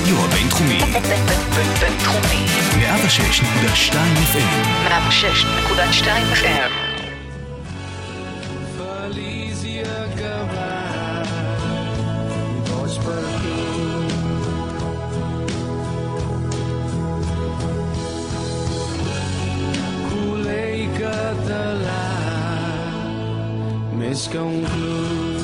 הרדיו הבינתחומי. בינתחומי. 106.2 FM. 106.2 FM. Més que un club.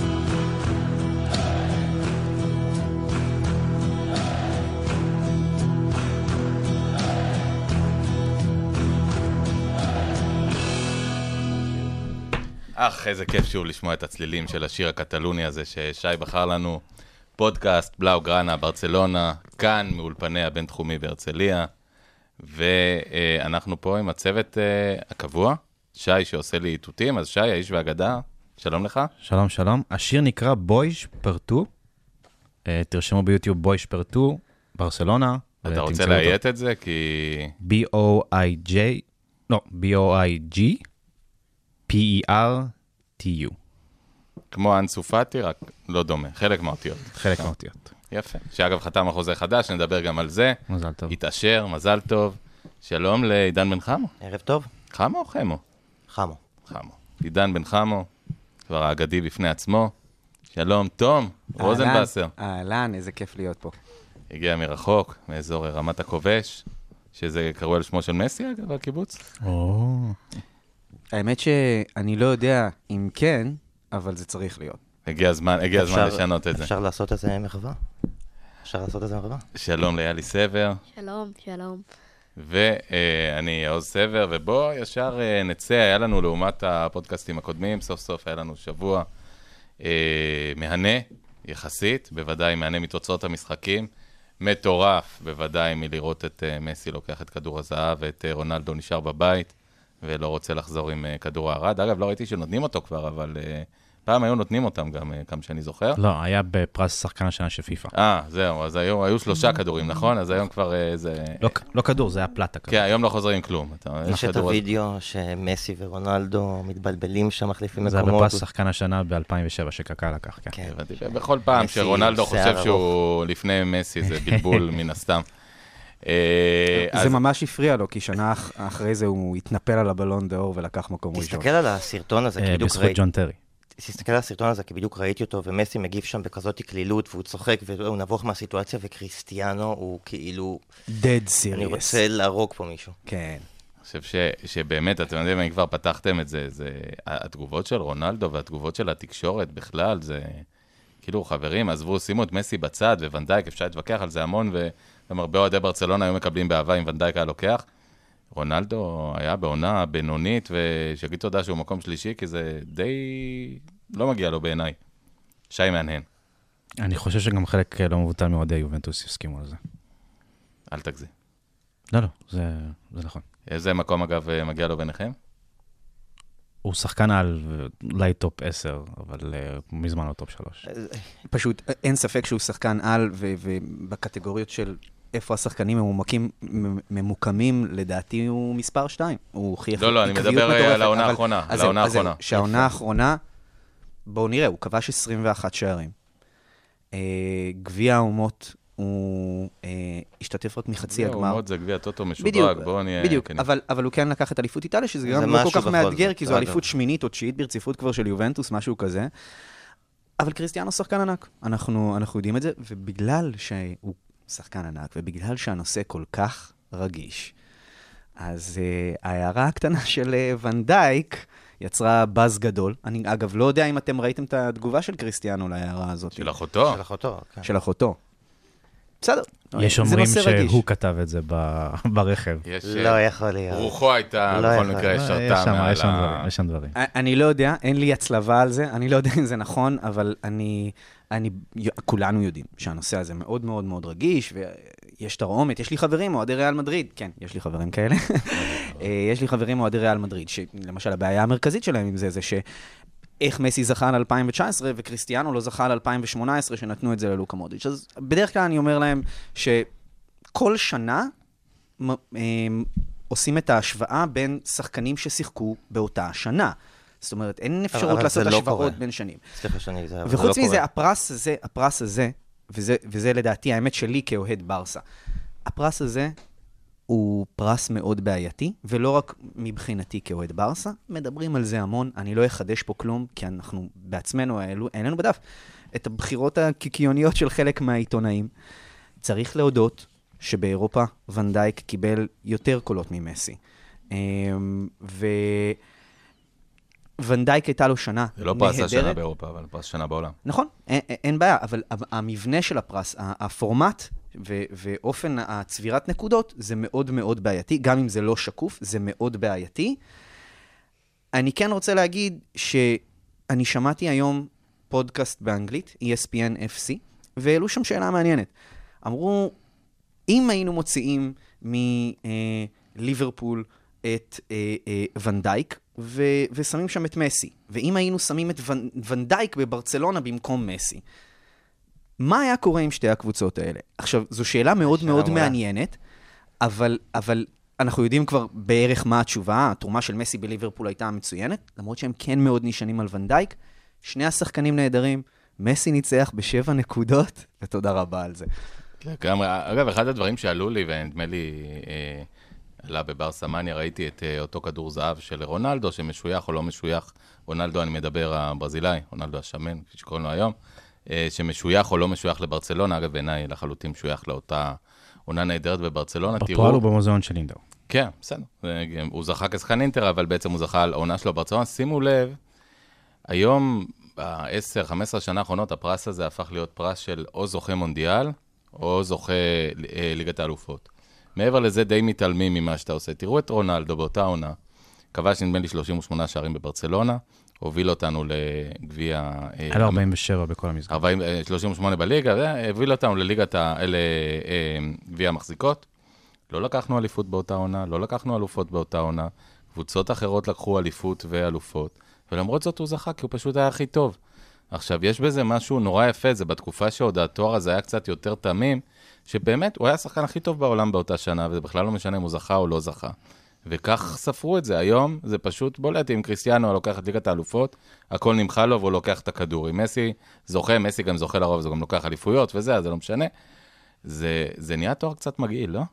איזה כיף שוב לשמוע את הצלילים של השיר הקטלוני הזה ששי בחר לנו. פודקאסט בלאו גרנה, ברצלונה, כאן מאולפני הבינתחומי בהרצליה. ואנחנו פה עם הצוות הקבוע, שי שעושה לי איתותים. אז שי, האיש והאגדה, שלום לך. שלום, שלום. השיר נקרא בויש פרטו. תרשמו ביוטיוב בויש פרטו, ברצלונה. אתה רוצה להיית את זה? כי... B-O-I-G, לא, B-O-I-G-P-E-R-T-U. כמו אנסופטי, רק לא דומה. חלק מהאותיות. חלק מהאותיות. יפה. שאגב חתם החוזה חדש, נדבר גם על זה. מזל טוב. התאשר, מזל טוב. שלום לעידן בן חמו. ערב טוב. חמו או חמו? חמו. חמו. עידן בן חמו, כבר האגדי בפני עצמו. שלום, תום, רוזנבסר. אהלן, איזה כיף להיות פה. הגיע מרחוק, מאזור רמת הכובש, שזה קראו על שמו של מסי, אגב, הקיבוץ. האמת שאני לא יודע אם כן, אבל זה צריך להיות. הגיע הזמן לשנות את זה. אפשר לעשות את זה מחווה? שלום ליאלי סבר. שלום, שלום. ואני עוז סבר, ובוא ישר נצא, היה לנו לעומת הפודקאסטים הקודמים, סוף סוף היה לנו שבוע מהנה, יחסית, בוודאי מהנה מתוצאות המשחקים, מטורף, בוודאי מלראות את מסי לוקח את כדור הזהב, ואת רונלדו נשאר בבית, ולא רוצה לחזור עם כדור הערד. אגב, לא ראיתי שנותנים אותו כבר, אבל פעם היו נותנים אותם גם, כמה שאני זוכר. לא, היה בפרס שחקן השנה של פיפה. זהו, אז היו 3 כדורים, נכון? אז היום כבר איזה... לא כדור, זה היה פלטה כדור. כן, היום לא חוזרים כלום. יש את הוידאו שמסי ורונלדו מתבלבלים שם, מחליפים זה היה מקומות. בפרס שחקן השנה ב-2007 שקקה לקח, כן. בכל פעם שרונלדו חושב שהוא לפני מסי, זה בלבול מן הסתם. זה ממש הפריע לו, כי שנה אחרי זה הוא התנפל על הבלון דאור ולקח מקום ראשון. תסתכל על הסרטון הזה, בזכות ג'ון טרי. תסתכל על הסרטון הזה, כי בדיוק ראיתי אותו, ומסי מגיב שם בכזאת כלילות, והוא צוחק, והוא נבוך מהסיטואציה, וקריסטיאנו הוא כאילו... dead serious. אני רוצה להרוג פה מישהו. כן. אני חושב שבאמת, אתם יודעים, אם כבר פתחתם את זה, התגובות של רונלדו והתגובות של התקשורת בכלל, זה כאילו, חברים, עזבו, שימו את מסי בצד, וונדייק, אפשר להתווכח על זה המון, וגם הרבה אוהדי ברצלונה היו מקבלים באהבה אם וונדייק היה לוקח. רונלדו היה בעונה בינונית, ושיגיד תודה שהוא מקום שלישי, כי זה די לא מגיע לו בעיניי. שי מהנהן. אני חושב שגם חלק לא מבוטל מאוהדי יובנטוס יסכימו על זה. אל תגזים. לא, זה נכון. איזה מקום, אגב, מגיע לו ביניכם? הוא שחקן על אולי טופ 10, אבל מזמן לא טופ 3. פשוט אין ספק שהוא שחקן על, ובקטגוריות של איפה השחקנים ממוקמים, לדעתי הוא מספר 2. לא, אני מדבר על העונה האחרונה. שהעונה האחרונה, בואו נראה, הוא כבש 21 שערים. גביע האומות, הוא השתתף רק מחצי הגמר. האומות זה גביע טוטו משודרג, בואו נהיה... בדיוק, אבל הוא כן לקח את אליפות איטליה, שזה גם לא כל כך מאתגר, כי זו אליפות שמינית או תשיעית ברציפות כבר של יובנטוס, משהו כזה. אבל קריסטיאנו שחקן ענק, אנחנו יודעים את זה, ובגלל שהוא שחקן ענק, ובגלל שהנושא כל כך רגיש, אז ההערה הקטנה של ונדייק יצרה באז גדול. אני אגב לא יודע אם אתם ראיתם את התגובה של קריסטיאנו להערה הזאת. של אחותו. של אחותו. בסדר. יש אומרים שהוא כתב את זה ברכב. לא יכול להיות. רוחו הייתה בכל מקרה שרתה. יש שם דברים. אני לא יודע, אין לי הצלבה על זה, אני לא יודע אם זה נכון, אבל כולנו יודעים שהנושא הזה מאוד מאוד מאוד רגיש, ויש תרעומת, יש לי חברים אוהדי ריאל מדריד, כן, יש לי חברים כאלה, יש לי חברים אוהדי ריאל מדריד, שלמשל הבעיה המרכזית שלהם עם זה איך מסי זכה על 2019, וקריסטיאנו לא זכה על 2018, שנתנו את זה ללוקה מודריץ'. אז בדרך כלל אני אומר להם שכל שנה עושים את ההשוואה בין שחקנים ששיחקו באותה שנה. זאת אומרת, אין אפשרות לעשות השוואות בין שנים. סליחה שאני... וחוץ מזה, הפרס הזה, וזה לדעתי האמת שלי כאוהד ברסה. הפרס הזה הוא פרס מאוד בעייתי, ולא רק מבחינתי כאוהד ברסה, מדברים על זה המון, אני לא אחדש פה כלום, כי אנחנו בעצמנו, אין לנו בדף, את הבחירות הקיקיוניות של חלק מהעיתונאים. צריך להודות שבאירופה ונדייק קיבל יותר קולות ממסי. ונדייק הייתה לו שנה נהדרת. זה לא פרס השנה באירופה, אבל פרס שנה בעולם. נכון, אין בעיה, אבל המבנה של הפרס, הפורמט ואופן הצבירת נקודות, זה מאוד מאוד בעייתי, גם אם זה לא שקוף, זה מאוד בעייתי. אני כן רוצה להגיד שאני שמעתי היום פודקאסט באנגלית, ESPN FC, והעלו שם שאלה מעניינת. אמרו, אם היינו מוציאים מליברפול את ונדייק, ושמים שם את מסי, ואם היינו שמים את ונדייק בברצלונה במקום מסי, מה היה קורה עם שתי הקבוצות האלה? עכשיו, זו שאלה מאוד מאוד מעניינת, אבל אנחנו יודעים כבר בערך מה התשובה, התרומה של מסי בליברפול הייתה מצוינת, למרות שהם כן מאוד נשענים על ונדייק, שני השחקנים נהדרים, מסי ניצח ב7 נקודות, ותודה רבה על זה. אגב, אחד הדברים שעלו לי, ונדמה לי עלה בברסה מניה, ראיתי את אותו כדור זהב של רונלדו, שמשוייך או לא משוייך, רונלדו, אני מדבר הברזילאי, רונלדו השמן, כפי שקוראים לו היום, שמשוייך או לא משוייך לברצלונה, אגב, בעיניי לחלוטין משוייך לאותה עונה נהדרת בברצלונה. בפועל הוא במוזיאון של אינטר. כן, בסדר. הוא זכה כשחקן אינטר, אבל בעצם הוא זכה על העונה שלו ברצלונה. שימו לב, היום, ב10-15 שנה האחרונות, הפרס הזה הפך להיות פרס של או זוכה מונדיאל, או זוכה ליגת האלופות. מעבר לזה די מתעלמים ממה שאתה עושה. תראו את רונלדו באותה עונה, כבש נדמה לי 38 שערים בברצלונה, הוביל אותנו לגביע... היה לו 47 בכל המסגרת. 38 בליגה, הוביל אותנו לליגת גביע המחזיקות. לא לקחנו אליפות באותה עונה, לא לקחנו אלופות באותה עונה, קבוצות אחרות לקחו אליפות ואלופות, ולמרות זאת הוא זכה, כי הוא פשוט היה הכי טוב. עכשיו, יש בזה משהו נורא יפה, זה בתקופה שעוד התואר הזה היה קצת יותר תמים, שבאמת הוא היה השחקן הכי טוב בעולם באותה שנה, וזה בכלל לא משנה אם הוא זכה או לא זכה. וכך ספרו את זה. היום זה פשוט בולט, אם קריסטיאנו לוקח את ליגת האלופות, הכל נמחה לו והוא לוקח את הכדור. אם מסי זוכה, מסי גם זוכה לרוב, זה גם לוקח אליפויות וזה, אז זה לא משנה. זה נהיה תואר קצת מגעיל, לא?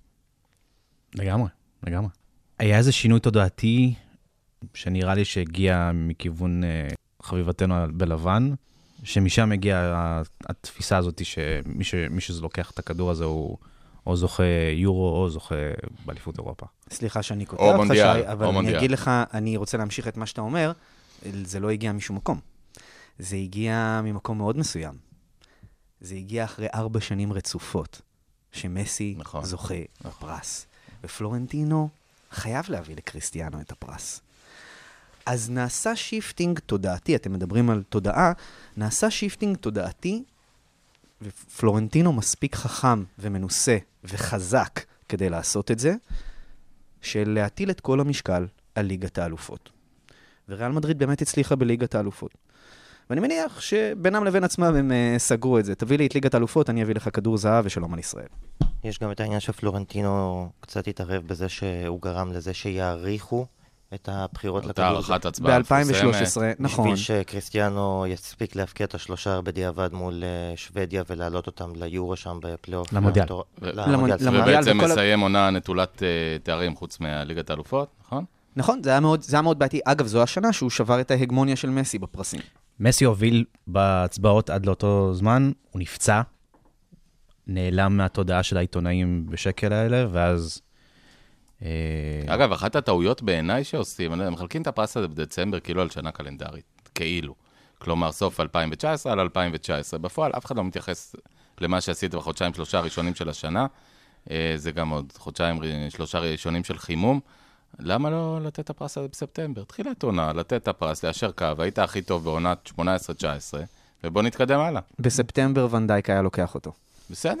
לגמרי, לגמרי. היה איזה שינוי תודעתי, שנראה לי שהגיע מכיוון חביבתנו בלבן, שמשם הגיעה התפיסה הזאת שמי שלוקח את הכדור הזה הוא או זוכה יורו או זוכה באליפות אירופה. סליחה שאני קוטע אותך, שי, אבל אני אגיד לך, אני רוצה להמשיך את מה שאתה אומר, זה לא הגיע משום מקום. זה הגיע ממקום מאוד מסוים. זה הגיע אחרי 4 שנים רצופות, שמסי זוכה בפרס. ופלורנטינו חייב להביא לקריסטיאנו את הפרס. אז נעשה שיפטינג תודעתי, אתם מדברים על תודעה, נעשה שיפטינג תודעתי, ופלורנטינו מספיק חכם ומנוסה וחזק כדי לעשות את זה, של להטיל את כל המשקל על ליגת האלופות. וריאל מדריד באמת הצליחה בליגת האלופות. ואני מניח שבינם לבין עצמם הם סגרו את זה. תביא לי את ליגת האלופות, אני אביא לך כדור זהב ושלום על ישראל. יש גם את העניין שפלורנטינו קצת התערב בזה שהוא גרם לזה שיעריכו את הבחירות לכדור. ב-2013, נכון. בשביל שקריסטיאנו יספיק להפקיע את ה3 בדיעבד מול שוודיה ולהעלות אותם ליורו שם בפלייאוף. למונדיאל. ובעצם מסיים עונה נטולת תארים חוץ מהליגת האלופות, נכון? נכון, זה היה מאוד בעייתי. אגב, זו השנה שהוא שבר את ההגמוניה של מסי בפרסים. מסי הוביל בהצבעות עד לאותו זמן, הוא נפצע, נעלם מהתודעה של העיתונאים בשקל האלה, ואז... אגב, אחת הטעויות בעיניי שעושים, הם מחלקים את הפרס הזה בדצמבר כאילו על שנה קלנדרית, כאילו. כלומר, סוף 2019 על 2019. בפועל, אף אחד לא מתייחס למה שעשית בחודשיים-3 הראשונים של השנה. זה גם עוד חודשיים-3 ראשונים של חימום. למה לא לתת את הפרס הזה בספטמבר? תחילת עונה, לתת את הפרס, לאשר קו, היית הכי טוב בעונת 18-19, ובוא נתקדם הלאה. בספטמבר ונדייק היה לוקח אותו. בסדר.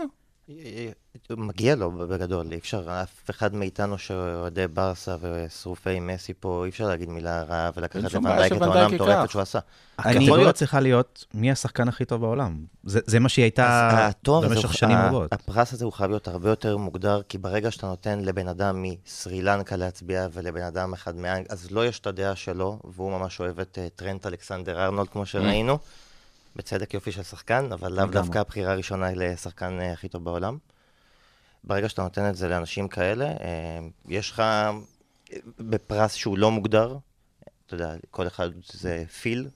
מגיע לו בגדול, אי אפשר, אף אחד מאיתנו שאוהדי ברסה ושרופי מסי פה, אי אפשר להגיד מילה רעה ולקחת לוונדייק את העונה המטורפת שהוא עשה. הקטגוריה צריכה להיות מי השחקן הכי טוב בעולם. זה מה שהיא הייתה במשך שנים רבות. הפרס הזה הוא חייב להיות הרבה יותר מוגדר, כי ברגע שאתה נותן לבן אדם מסרילנקה להצביע ולבן אדם אחד מאנגליה, אז לא יש את הדעה שלו, והוא ממש אוהב את טרנט אלכסנדר ארנולד כמו שראינו, בצדק יופי של שחקן, אבל לאו דווקא הבחירה הראשונה היא לשחקן הכי טוב בעולם. ברגע שאתה נותן את זה לאנשים כאלה, יש לך בפרס שהוא לא מוגדר, אתה יודע, כל אחד זה פיל,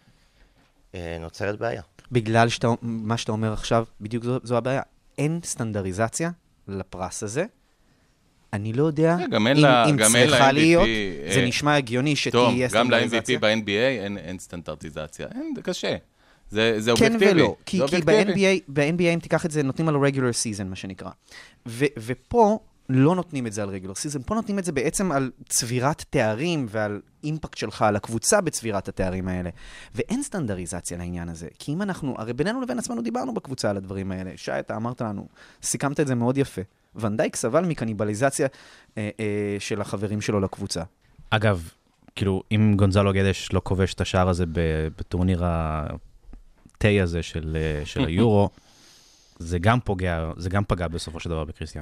נוצרת בעיה. בגלל מה שאתה אומר עכשיו, בדיוק זו הבעיה. אין סטנדריזציה לפרס הזה. אני לא יודע אם צריכה להיות, זה נשמע הגיוני שתהיה סטנדריזציה. גם ל-MVP ב-NBA אין סטנדרטיזציה, זה קשה. זה אובייקטיבי. כן ולא, כי ב-NBA אם תיקח את זה, נותנים על regular season, מה שנקרא. ופה לא נותנים את זה על regular season, פה נותנים את זה בעצם על צבירת תארים ועל אימפקט שלך, על הקבוצה בצבירת התארים האלה. ואין סטנדריזציה לעניין הזה, כי אם אנחנו, הרי בינינו לבין עצמנו דיברנו בקבוצה על הדברים האלה. שי, אתה אמרת לנו, סיכמת את זה מאוד יפה. ונדייק סבל מקניבליזציה של החברים שלו לקבוצה. אגב, כאילו, אם גונזלו גדש לא כובש את השער הזה בטורניר הטי הזה של היורו, זה גם פגע בסופו של דבר בקריסטיאנו.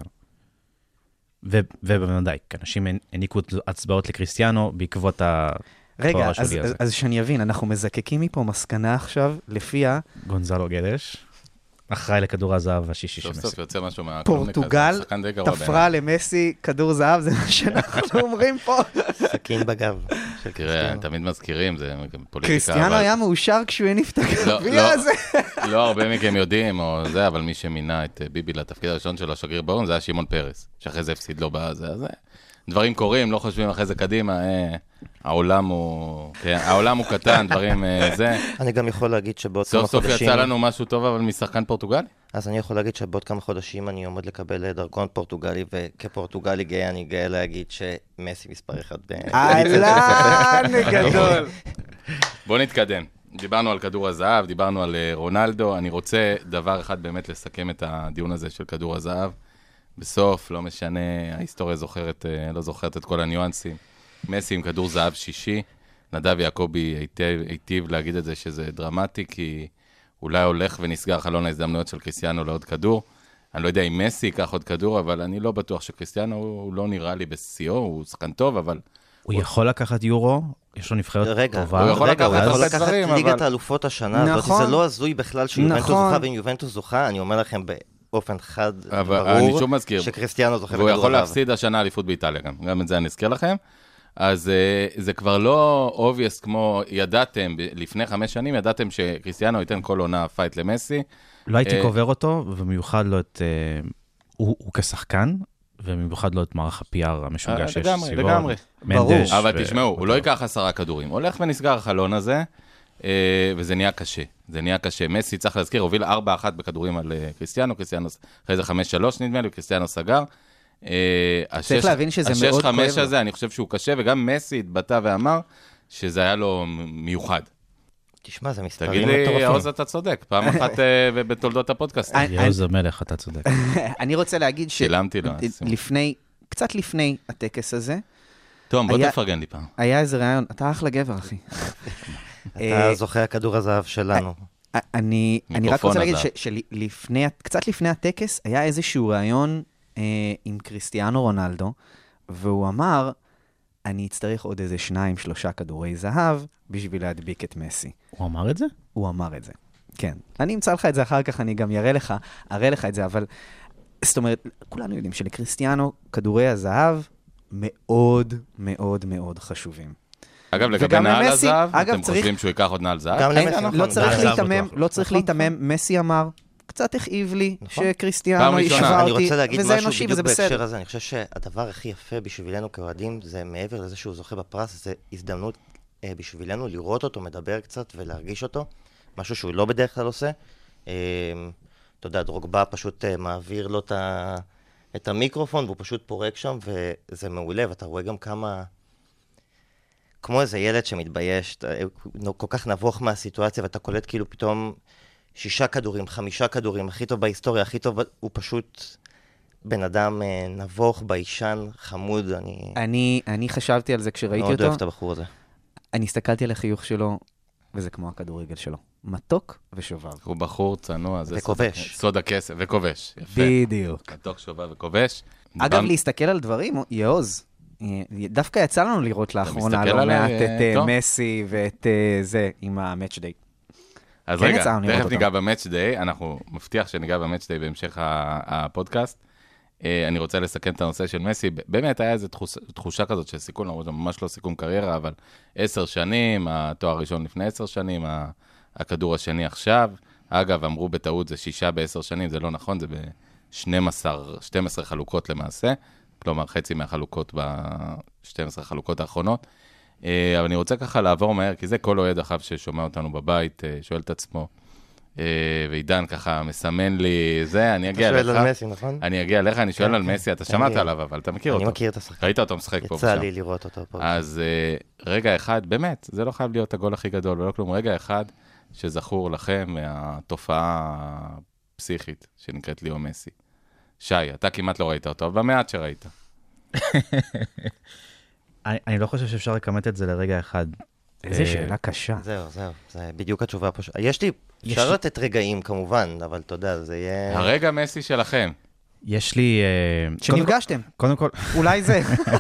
ובוודאי, אנשים העניקו הצבעות לקריסטיאנו בעקבות רגע, אז שאני אבין, אנחנו מזקקים מפה מסקנה עכשיו, לפיה גונזלו גדש אחראי לכדור הזהב השישי של מסי. סוף סוף יוצא משהו פורטוגל תפרה למסי כדור זהב, זה מה שאנחנו אומרים פה. סכין בגב. תראה, תמיד מזכירים, זה פוליטיקה. קריסטיאנו היה מאושר כשהוא הניף את הגביע הזה. לא הרבה מכם יודעים, אבל מי שמינה את ביבי לתפקיד הראשון שלו, השגריר באו"ם, זה היה שמעון פרס, שאחרי זה הפסיד לו בזה. דברים קורים, לא חושבים אחרי זה קדימה, העולם הוא קטן, דברים זה. אני גם יכול להגיד שבעוד כמה חודשים... סוף סוף יצא לנו משהו טוב, אבל משחקן פורטוגלי? אז אני יכול להגיד שבעוד כמה חודשים אני עומד לקבל דרכון פורטוגלי, וכפורטוגלי גאה, אני גאה להגיד שמסי מספר אחד. אהלן, גדול. בוא נתקדם. דיברנו על כדור הזהב, דיברנו על רונלדו. אני רוצה דבר אחד באמת לסכם את הדיון הזה של כדור הזהב. בסוף, לא משנה, ההיסטוריה לא זוכרת את כל הניואנסים. מסי עם כדור זהב שישי, נדב יעקבי היטיב להגיד את זה שזה דרמטי, כי אולי הולך ונסגר חלון ההזדמנויות של קריסטיאנו לעוד כדור. אני לא יודע אם מסי ייקח עוד כדור, אבל אני לא בטוח שקריסטיאנו הוא לא נראה לי בשיאו, הוא שחקן טוב, אבל... הוא יכול לקחת יורו, יש לו נבחרת טובה. הוא יכול לקחת ליגת האלופות השנה הזאת, זה לא הזוי בכלל שיובנטוס זוכה, ואם יובנטוס זוכה, אני אומר לכם באופן חד ברור, שקריסטיאנו זוכה והוא יכול להפסיד השנה אליפות באיטליה גם את זה אני אזכיר לכם. אז זה כבר לא obvious כמו ידעתם, לפני 5 שנים ידעתם שקריסטיאנו ייתן כל עונה פייט למסי. לא הייתי קובר אותו, ובמיוחד לא את... הוא כשחקן, ובמיוחד לא את מערך ה-PR המשוגע שיש סביבו. לגמרי, ברור. אבל תשמעו, הוא לא ייקח 10 כדורים. הולך ונסגר החלון הזה, וזה נהיה קשה. זה נהיה קשה. מסי, צריך להזכיר, הוביל 4-1 בכדורים על קריסטיאנו, אחרי זה 5-3 נדמה לי, קריסטיאנו סגר. צריך להבין שזה מאוד כואב. ה-6-5 הזה, אני חושב שהוא קשה, וגם מסי התבטא ואמר שזה היה לו מיוחד. תשמע, זה מספרים מטורפים. תגיד לי, יאוז, אתה צודק. פעם אחת בתולדות הפודקאסט. יאוז המלך, אתה צודק. אני רוצה להגיד קצת לפני הטקס הזה, תום, בוא תפרגן לי פעם. היה איזה רעיון, אתה אחלה גבר, אחי. אתה זוכה הכדור הזהב שלנו. אני רק רוצה להגיד שקצת לפני הטקס היה איזשהו רעיון עם קריסטיאנו רונלדו, והוא אמר, אני אצטרך עוד איזה 2-3 כדורי זהב בשביל להדביק את מסי. הוא אמר את זה? הוא אמר את זה, כן. אני אמצא לך את זה אחר כך, אני גם אראה לך את זה, אבל זאת אומרת, כולנו יודעים שלקריסטיאנו כדורי הזהב מאוד מאוד מאוד חשובים. אגב, לגבי נעל הזהב, אתם חושבים שהוא ייקח עוד נעל זהב? לא צריך להתאמם, מסי אמר, קצת הכאיב לי שקריסטיאנו ישבה אותי, אני רוצה להגיד משהו בדיוק בהקשר הזה, אני חושב שהדבר הכי יפה בשבילנו כאוהדים, זה מעבר לזה שהוא זוכה בפרס, זה הזדמנות בשבילנו לראות אותו, מדבר קצת ולהרגיש אותו, משהו שהוא לא בדרך כלל עושה. אתה יודע, דרוגבה פשוט מעביר לו את המיקרופון, והוא פשוט פורק שם, וזה מעולה, ואתה רואה גם כמה... כמו איזה ילד שמתבייש, כל כך נבוך מהסיטואציה, ואתה קולט כאילו פתאום 6 כדורים, 5 כדורים, הכי טוב בהיסטוריה, הכי טוב, הוא פשוט בן אדם נבוך, ביישן, חמוד. אני חשבתי על זה כשראיתי אותו. מאוד אוהב את הבחור הזה. אני הסתכלתי על החיוך שלו, וזה כמו הכדורגל שלו. מתוק ושובב. הוא בחור צנוע. וכובש. סוד הכסף, וכובש. יפה. בדיוק. מתוק, שובב וכובש. אגב, להסתכל על דברים, יעוז. דווקא יצא לנו לראות לאחרונה לא מעט את מסי ואת זה עם המאץ' דיי. אז רגע, תכף ניגע במאץ' דיי, אנחנו מבטיח שניגע במאץ' דיי בהמשך הפודקאסט. אני רוצה לסכם את הנושא של מסי, באמת היה איזו תחושה כזאת של סיכון, למרות ממש לא סיכון קריירה, אבל 10 שנים, התואר הראשון לפני 10 שנים, הכדור השני עכשיו, אגב, אמרו בטעות זה 6 ב-10 שנים, זה לא נכון, זה ב-12 חלוקות למעשה, כלומר חצי מהחלוקות ב-12 חלוקות האחרונות, אבל אני רוצה ככה לעבור מהר, כי זה כל אוהד אחר ששומע אותנו בבית, שואל את עצמו, ועידן ככה מסמן לי זה, אני אגיע לך. אתה שואל על מסי, נכון? אני אגיע לך, אני שואל על מסי, אתה שמעת עליו, אבל אתה מכיר אותו. אני מכיר את השחקן. ראית אותו משחק פה יצא לי לראות אותו פה. אז רגע אחד, באמת, זה לא חייב להיות הגול הכי גדול, ולא כלום, רגע אחד שזכור לכם מהתופעה הפסיכית שנקראת ליאו מסי. שי, אתה כמעט לא ראית אותו, אבל במעט שראית. אני לא חושב שאפשר לקמת את זה לרגע אחד. איזה שאלה קשה. זהו, זה בדיוק התשובה פה. יש לי, אפשר לתת רגעים כמובן, אבל אתה יודע, זה יהיה... הרגע מסי שלכם. יש לי... שנפגשתם. קודם כל... אולי זה.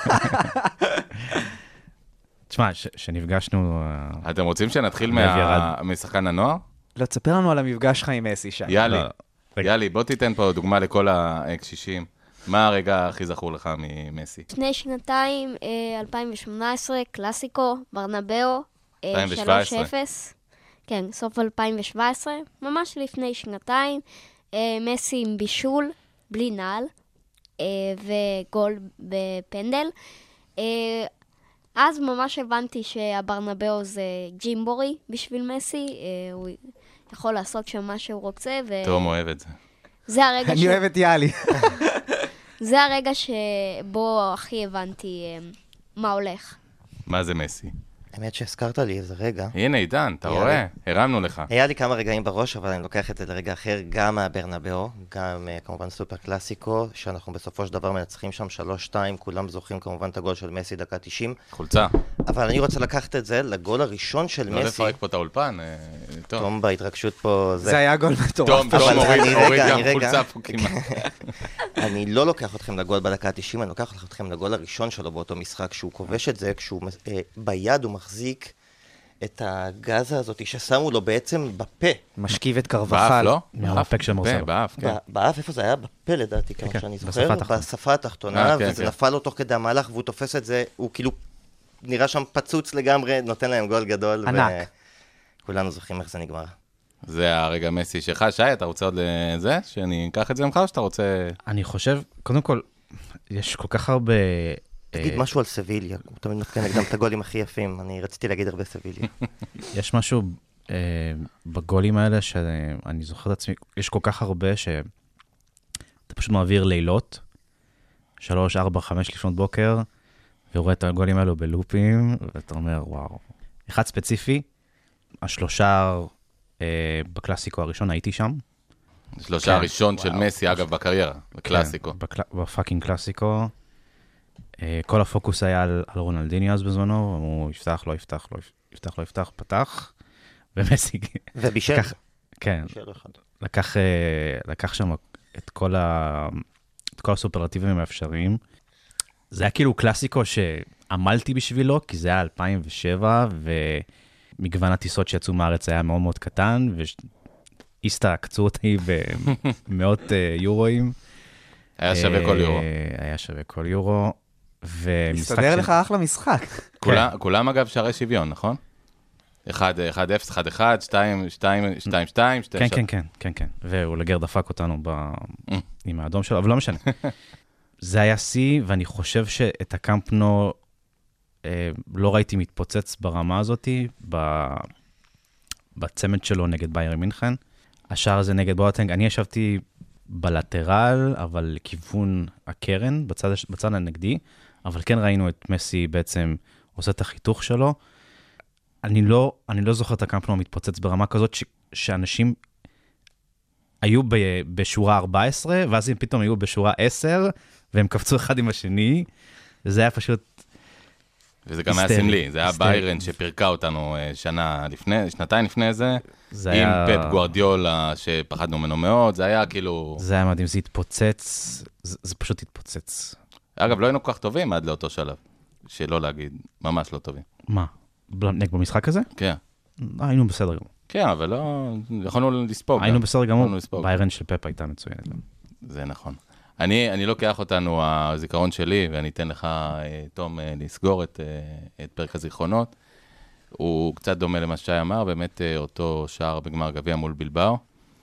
תשמע, שנפגשנו... אתם רוצים שנתחיל משחקן הנוער? לא, תספר לנו על המפגש שלך עם מסי שם. יאלי, בוא תיתן פה דוגמה לכל הקשישים. מה הרגע הכי זכור לך ממסי? לפני שנתיים, 2018, קלאסיקו, ברנבאו, 2017. 3-0. כן, סוף 2017, ממש לפני שנתיים, מסי עם בישול, בלי נעל, וגול בפנדל. אז ממש הבנתי שהברנבאו זה ג'ימבורי בשביל מסי, הוא יכול לעשות שם מה שהוא רוצה. תום אוהב את זה. זה הרגע אני אוהב את יאלי. זה הרגע שבו הכי הבנתי מה הולך. מה זה מסי? האמת שהזכרת לי איזה רגע. הנה עידן, אתה רואה? הרמנו לך. היה לי כמה רגעים בראש, אבל אני לוקח את זה לרגע אחר, גם מהברנבאו, גם כמובן סופר קלאסיקו, שאנחנו בסופו של דבר מנצחים שם 3-2, כולם זוכרים כמובן את הגול של מסי דקה 90. חולצה. אבל אני רוצה לקחת את זה לגול הראשון של מסי. לא לפרק פה את האולפן, טוב. תום בהתרגשות פה זה. זה היה גול מטורף. תום הוריד גם חולצה פה כמעט. אני לא לוקח אתכם לגול בדקה 90, אני לוקח אתכם לגול הראשון שלו באותו משחק, שהוא כובש את זה, כשהוא ביד הוא מחזיק את הגזה הזאת ששמו לו בעצם בפה. משכיב את קרבחל. באף, לא? מהרפק של מורסלו. באף, כן. באף, איפה זה היה? בפה לדעתי, כמו שאני זוכר. בשפה התחתונה, וזה נפל לו תוך כדי המהלך, והוא תופס את זה, הוא כאילו נראה שם פצוץ לגמרי, נותן להם גול גדול. ענק. וכולנו זוכרים איך זה נגמר. זה הרגע מסי שלך. שי, אתה רוצה עוד לזה? שאני אקח את זה ממך או שאתה רוצה... אני חושב, קודם כל, יש כל כך הרבה... תגיד משהו על סביליה, הוא תמיד נותן נגדם את הגולים הכי יפים, אני רציתי להגיד הרבה סביליה. יש משהו בגולים האלה שאני זוכר את עצמי, יש כל כך הרבה שאתה פשוט מעביר לילות, 3, 4, 5 לפנות בוקר, ורואה את הגולים האלו בלופים, ואתה אומר, וואו. אחד ספציפי, השלושה בקלאסיקו הראשון, הייתי שם. שלושה הראשון של מסי, אגב, בקריירה, בקלאסיקו. בפאקינג קלאסיקו. כל הפוקוס היה על רונלדיניו אז בזמנו, הוא יפתח, לא יפתח, לא יפתח, לא יפתח, פתח, ומסי... ובישל. כן. לקח שם את כל הסופרלטיבים האפשריים. זה היה כאילו קלאסיקו שעמלתי בשבילו, כי זה היה 2007, ומגוון הטיסות שיצאו מארץ היה מאוד מאוד קטן, ואיסטה עקצו אותי במאות יורואים. היה שווה כל יורו. היה שווה כל יורו. מסתדר לך אחלה משחק. כולם אגב שערי שוויון, נכון? 1-0, 1-1, 2-2, 2-2, כן. והוא לגר דפק אותנו עם האדום שלו, אבל לא משנה. זה היה שיא, ואני חושב שאת הקמפנו לא ראיתי מתפוצץ ברמה הזאת, בצמד שלו נגד ביירן מינכן. השער הזה נגד בואטנג, אני ישבתי בלטרל, אבל לכיוון הקרן, בצד הנגדי, אבל כן ראינו את מסי בעצם עושה את החיתוך שלו. אני לא זוכר את הקמפנו מתפוצץ ברמה כזאת, שאנשים היו בשורה 14, ואז הם פתאום היו בשורה 10, והם קפצו אחד עם השני, וזה היה פשוט... וזה גם היה סמלי, זה היה ביירן שפרקה אותנו שנתיים לפני זה, עם פפ גוארדיולה שפחדנו ממנו מאוד, זה היה כאילו... זה היה מדהים, זה התפוצץ, זה פשוט התפוצץ. אגב, לא היינו כל כך טובים עד לאותו שלב, שלא להגיד, ממש לא טובים. מה? במשחק הזה? כן. היינו בסדר. כן, אבל לא, יכולנו לספוג. היינו בסדר גמור, ביירן של פפ הייתה מצוינת. זה נכון. אני לוקח אותנו, הזיכרון שלי, ואני אתן לך, תום, לסגור את פרק הזיכרונות. הוא קצת דומה למה שי אמר, באמת אותו שער בגמר גביע מול בלבאו,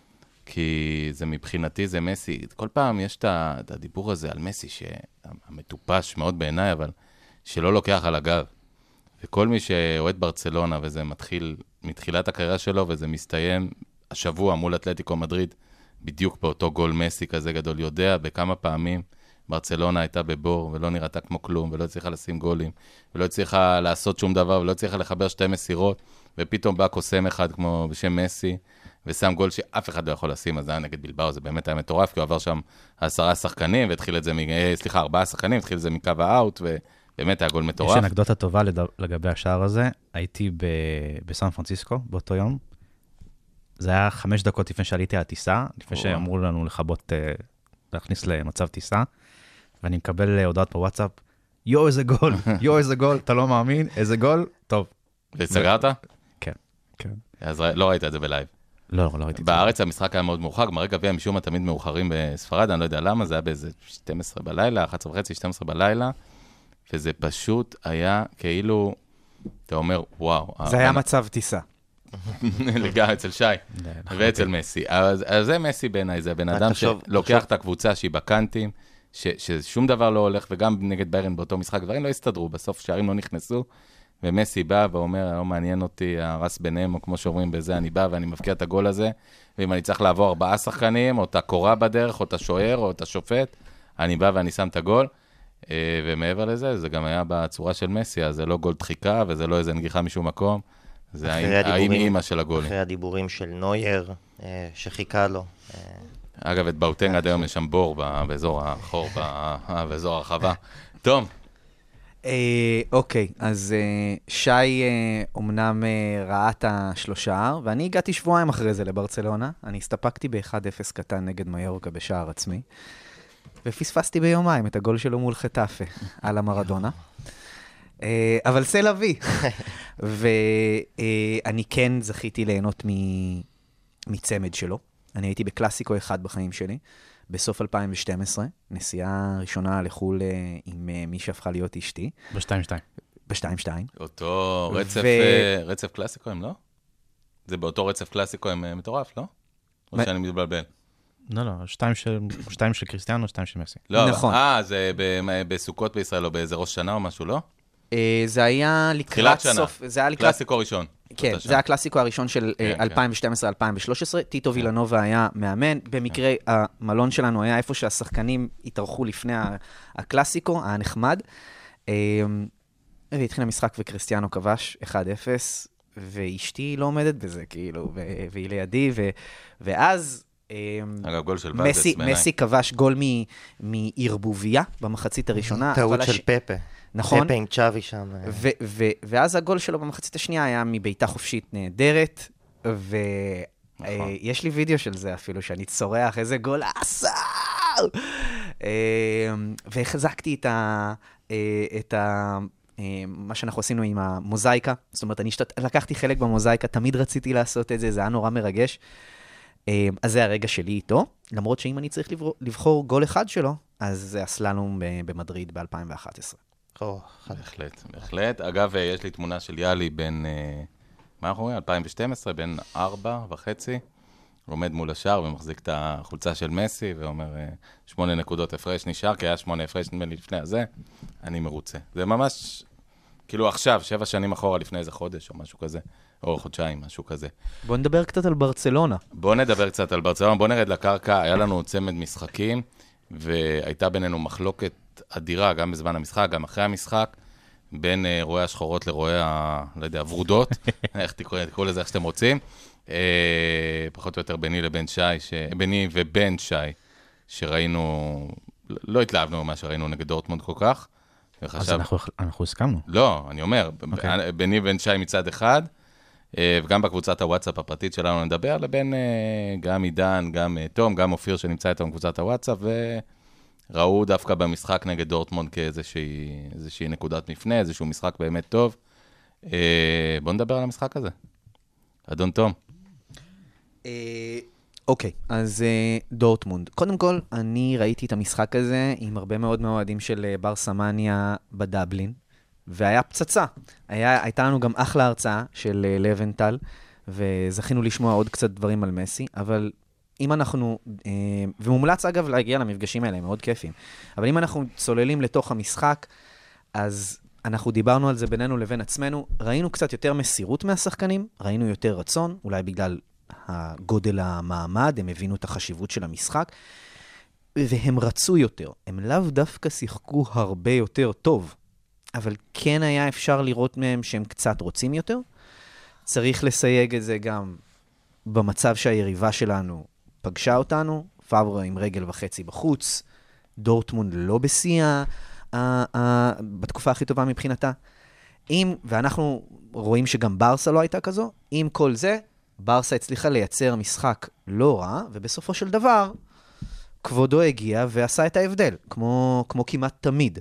כי זה מבחינתי, זה מסי. כל פעם יש את הדיבור הזה על מסי, שהמטופש מאוד בעיניי, אבל שלא לוקח על הגב. וכל מי שאוהד ברצלונה, וזה מתחיל מתחילת הקריירה שלו, וזה מסתיים השבוע מול אתלטיקו מדריד, בדיוק באותו גול מסי כזה גדול, יודע בכמה פעמים ברצלונה הייתה בבור, ולא נראתה כמו כלום, ולא הצליחה לשים גולים, ולא הצליחה לעשות שום דבר, ולא הצליחה לחבר 2 מסירות, ופתאום בא קוסם אחד כמו בשם מסי, ושם גול שאף אחד לא יכול לשים, אז זה היה נגד בלבאו, זה באמת היה מטורף, כי הוא עבר שם 10 שחקנים, והתחיל את זה, 4 שחקנים, התחיל את זה מקו האוט, ובאמת היה גול מטורף. יש אנקדוטה טובה לגבי השער הזה, הייתי בסן פרנסיסקו באותו יום, זה היה 5 דקות לפני שעליתי על הטיסה, לפני שאמרו לנו להכניס למצב טיסה, ואני מקבל הודעות בוואטסאפ, יו, איזה גול, יו, איזה גול, אתה לא מאמין, איזה גול, טוב. וסגרת? כן, כן. אז לא ראית את זה בלייב? לא ראיתי את זה. בארץ המשחק היה מאוד מאוחר, גמרי גביע משום מה תמיד מאוחרים בספרד, אני לא יודע למה, זה היה באיזה 12 בלילה, 11:30, 12 בלילה, וזה פשוט היה כאילו, אתה אומר, וואו. זה היה מצב טיסה. לגמרי אצל שי, ואצל מסי. אז זה מסי בעיניי, זה בן אדם שלוקח את הקבוצה שהיא בקנטים, ששום דבר לא הולך, וגם נגד ביירן באותו משחק, דברים לא הסתדרו, בסוף שערים לא נכנסו, ומסי בא ואומר, לא מעניין אותי הרס ביניהם, או כמו שאומרים בזה, אני בא ואני מפקיע את הגול הזה, ואם אני צריך לעבור 4 שחקנים, או את הקורה בדרך, או את השוער, או את השופט, אני בא ואני שם את הגול, ומעבר לזה, זה גם היה בצורה של מסי, אז זה לא גול דחיקה, וזה לא איזה נגיחה משום מקום, זה האמא של הגולים. אחרי הדיבורים של נויר, שחיכה לו. אגב, את באוטנג עד היום יש שם בור באזור החור, באזור הרחבה. תום. אוקיי, אז שי אומנם ראה את השלושה, ואני הגעתי שבועיים אחרי זה לברצלונה. אני הסתפקתי ב-1-0 קטן נגד מיורקה בשער עצמי, ופספסתי ביומיים את הגול שלו מול חטאפה על המרדונה. אבל זה לוי. ואני כן זכיתי ליהנות מצמד שלו. אני הייתי בקלאסיקו אחד בחיים שלי, בסוף 2012, נסיעה ראשונה לחול עם מי שהפכה להיות אשתי. ב-2-2. אותו רצף קלאסיקו הם, לא? זה באותו רצף קלאסיקו הם מטורף, לא? או שאני מתבלבל? לא, 2 של קריסטיאנו, 2 של מסי. נכון. זה בסוכות בישראל, או באיזה ראש שנה או משהו, לא? זה היה לקראת סוף... קלאסיקו ראשון. כן, זה הקלאסיקו הראשון של 2012-2013. טיטו וילנובה היה מאמן. במקרה, המלון שלנו היה איפה שהשחקנים התארחו לפני הקלאסיקו, הנחמד. והתחיל המשחק וקריסטיאנו כבש 1-0, ואשתי לא עומדת בזה, כאילו, והיא לידי, ואז... אגב, גול של ולדס. מסי כבש גול מערבוביה במחצית הראשונה. טעות של פפה. נכון. פפה עם צ'אבי שם. ואז הגול שלו במחצית השנייה היה מביתה חופשית נהדרת, ויש לי וידאו של זה אפילו, שאני צורח, איזה גול עשר! והחזקתי את מה שאנחנו עשינו עם המוזאיקה, זאת אומרת, אני לקחתי חלק במוזאיקה, תמיד רציתי לעשות את זה, זה היה נורא מרגש. אז זה הרגע שלי איתו, למרות שאם אני צריך לבחור גול אחד שלו, אז זה הסללום במדריד ב-2011. בהחלט. אגב, יש לי תמונה של יאלי בין, מה אנחנו רואים? 2012, בין 4.5, עומד מול השער ומחזיק את החולצה של מסי, ואומר 8 נקודות הפרש נשאר, כי היה 8 הפרש נדמה לי לפני הזה, אני מרוצה. זה ממש, כאילו עכשיו, 7 שנים אחורה לפני איזה חודש או משהו כזה, או חודשיים, משהו כזה. בוא נדבר קצת על ברצלונה. בוא נרד לקרקע, היה לנו צמד משחקים, והייתה בינינו מחלוקת אדירה, גם בזמן המשחק, גם אחרי המשחק, בין רואי השחורות לרואי לא יודע, הוורודות, איך תקראו לזה, איך שאתם רוצים. פחות או יותר ביני ובן שי, שראינו, לא התלהבנו ממה שראינו נגד דורטמונד כל כך. אז אנחנו הסכמנו. לא, אני אומר, ביני ובן שי מצד אחד, וגם בקבוצת הוואטסאפ הפרטית שלנו נדבר, לבין גם עידן, גם תום, גם אופיר שנמצא איתו בקבוצת הוואטסאפ, וראו דווקא במשחק נגד דורטמונד כאיזושהי נקודת מפנה, איזשהו משחק באמת טוב. בוא נדבר על המשחק הזה. אדון תום. אוקיי, אז דורטמונד. קודם כל, אני ראיתי את המשחק הזה עם הרבה מאוד מהאוהדים של ברסמניה בדבלין, והיה פצצה. הייתה לנו גם אחלה הרצאה של לבנטל, וזכינו לשמוע עוד קצת דברים על מסי, אבל אם אנחנו, ומומלץ אגב להגיע למפגשים האלה, הם מאוד כיפים, אבל אם אנחנו צוללים לתוך המשחק, אז אנחנו דיברנו על זה בינינו לבין עצמנו, ראינו קצת יותר מסירות מהשחקנים, ראינו יותר רצון, אולי בגלל הגודל המעמד, הם הבינו את החשיבות של המשחק, והם רצו יותר. הם לאו דווקא שיחקו הרבה יותר טוב, אבל כן היה אפשר לראות מהם שהם קצת רוצים יותר. צריך לסייג את זה גם במצב שהיריבה שלנו פגשה אותנו, פאברה עם רגל וחצי בחוץ, דורטמונד לא בשיאה, בתקופה הכי טובה מבחינתה. ואנחנו רואים שגם ברסה לא הייתה כזו, עם כל זה, ברסה הצליחה לייצר משחק לא רע, ובסופו של דבר, כבודו הגיע ועשה את ההבדל, כמו כמעט תמיד.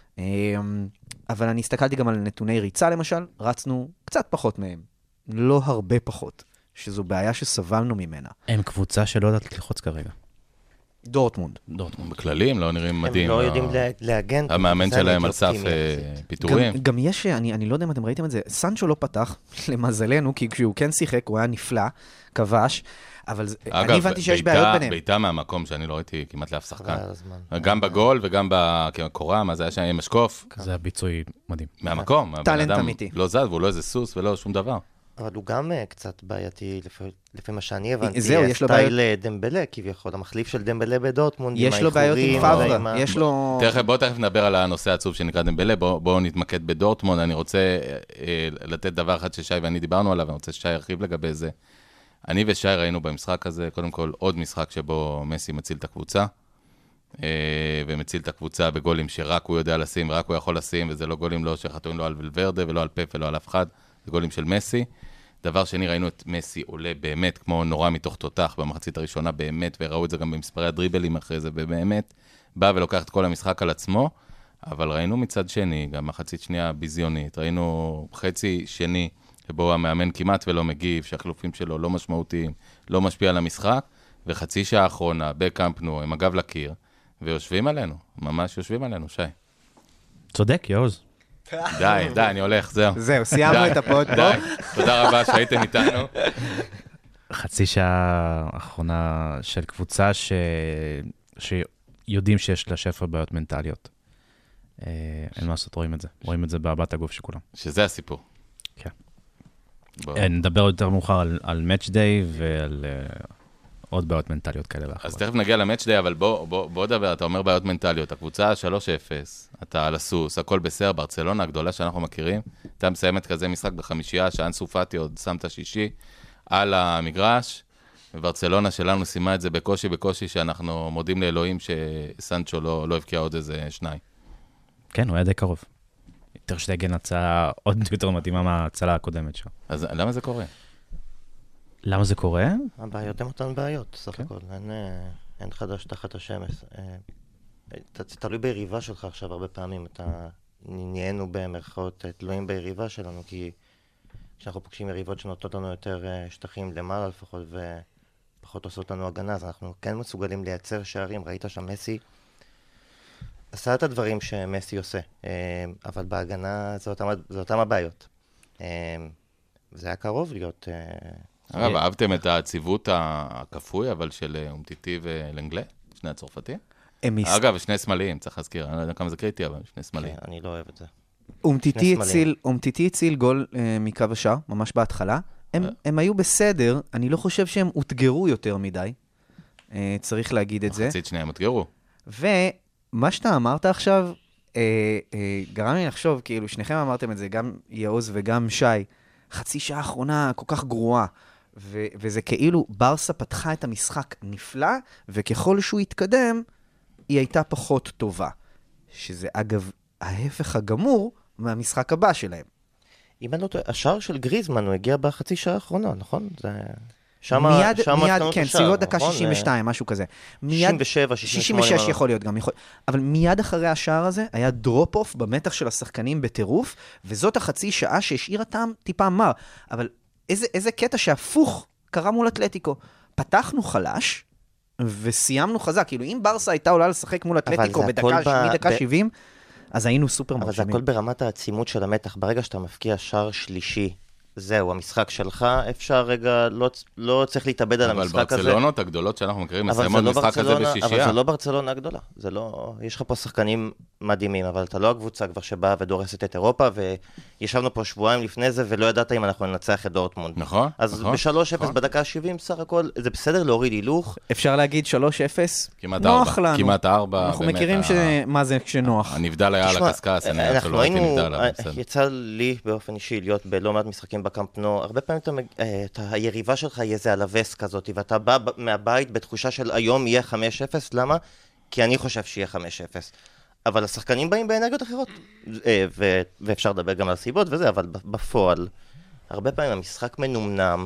אבל אני הסתכלתי גם על נתוני ריצה למשל, רצנו קצת פחות מהם, לא הרבה פחות, שזו בעיה שסבלנו ממנה. הם קבוצה שלא יודעת ללחוץ כרגע. דורטמונד. בכללים לא נראים מדהים. הם לא יודעים להגן. המאמן שלהם על סף פיתורים. גם יש, אני לא יודע אם אתם ראיתם את זה, סנצ'ו לא פתח, למזלנו, כי כשהוא כן שיחק, הוא היה נפלא, כבש, אבל אני הבנתי שיש בעיות ביניהם. אגב, בעיטה מהמקום שאני לא ראיתי כמעט לאף שחקן. גם בגול וגם בקורה, מה זה היה שם משקוף. זה הביצועי מדהים. מהמקום. טלנט אמיתי. לא זז, והוא לא איזה סוס ולא שום דבר. אבל הוא גם קצת בעייתי, לפי מה שאני הבנתי, זהו, יש לו סטייל דמבלה כביכול, המחליף של דמבלה בדורטמונד, יש לו בעיות עם פאברה, יש לו... בואו תכף נדבר על הנושא העצוב שנקרא דמבלה, בואו נתמקד בדורטמונד, אני רוצה לתת דבר אחד ששי ואני דיברנו עליו, אני רוצה ששי ירחיב לגבי זה. אני ושי ראינו במשחק הזה, קודם כל עוד משחק שבו מסי מציל את הקבוצה, ומציל את הקבוצה בגולים שרק הוא יודע לשים, רק הוא יכול לשים, וזה לא גולים לא שחתויים לא על ולוורדה ולא על פפ ולא על אף אחד, זה גולים של מסי. דבר שני, ראינו את מסי עולה באמת כמו נורא מתוך תותח במחצית הראשונה באמת, וראו את זה גם במספרי הדריבלים אחרי זה, ובאמת בא ולוקח את כל המשחק על עצמו, אבל ראינו מצד שני, גם מחצית שנייה ביזיונית, ראינו חצי שני, שבו המאמן כמעט ולא מגיב, שהחלופים שלו לא משמעותיים, לא משפיע על המשחק, וחצי שעה האחרונה בקמפנו, עם הגב לקיר, ויושבים עלינו, ממש יושבים עלינו, שי. צודק, יעוז. די, אני הולך, זהו, סיימנו את הפוד פה. תודה רבה שהייתם איתנו. חצי שעה האחרונה של קבוצה שיודעים שיש לה שפר בעיות מנטליות. אין מה לעשות, רואים את זה בהבעת הגוף של כולם. שזה הסיפור. כן. נדבר יותר מאוחר על match day ועל עוד בעיות מנטליות כאלה ואחרות. אז תכף נגיע ל-match day, אבל בוא דבר, אתה אומר בעיות מנטליות. הקבוצה 3-0, אתה על הסוס, הכל בסדר, ברצלונה הגדולה שאנחנו מכירים, אתה מסיימת כזה משחק בחמישייה, שאנסו פאטי עוד שמת שישי על המגרש, וברצלונה שלנו שימה את זה בקושי, שאנחנו מודים לאלוהים שסנצ'ו לא הבקיע עוד איזה שניים. כן, הוא היה די קרוב. יותר שטגן הצעה עוד יותר מתאימה מההצלה הקודמת שלו. אז למה זה קורה? למה זה קורה? הבעיות הן אותן בעיות, סך הכל. אין חדש תחת השמש. אתה תלוי ביריבה שלך עכשיו הרבה פעמים. נהיינו במרכאות תלויים ביריבה שלנו, כי כשאנחנו פוגשים יריבות שנותנות לנו יותר שטחים למעלה לפחות, ופחות עושות לנו הגנה, אז אנחנו כן מסוגלים לייצר שערים. ראית שם מסי עשה את הדברים שמסי עושה, אבל בהגנה זה אותם הבעיות. זה היה קרוב להיות... אגב, אהבתם את הציוות הכפוי, אבל של אומטיטי ולנגלה, שני הצרפתים? אגב, שני שמאליים, צריך להזכיר, אני לא יודע כמה זה קריטי, אבל שני שמאליים. כן, אני לא אוהב את זה. אומטיטי הציל גול מקו השער, ממש בהתחלה. הם היו בסדר, אני לא חושב שהם אותגרו יותר מדי, צריך להגיד את זה. מחצית שנייה הם אותגרו. ומה שאתה אמרת עכשיו, גרם לי לחשוב, כאילו שניכם אמרתם את זה, גם יעוז וגם שי, חצי שעה האחרונה כל כך גרועה, וזה כאילו ברסה פתחה את המשחק נפלא, וככל שהוא התקדם, היא הייתה פחות טובה. שזה אגב ההפך הגמור מהמשחק הבא שלהם. אם אני לא טועה, השער של גריזמן הוא הגיע בחצי שעה האחרונה, נכון? מיד, כן, סביבות דקה 62, משהו כזה. 67, 68. 66 יכול להיות גם. אבל מיד אחרי השער הזה היה דרופ-אוף במתח של השחקנים בטירוף, וזאת החצי שעה שהשאירה טעם טיפה מר. אבל איזה קטע שהפוך קרה מול אתלטיקו. פתחנו חלש, וסיימנו חזק. כאילו, אם ברסה הייתה עולה לשחק מול אתלטיקו מדקה 70, אז היינו סופר מרשימים. אבל זה הכל ברמת העצימות של המתח. ברגע שאתה מפקיע שער שלישי, זהו, המשחק שלך, אפשר רגע, לא צריך להתאבד על המשחק הזה. אבל ברצלונות הגדולות שאנחנו מכירים, מסיימות משחק הזה בשישייה. אבל זה לא ברצלונה הגדולה. יש לך פה שחקנים מדהימים, אבל אתה לא הקבוצה כבר שבאה ודורסת את אירופה, וישבנו פה שבועיים לפני זה, ולא ידעת אם אנחנו ננצח את דורטמונד. נכון. אז ב-3-0 בדקה 70, סך הכל, זה בסדר להוריד הילוך. אפשר להגיד 3-0, נוח לנו. כמעט 4. אנחנו מכירים מה זה כשנוח. הנבדל היה על הקסקס, אני לא הייתי נבדל, אבל בסדר. יצא לי באופן אישי להיות בלא מעט משחקים בקמפ נו, הרבה פעמים היריבה שלך יהיה זה על הווס כזאת, ואתה בא מהבית בתחושה של היום יהיה 5-0, למה? כי אני חושב שיהיה 5-0. אבל השחקנים באים באנרגיות אחרות, ואפשר לדבר גם על סיבות וזה, אבל בפועל, הרבה פעמים המשחק מנומנם,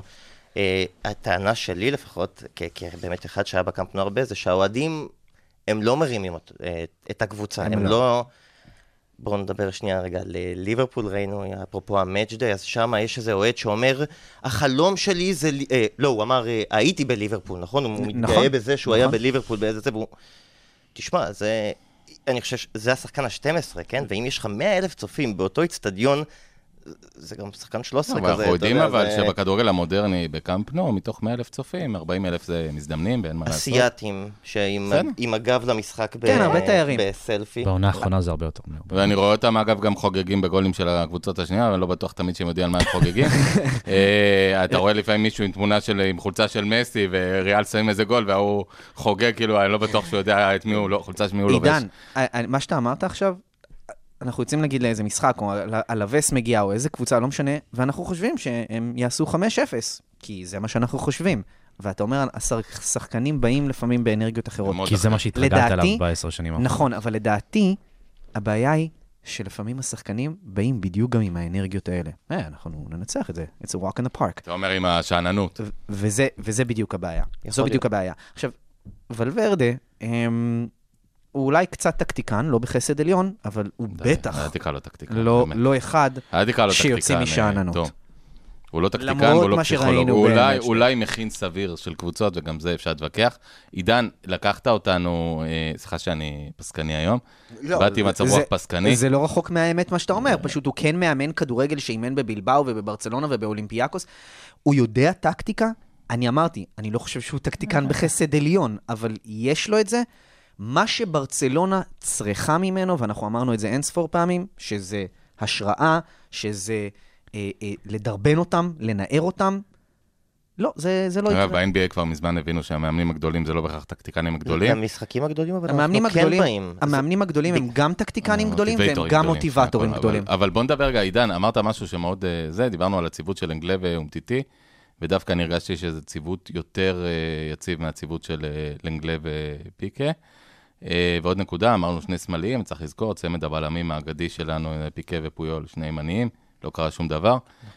הטענה שלי לפחות, כבאמת אחד שהיה בקמפ נו הרבה, זה שהאוהדים, הם לא מרימים את הקבוצה, הם לא... בואו נדבר שנייה רגע, לליברפול ראינו, אפרופו המאץ' דיי, אז שם יש איזה אוהד שאומר, החלום שלי זה, לא, הוא אמר, הייתי בליברפול, נכון? הוא מתגאה בזה שהוא היה בליברפול באיזה זה, והוא... תשמע, זה, אני חושב שזה השחקן ה-12, כן? ואם יש לך 100,000 צופים באותו אצטדיון, זה גם שחקן 13 כזה. אנחנו יודעים אבל שבכדורגל המודרני בקמפ נו, מתוך 100,000 צופים, 40,000 זה מזדמנים, ואין מה לעשות. אסיאטים, עם הגב למשחק בסלפי. בעונה האחרונה זה הרבה יותר. ואני רואה אותם, אגב, גם חוגגים בגולים של הקבוצות השנייה, אבל לא בטוח תמיד שהם יודעים על מה הם חוגגים. אתה רואה לפעמים מישהו עם תמונה עם חולצה של מסי, וריאל שמים איזה גול, והוא חוגג, כאילו, אני לא בטוח שהוא יודע את מי הוא, חולצה שמי הוא לובש. עידן, מה שאתה אמרת עכשיו, אנחנו יוצאים להגיד לאיזה משחק, או על הווס מגיע, או איזה קבוצה, לא משנה, ואנחנו חושבים שהם יעשו 5-0, כי זה מה שאנחנו חושבים. ואתה אומר, השחקנים באים לפעמים באנרגיות אחרות. כי זה מה שהתרגלת עליו ב10 שנים. נכון, אבל לדעתי, הבעיה היא שלפעמים השחקנים באים בדיוק גם עם האנרגיות האלה. אנחנו ננצח את זה. It's a walk in the park. אתה אומר עם השעננות. וזה בדיוק הבעיה. זו בדיוק הבעיה. עכשיו, ולוורדה, הוא אולי קצת טקטיקן, לא בחסד עליון, אבל הוא בטח לא אחד שיוצא משעננות. הוא לא טקטיקן, הוא לא פסיכולוג, הוא אולי מכין סביר של קבוצות, וגם זה אפשר להתווכח. עידן, לקחת אותנו, סליחה שאני פסקני היום, באתי עם מצב רוח פסקני. זה לא רחוק מהאמת מה שאתה אומר, פשוט הוא כן מאמן כדורגל שאימן בבילבאו ובברצלונה ובאולימפיאקוס. הוא יודע טקטיקה, אני אמרתי, אני לא חושב שהוא טקטיקן בחסד עליון, אבל יש לו את זה. מה שברצלונה צריכה ממנו, ואנחנו אמרנו את זה אין ספור פעמים, שזה השראה, שזה לדרבן אותם, לנער אותם. לא, זה לא יקרה. ב-NBA כבר מזמן הבינו שהמאמנים הגדולים זה לא בהכרח טקטיקנים הגדולים. המשחקים הגדולים, אבל אנחנו כן באים. המאמנים הגדולים הם גם טקטיקנים גדולים, והם גם מוטיבטורים גדולים. אבל בוא נדבר רגע, עידן, אמרת משהו שמאוד זה, דיברנו על הציבות של אנגלה ואומטיטי, ודווקא אני הרגשתי שזה ציבות יותר יציב מהציבות של אנגלה ופיקה. ועוד נקודה, אמרנו שני סמליים, צריך לזכור, צמד הבלמים האגדי שלנו, פיקה ופויול, שני ימניים, לא קרה שום דבר.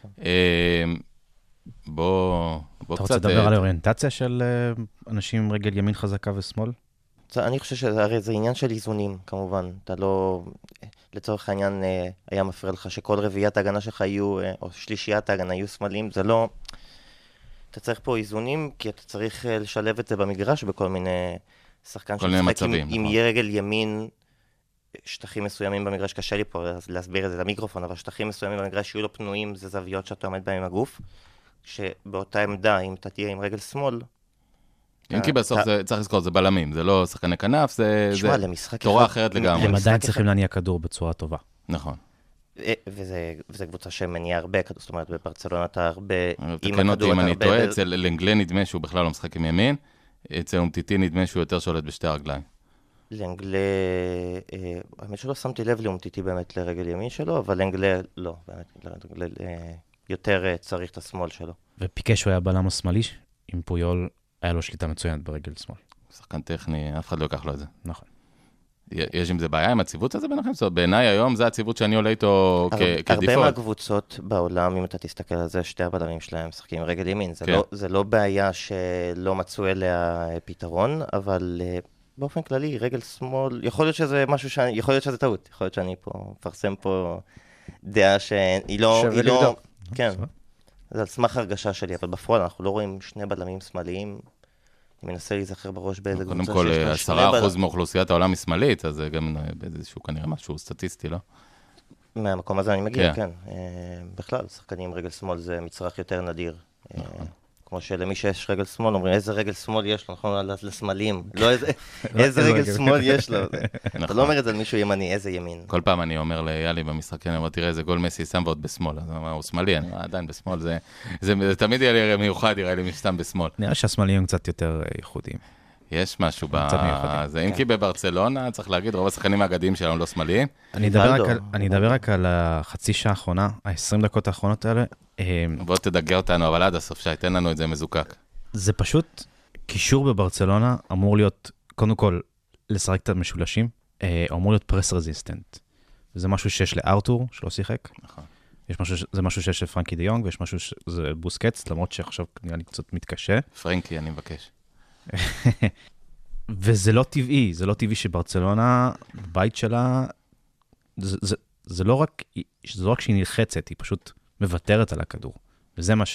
בוא קצת... אתה רוצה לדבר על האוריינטציה של אנשים עם רגל ימין חזקה ושמאל? אני חושב שהרי זה עניין של איזונים, כמובן. אתה לא... לצורך העניין היה מפריע לך שכל רביעיית ההגנה שלך יהיו, או שלישיית ההגנה יהיו שמאליים, זה לא... אתה צריך פה איזונים, כי אתה צריך לשלב את זה במגרש בכל מיני... שחקן שמשחק עם יהיה רגל ימין, שטחים מסוימים במגרש, קשה לי פה להסביר את זה למיקרופון, אבל שטחים מסוימים במגרש שיהיו לו פנויים, זה זוויות שאתה עומד בהם עם הגוף, שבאותה עמדה, אם אתה תהיה עם רגל שמאל... אם כי בסוף צריך לזכור, זה בלמים, זה לא שחקני כנף, זה תורה אחרת לגמרי. הם עדיין צריכים להניע כדור בצורה טובה. נכון. וזה קבוצה שמניע הרבה כדור, זאת אומרת, בברצלונה אתה הרבה... תקן אותי אם אני טועה, אצל לנגלה נדמה שהוא בכלל לא משחק עם ימין, אצל אומטיטי נדמה שהוא יותר שולט בשתי הרגליים. לאנגלה, האמת שלא שמתי לב לאומטיטי באמת לרגל ימין שלו, אבל לאנגלה לא, באמת, יותר צריך את השמאל שלו. ופיקה שהוא היה בלם השמאלי, עם פויול היה לו שליטה מצוינת ברגל שמאל. שחקן טכני, אף אחד לא ייקח לו את זה. נכון. יש עם זה בעיה עם הציבות הזה ביניכם? בעיניי היום זה הציבות שאני עולה איתו כדיפות. הרבה מהקבוצות בעולם, אם אתה תסתכל על זה, שתי הבלמים שלהם משחקים עם רגל ימין. זה לא בעיה שלא מצאו אליה פתרון, אבל באופן כללי, רגל שמאל, יכול להיות שזה משהו יכול להיות שזה טעות. יכול להיות שאני פה מפרסם פה דעה שהיא לא... שווה לבדוק. כן. זה על סמך הרגשה שלי, אבל בפועל אנחנו לא רואים שני בלמים שמאליים. אני מנסה להיזכר בראש באיזה קבוצה שיש לנו 10% מאוכלוסיית העולם היא שמאלית, אז זה גם באיזשהו כנראה משהו סטטיסטי, לא? מהמקום הזה אני מגיע, כן. בכלל, שחקנים רגל שמאל זה מצרך יותר נדיר. כמו שלמי שיש רגל שמאל, אומרים איזה רגל שמאל יש לו, נכון? לשמאליים. לא איזה רגל שמאל יש לו. אתה לא אומר את זה על מישהו ימני, איזה ימין. כל פעם אני אומר ליאלי במשחק, אני אומר, תראה איזה גול מסי שם ועוד בשמאל. אז הוא שמאלי, אני עדיין בשמאל. זה תמיד יהיה לי מיוחד, יראה לי מי סתם בשמאל. נראה שהשמאליים קצת יותר ייחודיים. יש משהו אם כי בברצלונה, צריך להגיד, רוב השחקנים האגדיים שלנו לא שמאליים. אני אדבר רק על החצי שעה האחרונה, ה-20 דקות האחרונות האלה. בוא תדגע אותנו, אבל עד הסוף שייתן לנו את זה מזוקק. זה פשוט, קישור בברצלונה אמור להיות, קודם כל, לשחק את המשולשים, אמור להיות פרס רזיסטנט. זה משהו שיש לארתור, שלא שיחק. נכון. זה משהו שיש לפרנקי די יונג, ויש משהו שזה בוסקץ, למרות שעכשיו נראה לי קצת מתקשה. פרנקי, אני מבקש. וזה לא טבעי, זה לא טבעי שברצלונה, בבית שלה, זה לא רק שהיא נלחצת, היא פשוט מוותרת על הכדור. וזה מה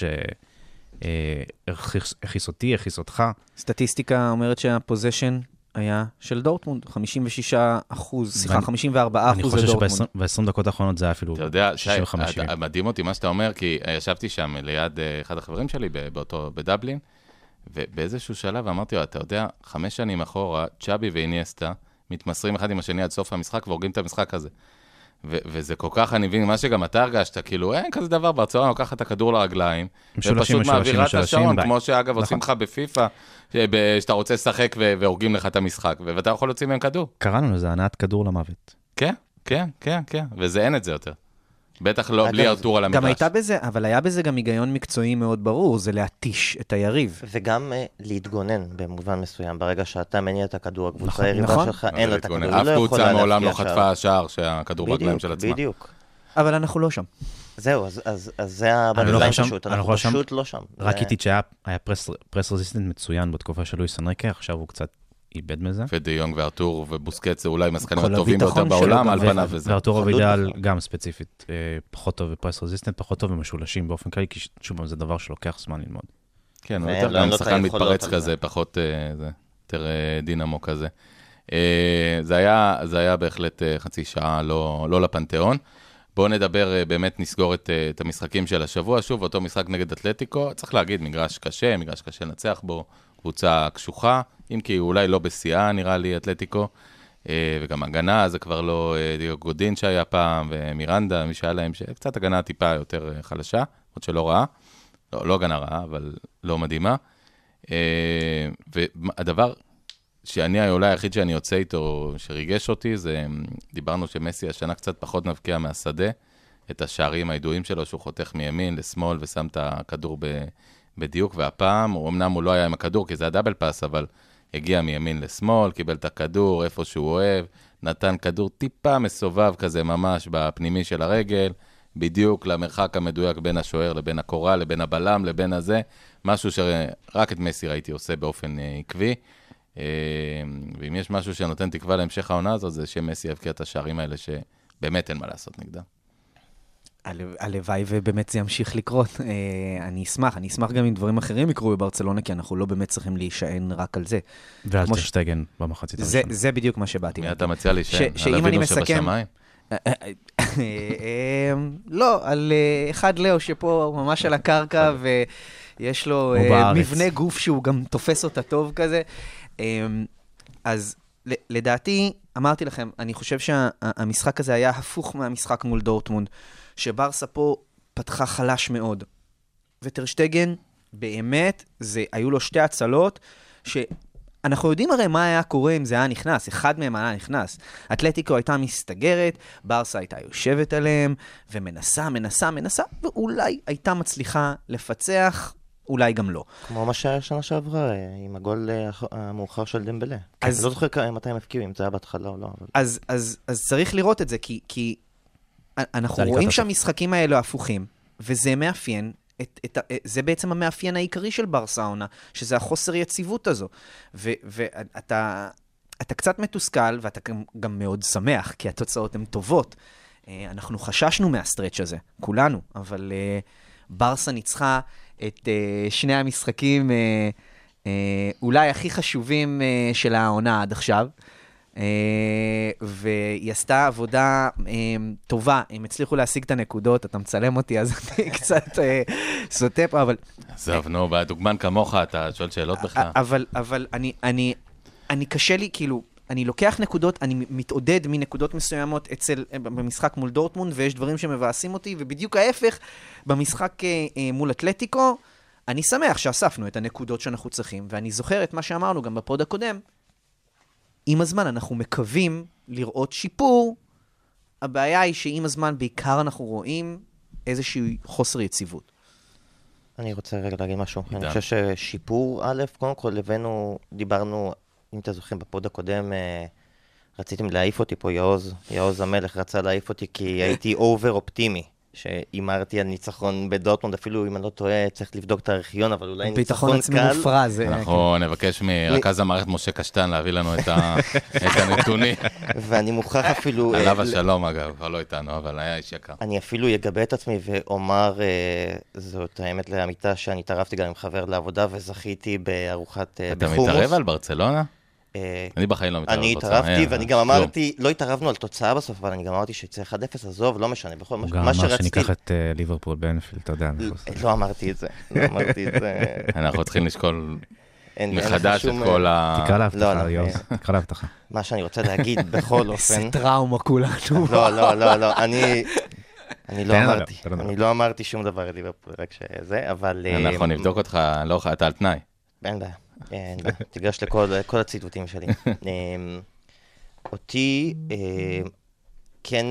שהכיס אותי, הכיס אותך. סטטיסטיקה אומרת שהפוזיישן היה של דורטמונד, 56%, סליחה, 54% של דורטמונד. אני חושב שב-20 דקות האחרונות זה היה אפילו 65%. אתה יודע, שי, מדהים אותי מה שאתה אומר, כי ישבתי שם ליד אחד החברים שלי בדבלין, ובאיזשהו שלב אמרתי לו, אתה יודע, 5 שנים אחורה, צ'אבי ואיניאסטה מתמסרים אחד עם השני עד סוף המשחק והורגים את המשחק הזה. וזה כל כך, אני מבין, מה שגם אתה הרגשת, כאילו, אין כזה דבר, ברצלונה לוקחת את הכדור לרגליים, ופשוט מעבירה את השעון, כמו שאגב עושים לך בפיפה, שאתה רוצה לשחק והורגים לך את המשחק, ואתה יכול להוציא מהם כדור. קראנו לזה, הנעת כדור למוות. כן, כן, כן, כן, וזה אין את זה יותר. בטח לא, בלי ארתור על המגרש. גם הייתה בזה, אבל היה בזה גם היגיון מקצועי מאוד ברור, זה להתיש את היריב. וגם להתגונן במובן מסוים, ברגע שאתה מניע את הכדור, הקבוצה היריבה שלך, אין לה את הכדור, אף קבוצה מעולם לא חטפה השער שהכדור ברגליים של עצמה. בדיוק. אבל אנחנו לא שם. זהו, אז זה הבנזיים פשוט, אנחנו פשוט לא שם. רק איתי שהיה פרס רזיסטנט מצוין בתקופה של לואיס אנריקה, עכשיו הוא קצת איבד מזה. ודי יונג וארתור ובוסקץ זה אולי מהשחקנים הטובים ביותר בעולם, על פניו וזה. וארתור אבידל גם ספציפית, פחות טוב בפרס רזיסטנט, פחות טוב במשולשים באופן כללי, כי שוב, זה דבר שלוקח זמן ללמוד. כן, הוא יותר גם שחקן מתפרץ כזה, פחות יותר דינמו כזה. זה היה בהחלט חצי שעה לא לפנתיאון. בואו נדבר, באמת נסגור את המשחקים של השבוע. שוב, אותו משחק נגד אתלטיקו, צריך להגיד, מגרש קשה לנצח בו, קבוצה קשוחה, אם כי אולי לא בשיאה, נראה לי, אתלטיקו, וגם הגנה, זה כבר לא גודין שהיה פעם, ומירנדה, מי שהיה להם, שקצת הגנה טיפה יותר חלשה, עוד שלא רעה, לא הגנה רעה, אבל לא מדהימה. והדבר שאני אולי היחיד שאני יוצא איתו, שריגש אותי, זה, דיברנו שמסי השנה קצת פחות מבקיע מהשדה, את השערים הידועים שלו, שהוא חותך מימין לשמאל, ושם את הכדור בדיוק, והפעם, אמנם הוא לא היה עם הכדור, כי זה הדאבל פאס, אבל הגיע מימין לשמאל, קיבל את הכדור, איפה שהוא אוהב, נתן כדור טיפה מסובב כזה, ממש בפנימי של הרגל, בדיוק למרחק המדויק בין השוער, לבין הקורה, לבין הבלם, לבין הזה, משהו שרק את מסי ראיתי עושה באופן עקבי, ואם יש משהו שנותן תקווה להמשך העונה הזאת, זה שמסי יבקיע את השערים האלה, שבאמת אין מה לעשות נגדם. הלוואי ובאמת זה ימשיך לקרות. אני אשמח גם אם דברים אחרים יקרו בברצלונה, כי אנחנו לא באמת צריכים להישען רק על זה. ועל תשטגן במחצית. זה בדיוק מה שבאתי. אתה מציע להישען? על אבינו שבשמיים? לא, על אחד לאו שפה ממש על הקרקע, ויש לו מבנה גוף שהוא גם תופס אותה טוב כזה. אז לדעתי, אמרתי לכם, אני חושב שהמשחק הזה היה הפוך מהמשחק מול דורטמונד, שברסה פה פתחה חלש מאוד. וטרשטגן, באמת, היו לו שתי הצלות, שאנחנו יודעים הרי מה היה קורה אם זה היה נכנס, אחד מהם היה נכנס. אתלטיקו הייתה מסתגרת, ברסה הייתה יושבת עליהם, ומנסה, ואולי הייתה מצליחה לפצח, אולי גם לא. כמו מה שהיה שנה שעברה, עם הגול המאוחר של דמבלה. אני לא זוכר מתי הם הפקיעו, אם זה היה בהתחלה או לא. אז צריך לראות את זה, כי אנחנו רואים שהמשחקים האלו הפוכים, וזה מאפיין, זה בעצם המאפיין העיקרי של ברסה העונה, שזה החוסר יציבות הזו. ואתה קצת מתוסכל, ואתה גם מאוד שמח, כי התוצאות הן טובות. אנחנו חששנו מהסטרץ' הזה, כולנו, אבל ברסה ניצחה את שני המשחקים אולי הכי חשובים של העונה עד עכשיו, והיא עשתה עבודה טובה, הם הצליחו להשיג את הנקודות, אתה מצלם אותי, אז אני קצת סוטה פה, אבל... עזוב, נו, בדוגמן כמוך, אתה שואל שאלות בכלל. אבל אני קשה לי, כאילו, אני לוקח נקודות, אני מתעודד מנקודות מסוימות במשחק מול דורטמונד, ויש דברים שמבאסים אותי, ובדיוק ההפך, במשחק מול אתלטיקו, אני שמח שאספנו את הנקודות שאנחנו צריכים, ואני זוכר את מה שאמרנו גם בפוד הקודם, עם הזמן אנחנו מקווים לראות שיפור, הבעיה היא שעם הזמן בעיקר אנחנו רואים איזשהו חוסר יציבות. אני רוצה רגע להגיד משהו. אני חושב ששיפור א', קודם כל לבנו, דיברנו, אם אתם זוכרים בפוד הקודם, רציתם להעיף אותי פה, יעוז המלך רצה להעיף אותי כי הייתי אובר אופטימי, שאימרתי על ניצחון בדורטמונד, אפילו אם אני לא טועה, צריך לבדוק את הארכיון, אבל אולי ניצחון קל. מופרז. אנחנו נבקש מרכז המערכת משה קשטן להביא לנו את הנתונים. ואני מוכרח אפילו... עליו השלום אגב, לא איתנו, אבל היה איש יקר. אני אפילו אגבה את עצמי ואומר, זאת האמת לאמיתה שאני התערבתי גם עם חבר לעבודה וזכיתי בארוחת בחומוס. אתה מתערב על ברצלונה? אני בחיים לא מתערב על תוצאה. אני התערבתי ואני גם אמרתי, לא התערבתי על תוצאה בסוף, אבל אני גם אמרתי שיצא 1-0, עזוב, לא משנה, בכל מה שרציתי. הוא גם אמר שניקח את ליברפול באנפילד, אתה יודע. לא אמרתי את זה, אנחנו צריכים לשקול מחדש את כל תקרא להבטחה, יוז, תקרא להבטחה. מה שאני רוצה להגיד, בכל אופן... איזה טראומה כולנו. לא, אני לא אמרתי שום דבר על ליברפול, רק שזה, אבל... אנחנו נבדוק אותך, אתה על תנאי. אין בעיה. תיגש לכל הציטוטים שלי. אותי, כן,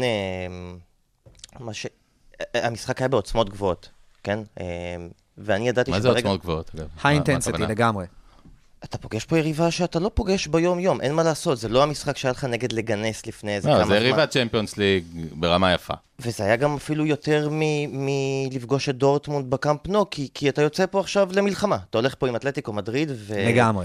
המשחק היה בעוצמות גבוהות, כן? ואני ידעתי מה זה עוצמות גבוהות? היי-אינטנסיטי לגמרי. אתה פוגש פה יריבה שאתה לא פוגש ביום-יום, אין מה לעשות, זה לא המשחק שהיה לך נגד לגנס לפני איזה כמה זמן. זה יריבה צ'מפיונס ליג ברמה יפה. וזה היה גם אפילו יותר מלפגוש את דורטמונד בקאמפ נו, כי אתה יוצא פה עכשיו למלחמה. אתה הולך פה עם אתלטיקו מדריד, לגמרי.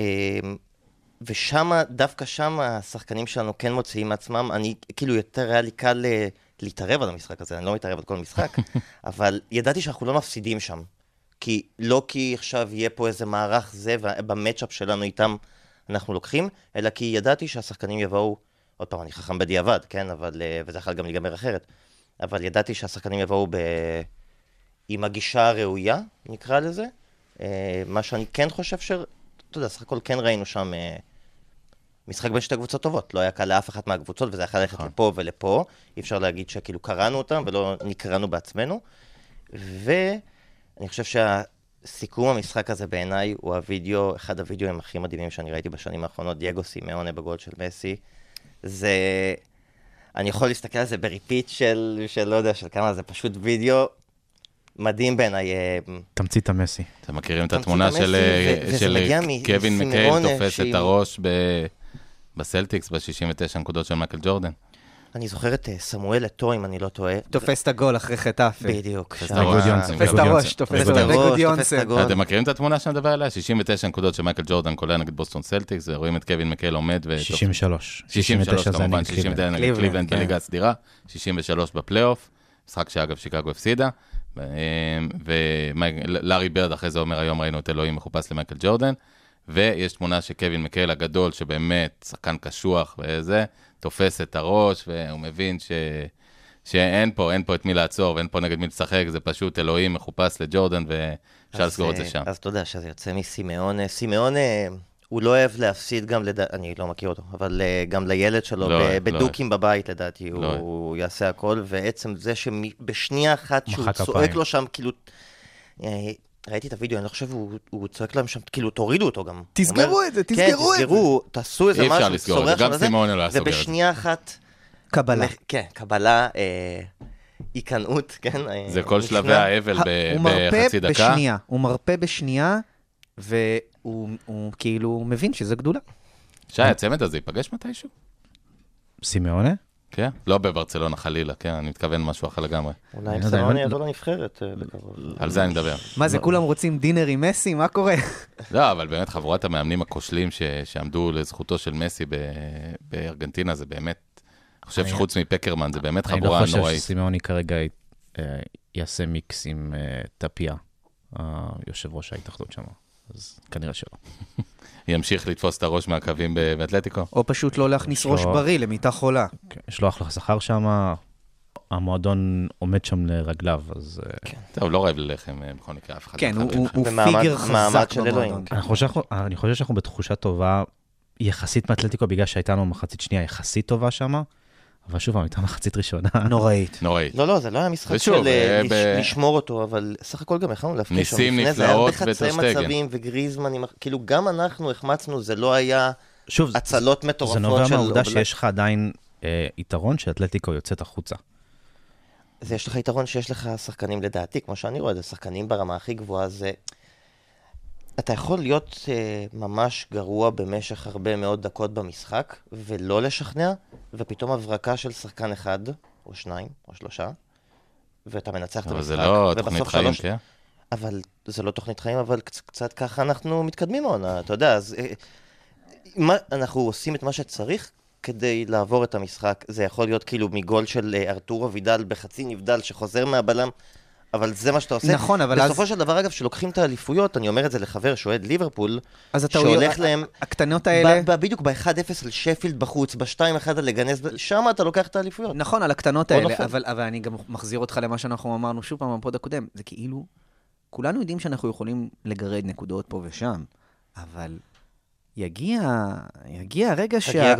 ושם, דווקא שם, השחקנים שלנו כן מוציאים מעצמם. אני, כאילו, יותר היה לי קל להתערב על המשחק הזה, אני לא מתערב על כל משחק, אבל ידעתי שאנחנו לא מפסידים שם. לא כי עכשיו יהיה פה איזה מערך זה, ובמצ'אפ שלנו איתם אנחנו לוקחים, אלא כי ידעתי שהשחקנים יבואו, עוד פעם, אני חכם בדיעבד, כן, וזה יכול גם להיגמר אחרת, אבל ידעתי שהשחקנים יבואו עם הגישה הראויה, נקרא לזה, מה שאני כן חושב אתה יודע, סך הכל כן ראינו שם משחק בין שתי קבוצות טובות, לא היה קל לאף אחת מהקבוצות, וזה יכול ללכת לפה ולפה, אי אפשר להגיד שכאילו קראנו אותם ולא נקראנו בעצמנו, אני חושב שהסיכום המשחק הזה בעיניי הוא אחד הוידאוים הכי מדהימים שאני ראיתי בשנים האחרונות, דייגו סימאונה בגול של מסי. אני יכול להסתכל על זה בריפיט של לא יודע, של כמה, זה פשוט וידאו מדהים בעיניי. תמצית המסי. אתם מכירים את התמונה של קווין מקייל תופס את הראש בסלטיקס ב-69 נקודות של מייקל ג'ורדן? אני זוכר את סמואל אתו, אם אני לא טועה. תופס את הגול אחרי חטף. בדיוק. תופס את הראש, תופס את הגוד יונסן. אתם מכירים את התמונה שאני מדבר עליה? 69 נקודות של מייקל ג'ורדן קולע נגד בוסטון סלטיקס, ורואים את קווין מקייל עומד 63. 63 כמובן, 69 נגד קליבלנד בליגה הסדירה, 63 בפלייאוף, משחק שאגב שיקגו הפסידה, ולארי ברד אחרי זה אומר, היום ראינו את אלוהים מחופש למייקל ג'ורדן, ויש תמונה שקווין מקייל הגדול, שבאמת שחקן קשוח וזה, תופס את הראש, והוא מבין שאין פה את מי לעצור, ואין פה נגד מי לשחק, זה פשוט אלוהים מחופש לג'ורדן, ואפשר לסגור את זה שם. אז אתה יודע שזה יוצא מסימאונה. סימאונה, הוא לא אוהב להפסיד גם, אני לא מכיר אותו, אבל גם לילד שלו, בדוקים בבית לדעתי, הוא יעשה הכל, ועצם זה שבשנייה אחת שהוא צועק לו שם, כאילו... ראיתי את הוידאו, אני לא חושב, הוא צועק להם שם, כאילו, תורידו אותו גם. תסגרו את זה, תסגרו את זה. תעשו איזה משהו, אי אפשר לסגור את זה, גם סימאונה לא יסגור את זה. ובשנייה אחת... קבלה. כן, קבלה, עיקנאות, כן. זה כל שלבי האבל בחצי דקה. הוא מרפא בשנייה, והוא כאילו מבין שזה גדולה. שי, הצמד הזה ייפגש מתישהו? סימאונה? כן, לא בברצלונה חלילה, כן, אני מתכוון משהו אחר לגמרי. אולי אם סימאונה יבוא לנבחרת. על זה אני מדבר. מה זה, כולם רוצים דינר עם מסי? מה קורה? לא, אבל באמת חבורת המאמנים הכושלים שעמדו לזכותו של מסי בארגנטינה, זה באמת, אני חושב שחוץ מפקרמן, זה באמת חבורה נוראית. אני לא חושב שסימאוני כרגע יעשה מיקס עם טפיה, היושב ראש ההתאחדות שם. אז כנראה שלא. ימשיך לתפוס את הראש מהקווים באתלטיקו? או פשוט לא להכניס ראש בריא למיטה חולה. יש לו אחלה שכר שם, המועדון עומד שם לרגליו, אז... טוב, לא רעב ללחם בכל מקרה, אף אחד. כן, הוא פיגר חזק במועדון. אני חושב שאנחנו בתחושה טובה, יחסית מאתלטיקו, בגלל שהייתה לנו מחצית שנייה יחסית טובה שם, אבל שוב, הייתה מחצית ראשונה. נוראית. לא, זה לא היה משחק של לשמור אותו, אבל סך הכל גם יכולנו להפקיע שם. ניסים נפלאות וטרשטגן. מצבים וגריזמן, כאילו גם אנחנו החמצנו, זה לא היה הצלות מטורפות. זה נובע מהעובדה שיש לך עדיין יתרון שאתלטיקו יוצאת החוצה. זה יש לך יתרון שיש לך שחקנים לדעתי, כמו שאני רואה, זה שחקנים ברמה הכי גבוהה, זה... אתה יכול להיות ממש גרוע במשך הרבה מאוד דקות במשחק, ולא לשכנע, ופתאום הברקה של שחקן אחד, או שניים, או שלושה, ואתה מנצח את המשחק. אבל זה לא תוכנית חיים, כן? אבל זה לא תוכנית חיים, אבל קצת ככה אנחנו מתקדמים מעונה, אתה יודע, אז אנחנו עושים את מה שצריך כדי לעבור את המשחק. זה יכול להיות כאילו מגול של ארתורו וידל בחצי נבדל שחוזר מהבלם, אבל זה מה שאתה עושה. נכון, אבל בסופו של דבר, אגב, שלוקחים את האליפויות, אני אומר את זה לחבר שאוהד ליברפול, אז אתה שהולך להם... הקטנות האלה... בדיוק ב-1-0 על שפילד בחוץ, ב-2-1 על לגנס, שם אתה לוקח את האליפויות. נכון, על הקטנות האלה, אבל אני גם מחזיר אותך למה שאנחנו אמרנו שוב פעם בפוד הקודם, זה כאילו, כולנו יודעים שאנחנו יכולים לגרד נקודות פה ושם, אבל יגיע רגע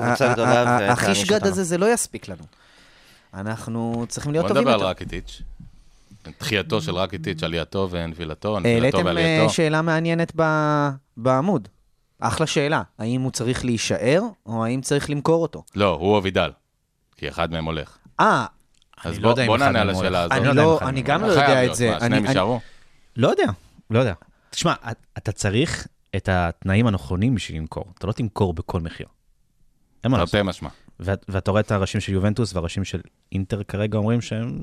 שהחישגד הזה זה לא יספיק לנו. אנחנו צריכים להיות טובים יותר. בוא נדבר על רקיטיץ'. תחייתו של רקיטיץ', עלייתו ונפילתו, נפילתו ועלייתו. העליתם שאלה מעניינת בעמוד. אחלה שאלה. האם הוא צריך להישאר, או האם צריך למכור אותו? לא, הוא או וידל. כי אחד מהם הולך. אז בוא נענה על השאלה הזאת. אני גם לא יודע את זה. שניהם יישארו? לא יודע. תשמע, אתה צריך את התנאים הנכונים בשביל למכור. אתה לא תמכור בכל מחיר. תרתי משמע. ואתה רואה את הראשים של יובנטוס והראשים של אינטר כרגע אומרים שהם...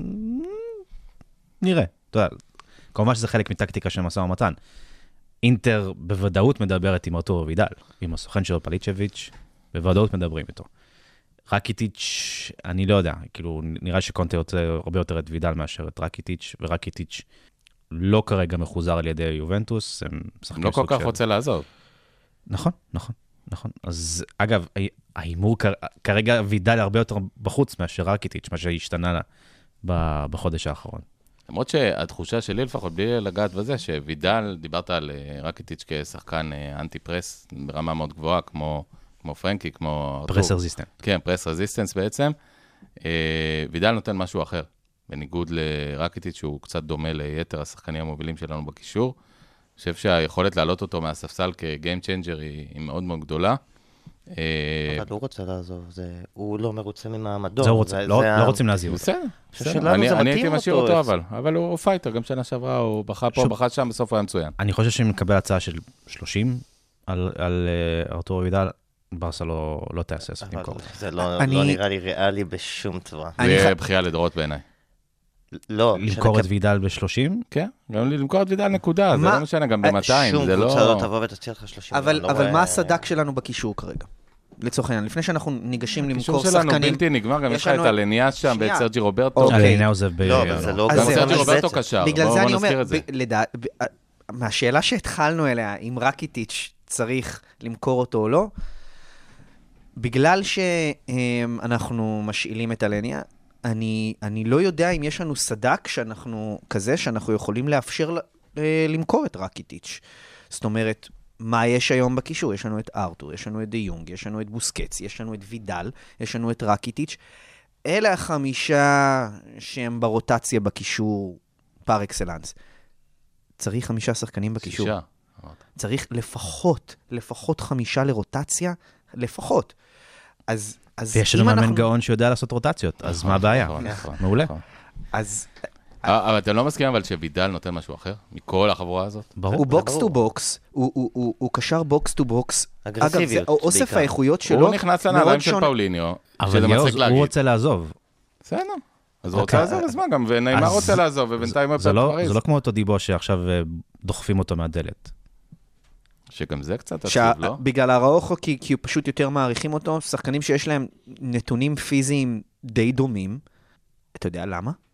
נראה. אתה יודע, כמובן שזה חלק מטקטיקה של משא ומתן. אינטר בוודאות מדברת עם ארתורו וידל, עם הסוכן שלו פליצ'ביץ', בוודאות מדברים איתו. רקיטיץ', אני לא יודע, כאילו נראה שקונטה יוצא הרבה יותר את וידל מאשר את רקיטיץ', ורקיטיץ' לא כרגע מחוזר על ידי יובנטוס. הם לא כל כך רוצה לעזוב. נכון. אז אגב, האימור כרגע וידל הרבה יותר בחוץ מאשר רקיטיץ', מה שהשתנה בחודש האחרון. למרות שהתחושה שלי לפחות, בלי לגעת בזה, שווידל, דיברת על רקיטיץ' כשחקן אנטי-פרס ברמה מאוד גבוהה, כמו פרנקי, כמו... פרס רזיסטנס. כן, פרס רזיסטנס בעצם. וידל נותן משהו אחר, בניגוד לרקיטיץ' שהוא קצת דומה ליתר השחקנים המובילים שלנו בקישור. אני חושב שהיכולת להעלות אותו מהספסל כ-game changer היא מאוד מאוד גדולה. אבל הוא רוצה לעזוב, הוא לא מרוצה ממעמדו. לא רוצים להזיז אותו. בסדר, אני הייתי משאיר אותו אבל הוא פייטר, גם שנה שעברה, הוא בחה פה, בחה שם, בסוף הוא היה מצוין. אני חושב שאם נקבל הצעה של 30 על ארתורו וידל, ברסה לא תעשה סוף למכור. זה לא נראה לי ריאלי בשום צורה. זה יהיה בחייה לדורות בעיניי. לא. למכור את וידל ב-30? כן, גם למכור את וידל נקודה, זה לא משנה, גם ב-200, זה לא... שום קבוצה לא תבוא ותציע לך 30. אבל מה הסדק שלנו בקישור כרגע? לצורך העניין, לפני שאנחנו ניגשים למכור שחקנים... הקישור שלנו בלתי נגמר, גם יש לך את הלניאס שם, ואת סרג'י רוברטו. הלניאס עוזב ב... לא, אבל זה לא... גם סרג'י רוברטו קשר, בואו נזכיר את זה. מהשאלה שהתחלנו אליה, אם רקיטיץ' צריך למכור אותו או לא, בגלל שאנחנו משאילים את הלניאס, אני לא יודע אם יש לנו סדק שאנחנו יכולים לאפשר למכור את רקיטיץ'. זאת אומרת, מה יש היום בקישור? יש לנו את ארתור, יש לנו את די יונג, יש לנו את בוסקץ, יש לנו את וידל, יש לנו את רקיטיץ'. אלה 5 שהם ברוטציה בקישור פר אקסלנס. צריך 5 שחקנים בקישור. 6. צריך לפחות 5 לרוטציה, לפחות. ויש לנו מאמן גאון שיודע לעשות רוטציות, אז מה הבעיה? מעולה. אבל אתם לא מסכימים אבל שווידל נותן משהו אחר? מכל החבורה הזאת? הוא בוקס טו בוקס, הוא קשר בוקס טו בוקס. אגרסיביות. אגב, אוסף האיכויות שלו... הוא נכנס לנעליים של פאוליניו, אבל יוז, הוא רוצה לעזוב. בסדר. אז הוא רוצה לעזוב לזמן גם, ונאמר רוצה לעזוב, ובינתיים... זה לא כמו אותו דיבו שעכשיו דוחפים אותו מהדלת. שגם זה קצת עצוב, לא? בגלל הראוכו, כי פשוט יותר מעריכים אותו, שחקנים שיש להם נתונים פיזיים די דומים. אתה יודע למה?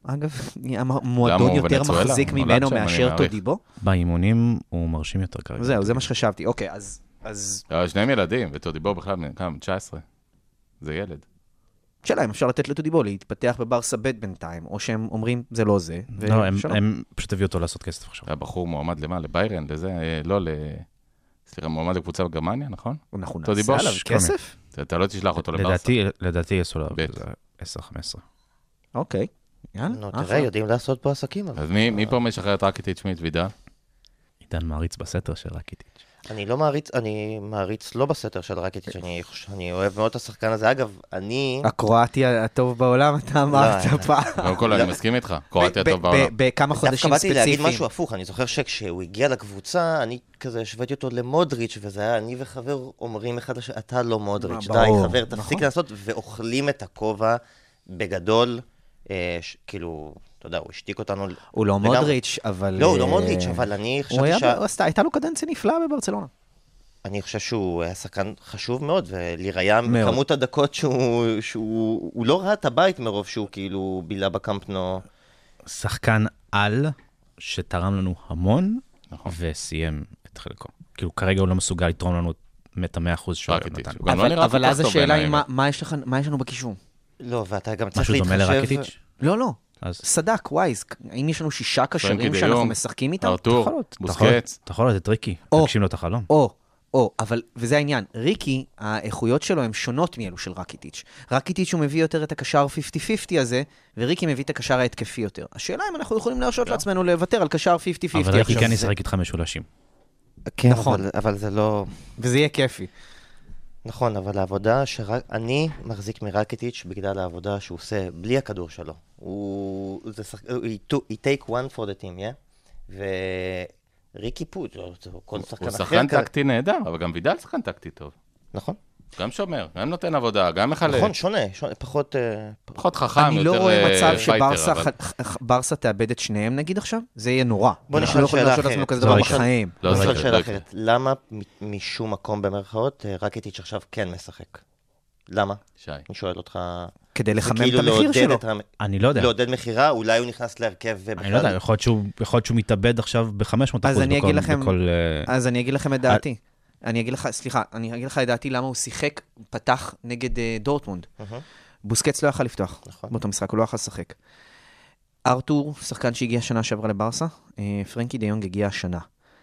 אגב, המועדון יותר מחזיק ממנו מאשר טודיבו. באימונים הוא מרשים יותר כרגע. זהו, זה מה שחשבתי. אוקיי, אז... שניהם ילדים, וטודיבו בכלל, כמה? 19. זה ילד. שאלה, אם אפשר לתת לטודיבו להתפתח בברסה ב' בינתיים, או שהם אומרים, זה לא זה. לא, הם פשוט הביאו אותו לעשות כסף עכשיו. הבחור מועמד למה? לביירן? לזה? לא סליחה, מועמד לקבוצה בגרמניה, נכון? אנחנו נעשה עליו כסף? אתה לא תשלח אותו לברסה. לדעתי יש לו 10-15. אוקיי. נו, תראה, יודעים לעשות פה עסקים. אז מי פה משחרר את רקיטיץ' וידאל? עידן מעריץ בסתר של רקיטיץ'. אני לא מעריץ, אני מעריץ לא בסתר של רקיטיץ', אני אוהב מאוד את השחקן הזה. אגב, הקרואטי הטוב בעולם, אתה אמרת פעם. קודם כל, אני מסכים איתך, קרואטי הטוב בעולם. בכמה חודשים ספציפיים. דווקא באתי להגיד משהו הפוך, אני זוכר שכשהוא הגיע לקבוצה, אני כזה השוויתי אותו למודריץ', וזה היה אני וחבר אומרים אחד לשני, אתה לא מודריץ', די חבר, תפסיק לעשות, ואוכלים את הכובע בגדול, כאילו... אתה יודע, הוא השתיק אותנו... הוא לא מודריץ', אבל... לא, הוא לא מודריץ', אבל אני חשבתי הייתה לו קדנציה נפלאה בברצלונה. אני חושב שהוא היה שחקן חשוב מאוד, ולראיה כמות הדקות שהוא לא ראה את הבית מרוב שהוא כאילו בילה בקמפנו. שחקן על שתרם לנו המון, וסיים את חלקו. כאילו כרגע הוא לא מסוגל לתרום לנו את 100% שוער נתן. אבל אז השאלה היא, מה יש לנו בקישור? לא, ואתה גם צריך משהו דומה לרקיטיץ'? לא. סדק, ווייז, האם יש לנו 6 קשרים שאנחנו משחקים איתם? ארתור, בוסקץ. אתה יכול לתת ריקי, תגשים לו את החלום. אבל, וזה העניין, ריקי, האיכויות שלו הן שונות מאלו של רקיטיץ'. רקיטיץ' הוא מביא יותר את הקשר 50-50 הזה, וריקי מביא את הקשר ההתקפי יותר. השאלה אם אנחנו יכולים להרשות לעצמנו לוותר על קשר 50-50. אבל ריקי כן ישחק איתך משולשים. כן, אבל זה לא... וזה יהיה כיפי. נכון, אבל העבודה אני מחזיק מרקיטיץ' בגלל העבודה שהוא עושה בלי הכדור שלו. he take one for the team, וריקי פוט, כל שחקן אחר. הוא שחקן טקטי נהדר, אבל גם וידאל שחקן טקטי טוב. נכון. גם שומר, גם נותן עבודה, גם מחלק. נכון, שונה, פחות חכם, אני לא רואה מצב שברסה תאבד את שניהם נגיד עכשיו, זה יהיה נורא. בוא נשאל שאלה אחרת. לא שאלה אחרת. למה משום מקום במרכאות רקיטיץ' עכשיו כן משחק? למה? שי. אני שואל אותך... כדי לחמם את המחיר שלו. אני לא יודע. לעודד מחירה, אולי הוא נכנס להרכב ובכלל... אני לא יודע, יכול להיות שהוא מתאבד עכשיו ב-500% בכל... אז אני אגיד לכם את דעתי. אני אגיד לך את דעתי למה הוא שיחק, פתח נגד דורטמונד. בוסקץ לא יכל לפתוח. באותו משחק, הוא לא יכל לשחק. ארתור, שחקן שהגיע שנה שעברה לברסה, פרנקי דיונג הגיע השנה.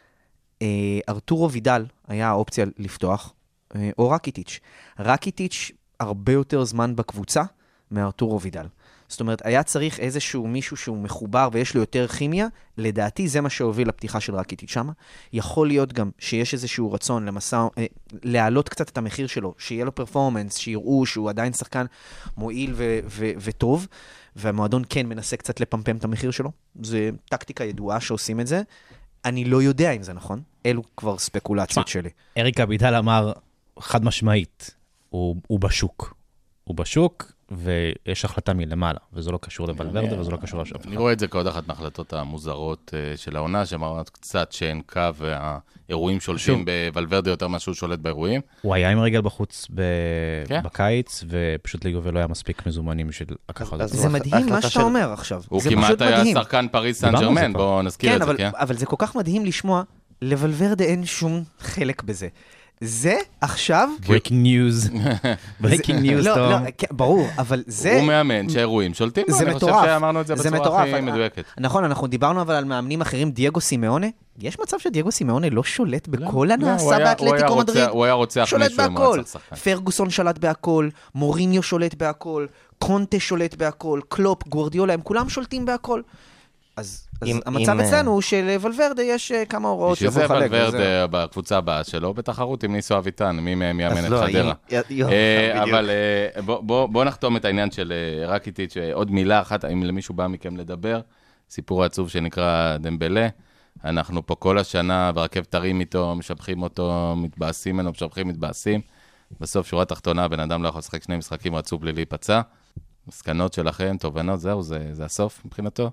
ארתורו וידאל היה האופציה לפתוח, או רקיטיץ'. רקיטיץ' הרבה יותר זמן בקבוצה מארתורו וידאל. זאת אומרת, היה צריך איזשהו מישהו שהוא מחובר ויש לו יותר כימיה, לדעתי זה מה שהוביל לפתיחה של רקיטיץ' שמה. יכול להיות גם שיש איזשהו רצון להעלות קצת את המחיר שלו, שיהיה לו פרפורמנס, שיראו שהוא עדיין שחקן מועיל וטוב, והמועדון כן מנסה קצת לפמפם את המחיר שלו. זה טקטיקה ידועה שעושים את זה. אני לא יודע אם זה נכון, אלו כבר ספקולציות שלי. אריק אביטל אמר חד משמעית, הוא בשוק. הוא בשוק, ויש החלטה מלמעלה, וזה לא קשור לבלוורדה, וזה לא קשור לשאף אחד. אני רואה את זה כעוד אחת מההחלטות המוזרות של העונה, שאמרת קצת שאין קו, והאירועים שולטים בבלוורדה יותר מה שהוא שולט באירועים. הוא היה עם רגל בחוץ בקיץ, ופשוט ליובל לא היה מספיק מזומנים של הכחול. זה מדהים מה שאתה אומר עכשיו. הוא כמעט היה שחקן פריס סן ג'רמן, בואו נזכיר את זה, כן? אבל זה כל כך מדהים לשמוע, לבלוורדה אין שום חלק בזה. זה עכשיו... breaking news. breaking news, טוב. לא, ברור, אבל זה... הוא מאמן שהאירועים שולטים. זה מטורף. אני חושב שאמרנו את זה בצורה הכי מדויקת. נכון, אנחנו דיברנו אבל על מאמנים אחרים, דייגו סימאונה. יש מצב שדייגו סימאונה לא שולט בכל הנעשה באתלטיקו מדריד? הוא היה רוצח מישהו בהכל. פרגוסון שלט בהכל, מוריניו שולט בהכל, קונטה שולט בהכל, קלופ, גוארדיולה, הם כולם שולטים בהכל. אז המצב אצלנו הוא שלוולברדה יש כמה הוראות שיכול לחלק. שזה ולברדה בקבוצה הבאה שלו, בתחרות עם ניסו אביטן, מי מהם יאמן את חדרה. אבל בואו נחתום את העניין של רקיטיץ', עוד מילה אחת, אם למישהו בא מכם לדבר, סיפור עצוב שנקרא דמבלה, אנחנו פה כל השנה ברכב תרים איתו, משבחים אותו, מתבאסים ממנו, משבחים, מתבאסים, בסוף שורה תחתונה, בן אדם לא יכול לשחק 2 משחקים, רצו בלי להיפצע, מסקנות שלכם, תובנות, זהו, זה הסוף מבחינתו.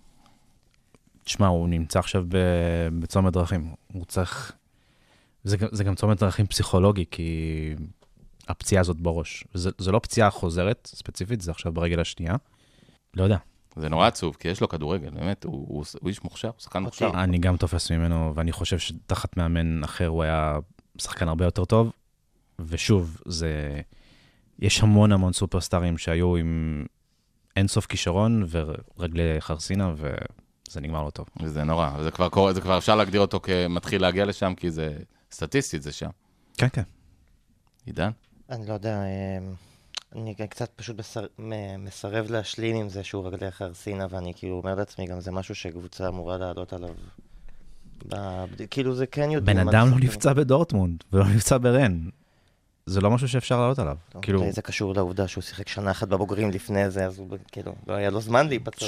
תשמע, הוא נמצא עכשיו בצומת דרכים. הוא צריך... זה גם צומת דרכים פסיכולוגי, כי הפציעה הזאת בראש. זה לא פציעה חוזרת, ספציפית, זה עכשיו ברגל השנייה. לא יודע. זה נורא עצוב, כי יש לו כדורגל, באמת, הוא איש מוכשר, הוא שחקן מוכשר. אני גם תופס ממנו, ואני חושב שתחת מאמן אחר הוא היה שחקן הרבה יותר טוב, ושוב, יש המון סופרסטארים שהיו עם אינסוף כישרון ורגלי חרסינה, וזה נגמר לא טוב. זה נורא, זה כבר אפשר להגדיר אותו כמתחיל להגיע לשם, כי זה סטטיסטית, זה שם. כן. עידן? אני לא יודע, אני קצת פשוט מסרב להשלים עם זה שהוא רגלי חרסינה, ואני כאילו אומר לעצמי, גם זה משהו שקבוצה אמורה לעלות עליו. כאילו זה כן יודעים. בן אדם לא נפצע בדורטמונד, ולא נפצע ברן. זה לא משהו שאפשר לעלות עליו. זה קשור לעובדה שהוא שיחק שנה אחת בבוגרים לפני זה, אז הוא כאילו לא היה לו זמן להיפצע.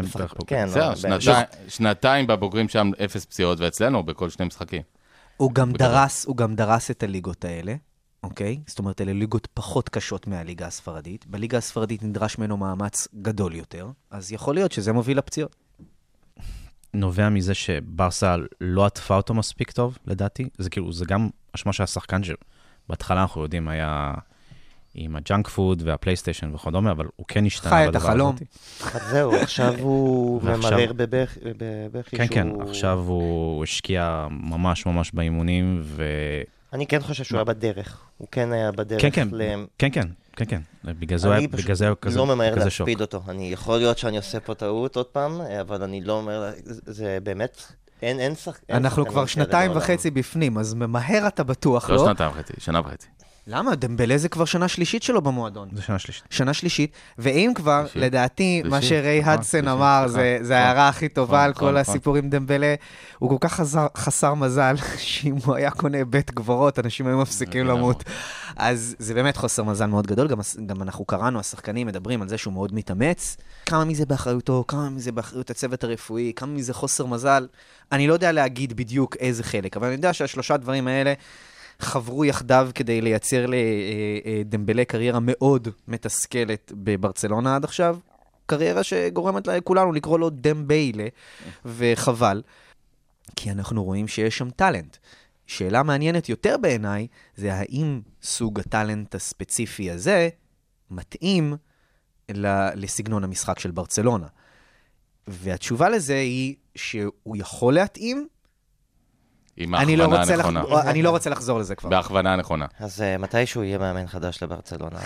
שנתיים בבוגרים שם 0 פציעות, ואצלנו בכל 2 משחקים. הוא גם דרס את הליגות האלה, אוקיי? זאת אומרת, אלה ליגות פחות קשות מהליגה הספרדית. בליגה הספרדית נדרש ממנו מאמץ גדול יותר, אז יכול להיות שזה מוביל לפציעות. נובע מזה שברסה לא עטפה אותו מספיק טוב, לדעתי. זה כאילו, זה גם אשמה שהשחקן בהתחלה אנחנו יודעים, היה עם הג'אנק פוד והפלייסטיישן וכדומה, אבל הוא כן השתנה חי את החלום. זהו, עכשיו הוא ממרר בבכי שהוא... כן, עכשיו הוא השקיע ממש באימונים, אני כן חושב שהוא היה בדרך. הוא כן היה בדרך. כן. בגלל זה הוא כזה שוק. אני לא ממהר להספיד אותו. יכול להיות שאני עושה פה טעות עוד פעם, אבל אני לא אומר, זה באמת... אין אנחנו כבר 2.5 בפנים, אז ממהר אתה בטוח, לא? לא 2.5, שנה וחצי. למה? דמבלה זה כבר שנה שלישית שלו במועדון. זה שנה שלישית. שנה שלישית, ואם כבר, לדעתי, מה שריי הדסן אמר, זה ההערה הכי טובה על כל הסיפורים דמבלה, הוא כל כך חסר מזל, שאם הוא היה קונה בית גבורות, אנשים היו מפסיקים למות. אז זה באמת חוסר מזל מאוד גדול, גם אנחנו קראנו, השחקנים מדברים על זה שהוא מאוד מתאמץ, כמה מזה באחריותו, כמה מזה באחריות הצוות הרפואי, כמה מזה חוסר מזל. אני לא יודע להגיד בדיוק איזה חלק, אבל אני יודע שהשלושה דברים האלה חברו יחדיו כדי לייצר לדמבלה קריירה מאוד מתסכלת בברצלונה עד עכשיו. קריירה שגורמת לכולנו לקרוא לו דמביילה, וחבל, כי אנחנו רואים שיש שם טלנט. שאלה מעניינת יותר בעיניי, זה האם סוג הטלנט הספציפי הזה מתאים לסגנון המשחק של ברצלונה. והתשובה לזה היא שהוא יכול להתאים, עם ההכוונה הנכונה. אני לא רוצה לחזור לזה כבר. בהכוונה הנכונה. אז מתישהו יהיה מאמן חדש לברצלונה.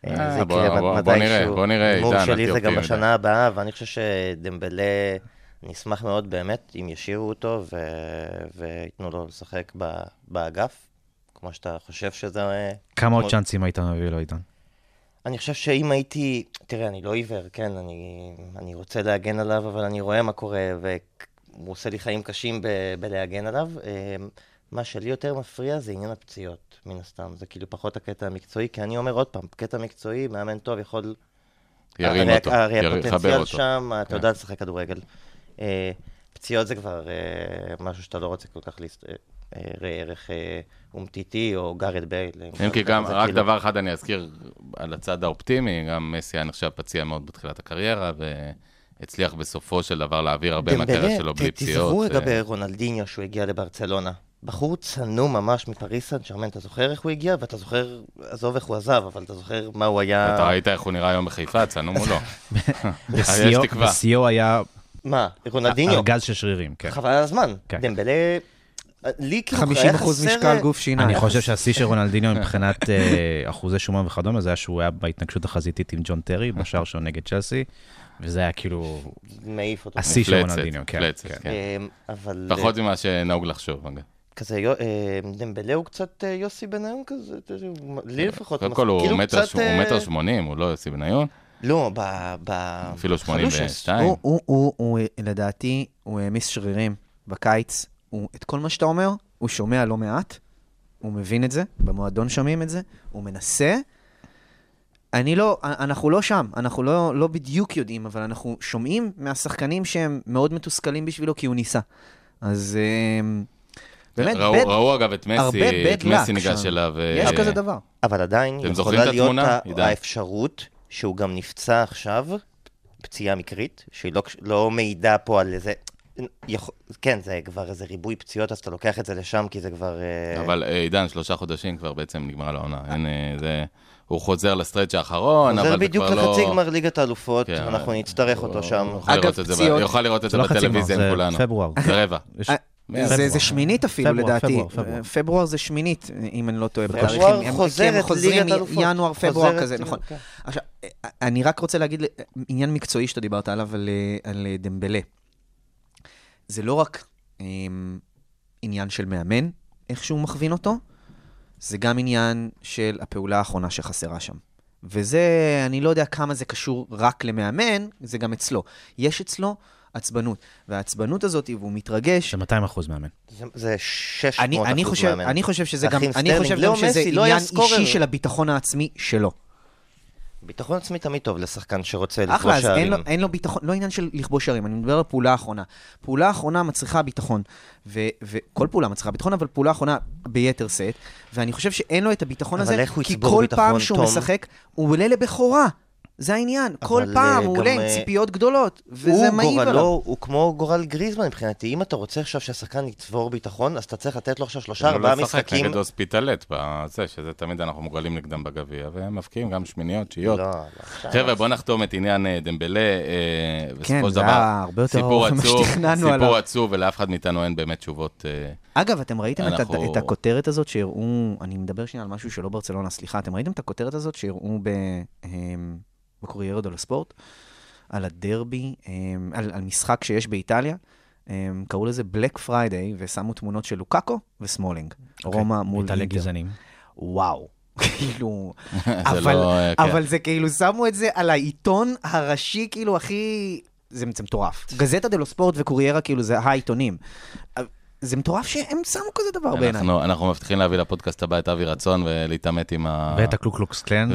בוא נראה. מור שלי זה גם בשנה הבאה, ואני חושב שדמבלה, אני אשמח מאוד באמת אם ישירו אותו ויתנו לו לשחק באגף, כמו שאתה חושב שזה... כמה עוד צ'אנסים היית מביא לו, איתן? אני חושב שאם הייתי... תראה, אני לא עיוור, כן, אני רוצה להגן עליו, אבל אני רואה מה קורה, הוא עושה לי חיים קשים בלהגן עליו. מה שלי יותר מפריע זה עניין הפציעות, מן הסתם. זה כאילו פחות הקטע המקצועי, כי אני אומר עוד פעם, קטע מקצועי, מאמן טוב יכול... ירים אותו, הרי הפוטנציאל שם, אתה יודע לשחק כדורגל. פציעות זה כבר משהו שאתה לא רוצה כל כך ערך אומטיטי או גארד בייל. אם כי גם, רק דבר אחד אני אזכיר על הצד האופטימי, גם מסי היה נחשב פציע מאוד בתחילת הקריירה, הצליח בסופו של דבר להעביר הרבה מהקריירה שלו בלי פציעות. תזכרו רגע ברונלדיניו שהוא הגיע לברצלונה. בחור צנוע ממש מפריס סן ז'רמן, אתה זוכר איך הוא הגיע? ואתה זוכר, עזוב איך הוא עזב, אבל אתה זוכר מה הוא היה... אתה ראית איך הוא נראה היום בחיפה, צנוע מולו. בסיו היה... מה? רונלדיניו? ארגז של שרירים, כן. חבל על הזמן. דמבלה... לי כאילו 50% משקל גוף שינה. אני חושב שהשיא של רונלדיניו מבחינת אחוזי שומן וכדומה, זה היה שהוא היה בהתנגשות החזיתית עם ג'ון טרי, בשער שלו נגד צ'לסי, וזה היה כאילו... מעיף אותו. השיא של רונלדיניו, כן. פחות ממה שנהוג לחשוב. כזה, דמבלה הוא קצת יוסי בניון כזה, לי לפחות. קודם כל הוא 1.80 מטר, הוא לא יוסי בניון. לא, אפילו 82. הוא, לדעתי, הוא העמיס שרירים בקיץ. את כל מה שאתה אומר, הוא שומע לא מעט, הוא מבין את זה, במועדון שומעים את זה, הוא מנסה. אנחנו לא שם, אנחנו לא בדיוק יודעים, אבל אנחנו שומעים מהשחקנים שהם מאוד מתוסכלים בשבילו, כי הוא ניסה. אז באמת, ראו אגב את מסי ניגש אליו. יש כזה דבר. אבל עדיין יכולה להיות האפשרות שהוא גם נפצע עכשיו, פציעה מקרית, שהיא לא מעידה פה על איזה... כן, זה כבר איזה ריבוי פציעות, אז אתה לוקח את זה לשם, כי זה כבר... אבל עידן, 3 חודשים כבר בעצם נגמרה לעונה. הוא חוזר לסטרץ' האחרון, אבל זה כבר לא... חוזר בדיוק לחצי גמר ליגת האלופות, אנחנו נצטרך אותו שם. יוכל לראות את זה בטלוויזיה עם כולנו. זה פברואר. זה רבע. זה שמינית אפילו, לדעתי. פברואר זה שמינית, אם אני לא טועה. פברואר חוזרת ליגת האלופות. ינואר, פברואר כזה, נכון. עכשיו, אני רק רוצה להגיד עניין מקצועי שאתה דיברת עליו, על דמבלה. זה לא רק עניין של מאמן, איך שהוא מכווין אותו, זה גם עניין של הפעולה האחרונה שחסרה שם. וזה, אני לא יודע כמה זה קשור רק למאמן, זה גם אצלו. יש אצלו עצבנות, והעצבנות הזאת, והוא מתרגש... זה 200% מאמן. זה 600% מאמן. אני חושב שזה גם, אני חושב גם שזה עניין אישי של הביטחון העצמי שלו. ביטחון עצמי תמיד טוב לשחקן שרוצה לכבוש שערים. אין לו ביטחון, לא עניין של לכבוש שערים, אני מדבר על פעולה האחרונה. פעולה האחרונה מצריכה ביטחון, וכל פעולה מצריכה ביטחון, אבל פעולה האחרונה ביתר סט, ואני חושב שאין לו את הביטחון הזה, כי כל פעם שהוא משחק, הוא עולה לבכורה. זה העניין, כל פעם הוא עולה עם ציפיות גדולות, וזה מעיב עליו. הוא כמו גורל גריזמן מבחינתי, אם אתה רוצה עכשיו שהשחקן יצבור ביטחון, אז אתה צריך לתת לו עכשיו 3-4 משחקים. הוא לא שחק נגד אוספיטלט, שזה תמיד אנחנו מוגרלים נגדם בגביע, והם מפקיעים גם שמיניות, תשיעיות. חבר'ה, בוא נחתום את עניין דמבלה, כן, זה היה הרבה יותר ארוך ממה שתכננו עליו. סיפור עצוב, ולאף אחד מאיתנו אין באמת תשובות. אגב, אתם ראיתם את הכותרת הזאת שהראו, אני מדבר שנייה על משהו שלא ברצלונה, סליחה, אתם ראיתם את הכותרת הזאת שהראו בקוריירו דלו ספורט, על הדרבי, על משחק שיש באיטליה, קראו לזה בלק פריידיי, ושמו תמונות של לוקאקו וסמולינג. רומא מול איטליה גזענים. וואו. כאילו, אבל זה כאילו, שמו את זה על העיתון הראשי, כאילו, הכי... זה מטורף. גזטה דלו ספורט וקוריירה, כאילו, זה העיתונים. זה מטורף שהם שמו כזה דבר בעיניי. אנחנו מבטיחים להביא לפודקאסט הבא את אבי רצון ולהתעמת עם ואת הקלוקלוקס קלן.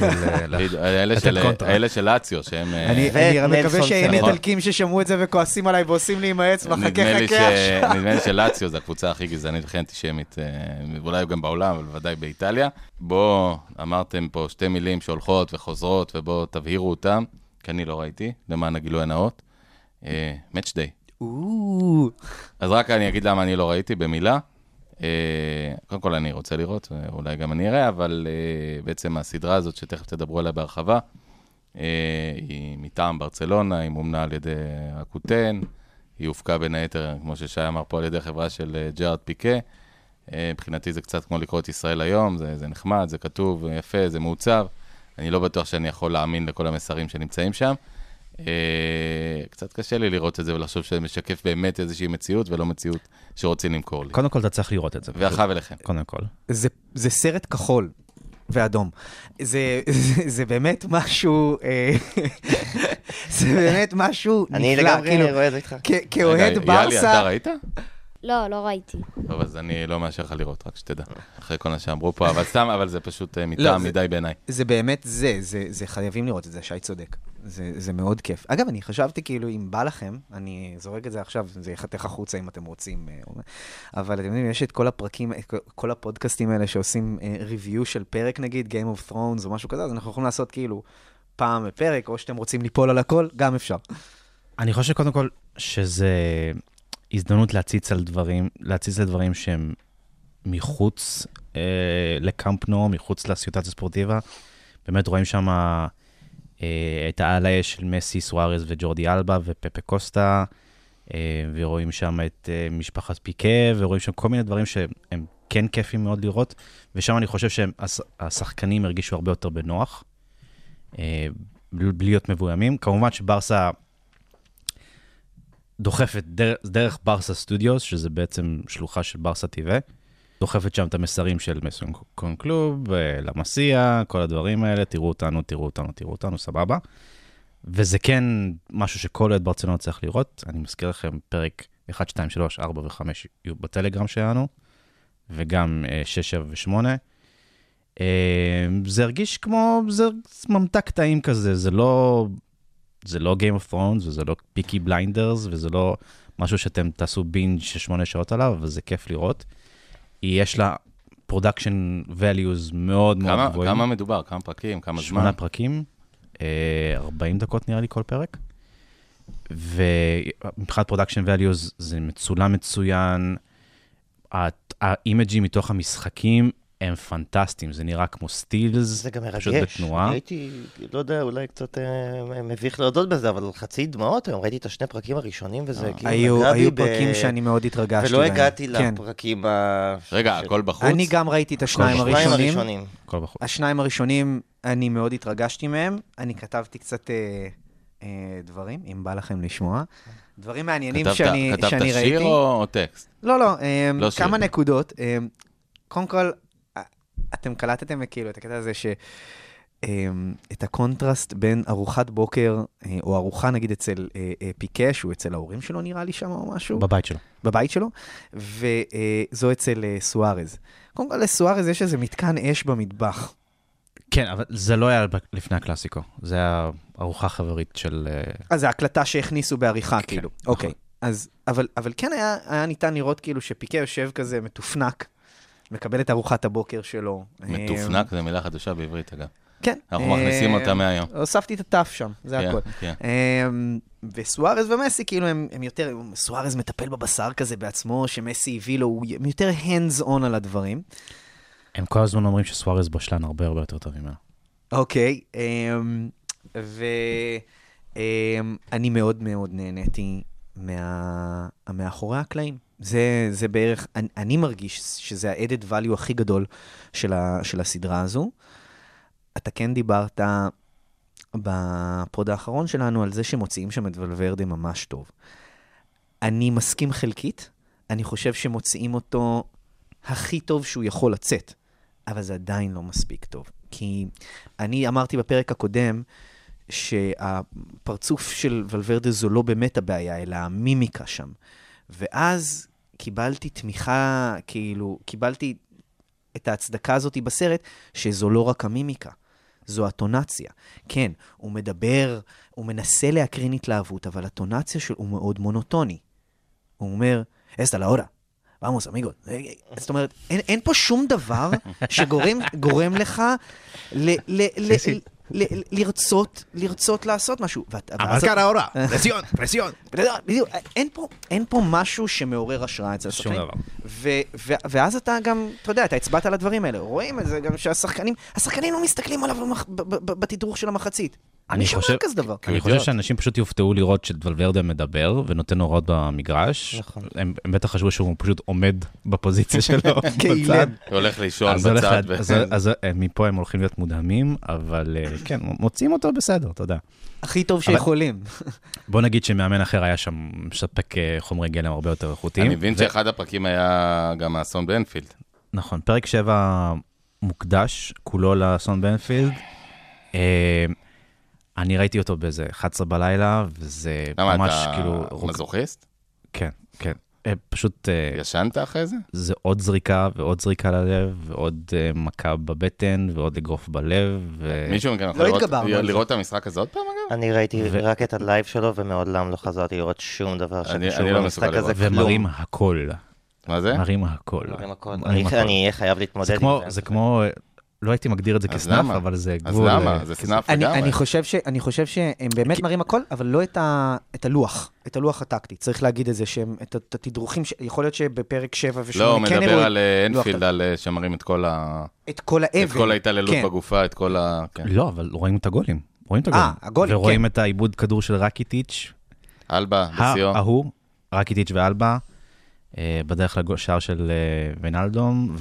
אלה של לאציו, שהם... אני מקווה שהם איטלקים ששמעו את זה וכועסים עליי ועושים לי עם האצבע, חכה עכשיו. נדמה לי של לאציו, זו הקבוצה הכי גזענית וכי אנטישמית, אולי גם בעולם, אבל ודאי באיטליה. בוא, אמרתם פה 2 מילים שהולכות וחוזרות, ובוא תבהירו אותם, כי אני לא ראיתי, למען הגילוי הנאות. Match Day. אז רק אני אגיד למה אני לא ראיתי במילה. קודם כל אני רוצה לראות, אולי גם אני אראה, אבל בעצם הסדרה הזאת שתכף תדברו עליה בהרחבה, היא מטעם ברצלונה, היא מומנה על ידי הקוטן, היא הופקה בין היתר, כמו ששי אמר פה, על ידי חברה של ג'רארד פיקה. מבחינתי זה קצת כמו לקרוא את ישראל היום, זה נחמד, זה כתוב, יפה, זה מעוצב. אני לא בטוח שאני יכול להאמין לכל המסרים שנמצאים שם. קצת קשה לי לראות את זה ולחשוב שזה משקף באמת איזושהי מציאות ולא מציאות שרוצים למכור לי. קודם כל אתה צריך לראות את זה. ואחר אליכם. קודם כל. זה סרט כחול ואדום. זה באמת משהו... זה באמת משהו נפלא. אני לגמרי רואה את זה איתך. כאוהד ברסה... יאלי, אתה ראית? לא, לא ראיתי. טוב, אז אני לא מאשר לך לראות, רק שתדע. אחרי כל מה שאמרו פה, אבל סתם, אבל זה פשוט מטעם מדי בעיניי. זה באמת זה חייבים לראות את זה, שי צודק. זה מאוד כיף. אגב, אני חשבתי כאילו, אם בא לכם, אני זורק את זה עכשיו, זה יחתך החוצה אם אתם רוצים. אבל אתם יודעים, יש את כל הפרקים, כל הפודקאסטים האלה שעושים ריוויו של פרק, נגיד, Game of Thrones או משהו כזה, אז אנחנו יכולים לעשות כאילו פעם בפרק, או שאתם רוצים ליפול על הכל, גם אפשר. אני חושב קודם כל שזה הזדמנות להציץ לדברים שהם מחוץ לקאמפ נו, מחוץ לסיטואציה הספורטיבה. באמת רואים שם את העלה של מסי, סוארז וג'ורדי אלבה ופפה קוסטה, ורואים שם את משפחת פיקה, ורואים שם כל מיני דברים שהם כן כיפים מאוד לראות, ושם אני חושב שהשחקנים הרגישו הרבה יותר בנוח, בלי להיות מבוימים. כמובן שברסה דוחפת דרך ברסה סטודיוס, שזה בעצם שלוחה של ברסה טבע, דוחפת שם את המסרים של מסוים קונקלוב, למסיה, כל הדברים האלה, תראו אותנו, סבבה. וזה כן משהו שכל אוהד ברצלונה צריך לראות. אני מזכיר לכם פרק 1, 2, 3, 4 ו-5 יהיו בטלגרם שלנו, וגם 6, 7 ו-8. זה הרגיש כמו, זה ממתק טעים כזה, זה לא Game of Thrones, וזה לא פיקי בליינדרס, וזה לא משהו שאתם תעשו בינג' של 8 שעות עליו, אבל זה כיף לראות. יש לה production values מאוד מאוד גבוהים. כמה מדובר? כמה פרקים? כמה זמן? 8 פרקים, 40 דקות נראה לי כל פרק. ומבחינת פרודקשן values זה מצולם מצוין, האימג'ים מתוך המשחקים הם פנטסטיים, זה נראה כמו סטילס, זה גם מרגש. בתנועה. הייתי, לא יודע, אולי קצת מביך להודות בזה, אבל חצי דמעות, היום ראיתי את השני פרקים הראשונים, וזה כאילו היו פרקים שאני מאוד התרגשתי. ולא הגעתי לפרקים רגע, הכל בחוץ? אני גם ראיתי את השניים הראשונים. השניים הראשונים, אני מאוד התרגשתי מהם. אני כתבתי קצת דברים, אם בא לכם לשמוע. דברים מעניינים שאני ראיתי. כתבת שיר או טקסט? לא, כמה נקודות. קודם כל, אתם קלטתם כאילו את הקטע הזה את הקונטרסט בין ארוחת בוקר, או ארוחה נגיד אצל פיקה, שהוא אצל ההורים שלו נראה לי שם או משהו. בבית שלו, וזו אצל סוארז. קודם כל לסוארז יש איזה מתקן אש במטבח. כן, אבל זה לא היה לפני הקלאסיקו, זה היה ארוחה חברית של... אז זה הקלטה שהכניסו בעריכה כאילו. אוקיי, אבל כן היה ניתן לראות כאילו שפיקה יושב כזה מתופנק, מקבל את ארוחת הבוקר שלו. מתופנק זה מילה חדשה בעברית, אגב. כן. אנחנו מכניסים אותה מהיום. הוספתי את הטף שם, זה הכל. וסוארז ומסי, כאילו הם יותר, סוארז מטפל בבשר כזה בעצמו, שמסי הביא לו, הם יותר hands on על הדברים. הם כל הזמן אומרים שסוארז בשלן הרבה הרבה יותר טוב ממנו. אוקיי, ואני מאוד מאוד נהניתי מאחורי הקלעים. זה בערך, אני מרגיש שזה ה-added value הכי גדול של הסדרה הזו. אתה כן דיברת בפוד האחרון שלנו על זה שמוציאים שם את ולוורדה ממש טוב. אני מסכים חלקית, אני חושב שמוציאים אותו הכי טוב שהוא יכול לצאת, אבל זה עדיין לא מספיק טוב. כי אני אמרתי בפרק הקודם שהפרצוף של ולוורדה זו לא באמת הבעיה, אלא המימיקה שם. ואז קיבלתי תמיכה, כאילו, קיבלתי את ההצדקה הזאת בסרט, שזו לא רק המימיקה, זו הטונציה. כן, הוא מדבר, הוא מנסה להקרין התלהבות, אבל הטונציה שלו הוא מאוד מונוטוני. הוא אומר, אסטה לאורה, ואמוס, אמיגות. זאת אומרת, אין פה שום דבר שגורם לך לרצות לעשות משהו. אבל כאן האורה, פרסיון. אין פה משהו שמעורר השראה אצל השחקנים. ואז אתה גם, אתה יודע, אתה הצבעת על הדברים האלה. רואים את זה גם שהשחקנים לא מסתכלים עליו בתדרוך של המחצית. אני חושב כזה דבר. אני חושב שאנשים פשוט יופתעו לראות שוולוורדה מדבר ונותן הוראות במגרש. הם בטח חשבו שהוא פשוט עומד בפוזיציה שלו. כאילן. הוא הולך לישון בצד. אז מפה הם הולכים להיות מודהמים, אבל כן, מוצאים אותו בסדר, תודה. הכי טוב שיכולים. בוא נגיד שמאמן אחר היה שם מספק חומרי גלם הרבה יותר איכותיים. אני מבין שאחד הפרקים היה גם האסון באנפילד. נכון, פרק 7 מוקדש, כולו לאסון באנפילד. אני ראיתי אותו באיזה 11 בלילה, וזה ממש כאילו... אתה מזוכיסט? כן, כן. פשוט... ישנת אחרי זה? זה עוד זריקה ועוד זריקה ללב, ועוד מכה בבטן, ועוד אגרוף בלב. מישהו מכן יכול לראות את המשחק הזה עוד פעם, אגב? אני ראיתי רק את הלייב שלו, ומעולם לא חזרתי לראות שום דבר שקשור במשחק הזה, כלום. ומראים הכל. מה זה? מראים הכל. אני אהיה חייב להתמודד עם זה. זה כמו... לא הייתי מגדיר את זה כסנאפ, אבל זה גבול... אז למה? זה סנאפ לגמרי. אני חושב שהם באמת מראים הכל, אבל לא את הלוח, את הלוח הטקטי. צריך להגיד את זה, את התדרוכים, יכול להיות שבפרק 7 ו8 לא, הוא מדבר על אנפילד, על שמראים את כל האבל. את כל ההתעללות בגופה, את כל ה... לא, אבל רואים את הגולים. רואים את הגולים. ורואים את העיבוד כדור של רקיטיץ'. אלבה, בסיום. ההוא, רקיטיץ' ואלבה, בדרך לשער של וינלדום,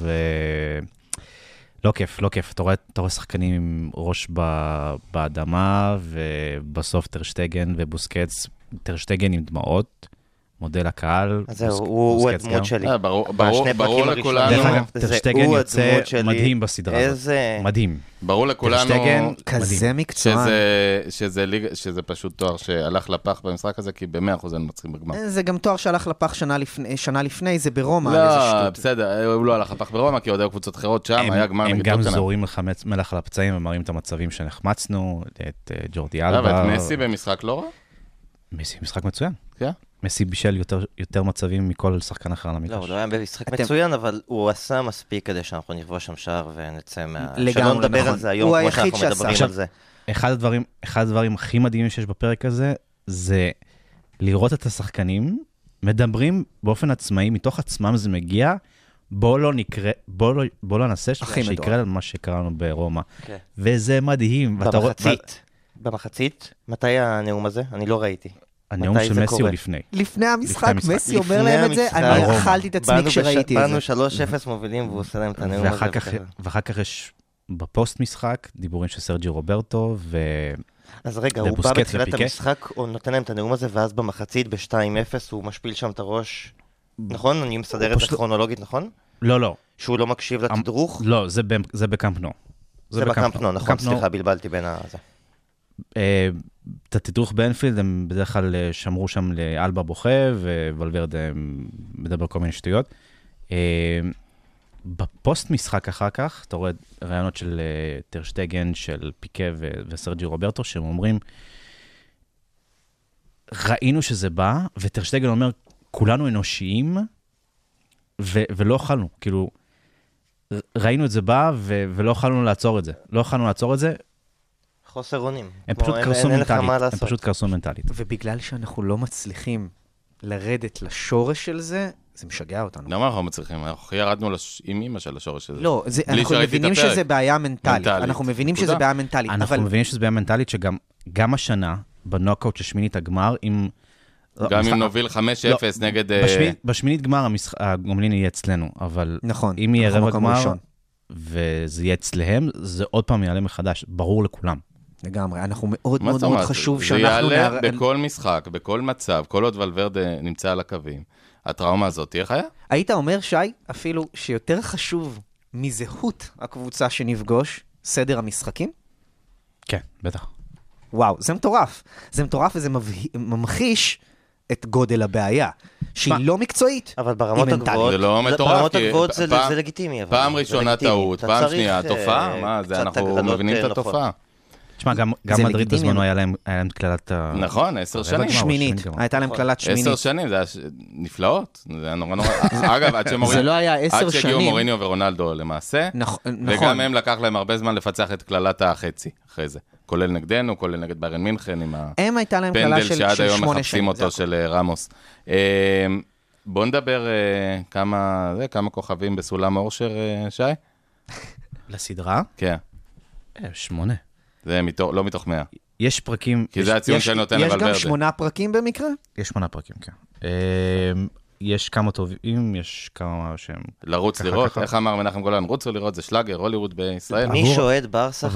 לא כיף, לא כיף. אתה רואה שחקנים עם ראש באדמה, ובסוף טרשטגן ובוסקץ, טרשטגן עם דמעות, מודל הקהל. אז זהו, הוא הדמות שלי. ברור לכולנו. דרך אגב, טרשטגן יוצא מדהים בסדרה הזאת. מדהים. ברור לכולנו. כזה מקצוען. שזה פשוט תואר שהלך לפח במשחק הזה, כי ב100% אין מצחים בגמר. זה גם תואר שהלך לפח שנה לפני, זה ברומא. לא, בסדר, הוא לא הלך לפח ברומא, כי עוד היו קבוצות אחרות שם, היה גמר נגד טוטנהאם. הם גם זורים לך מלח על הפצעים, ומראים את המצבים שנחמצנו, את ג'ורדי אלבה. אבל מסי במשחק לא רע? מסי משחק מצוין. כן. מסי בישל יותר מצבים מכל שחקן אחר על המגרש. לא, הוא לא היה במשחק מצוין, אבל הוא עשה מספיק כדי שאנחנו נכבוש שם שער ונצא שלא נדבר על זה היום, כמו שאנחנו מדברים על זה. אחד הדברים הכי מדהימים שיש בפרק הזה, זה לראות את השחקנים, מדברים באופן עצמאי, מתוך עצמם זה מגיע, בוא לא נעשה שיקרה מה שקראנו ברומא. וזה מדהים. במחצית? מתי הנאום הזה? אני לא ראיתי. הנאום של מסי הוא לפני. לפני המשחק, מסי אומר להם את זה, אני אכלתי את עצמי כשראיתי את זה. באנו 3-0 מובילים והוא עושה להם את הנאום הזה. ואחר כך יש בפוסט משחק דיבורים של סרג'י רוברטו אז רגע, הוא בא בתחילת המשחק, הוא נותן להם את הנאום הזה, ואז במחצית ב-2-0 הוא משפיל שם את הראש. נכון? אני מסדר את זה כרונולוגית, נכון? לא. שהוא לא מקשיב לתדרוך? לא, זה בקאמפ נו. זה בקאמפ נו, נכון, סליחה, בלבלתי בין הזה. את התדרוך באנפילד, הם בדרך כלל שמרו שם לאלבה בוכה, וולברד מדבר כל מיני שטויות. בפוסט משחק אחר כך, אתה רואה רעיונות של טרשטגן, של פיקה וסרג'י רוברטו, שהם אומרים, ראינו שזה בא, וטרשטגן אומר, כולנו אנושיים, ולא אכלנו, כאילו, ראינו את זה בא, ולא אכלנו לעצור את זה. לא אכלנו לעצור את זה. חוסר אונים. הם פשוט קרסו מנטלית. ובגלל שאנחנו לא מצליחים לרדת לשורש של זה, זה משגע אותנו. למה אנחנו מצליחים? אנחנו ירדנו עם אמא של השורש של זה. לא, אנחנו מבינים שזה בעיה מנטלית. אנחנו מבינים שזה בעיה מנטלית. אנחנו מבינים שזה בעיה מנטלית שגם השנה, בנוקאוט ששמינית הגמר, גם אם נוביל 5-0 נגד... בשמינית גמר הגומלין יהיה אצלנו, אבל אם יהיה רבע גמר וזה יהיה אצלהם, זה עוד פעם יעלה מחדש, ברור לכולם. לגמרי, אנחנו מאוד מאוד מאוד חשוב שאנחנו... זה יעלה בכל משחק, בכל מצב, כל עוד ולוורדה נמצא על הקווים. הטראומה הזאת תהיה חיה? היית אומר, שי, אפילו שיותר חשוב מזהות הקבוצה שנפגוש, סדר המשחקים? כן, בטח. וואו, זה מטורף. זה מטורף וזה ממחיש את גודל הבעיה, שהיא לא מקצועית. אבל ברמות הגבוהות... זה לא מטורף. ברמות הגבוהות זה לגיטימי. פעם ראשונה טעות, פעם שנייה תופעה. מה זה, אנחנו מבינים את התופעה. תשמע, גם מדריד בזמנו היה להם כללת... נכון, 10 שנים. שמינית, הייתה להם כללת שמינית. 10 שנים, זה היה נפלאות. זה היה נורא נורא... אגב, זה לא היה 10 שנים. עד שהגיעו מוריניו ורונלדו למעשה, וגם הם לקח להם הרבה זמן לפצח את כללת החצי אחרי זה. כולל נגדנו, כולל נגד ביירן מינכן, עם הפנדל שעד היום מחפשים אותו של רמוס. בואו נדבר כמה כוכבים בסולם אורשר, שי? לסדרה? כן. 8. זה לא מתוך 100. יש פרקים... כי זה הציון שאני נותן לוולברדה. יש גם 8 פרקים במקרה? יש 8 פרקים, כן. יש כמה טובים, יש כמה שהם... לרוץ לראות, איך אמר מנחם גולן, רוצו לראות, זה שלאגר, הוליווד בישראל. מי שאוהד ברסה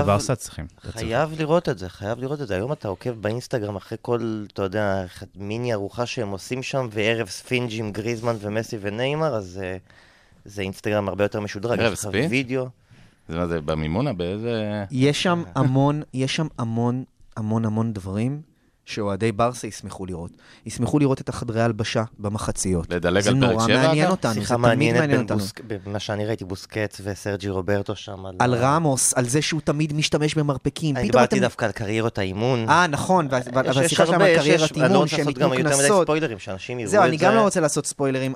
חייב לראות את זה, חייב לראות את זה. היום אתה עוקב באינסטגרם אחרי כל, אתה יודע, מיני ארוחה שהם עושים שם, וערב ספינג'ים, גריזמן ומסי וניימר, אז זה אינסטגרם הרבה יותר משודרג. ערב ספינג'? זה מה זה, במימונה, באיזה... יש שם המון דברים שאוהדי ברסה ישמחו לראות. ישמחו לראות את החדרי הלבשה במחציות. לדלג על פרק 7? זה נורא מעניין אותנו, זה תמיד מעניין אותנו. במה שאני ראיתי, בוסקץ וסרג'י רוברטו שם. על רמוס, על זה שהוא תמיד משתמש במרפקים. אני דיברתי דווקא על קריירות האימון. נכון, והשיחה שם על קריירת אימון, שהם ייתנו כנסות. זהו, אני גם לא רוצה לעשות ספוילרים,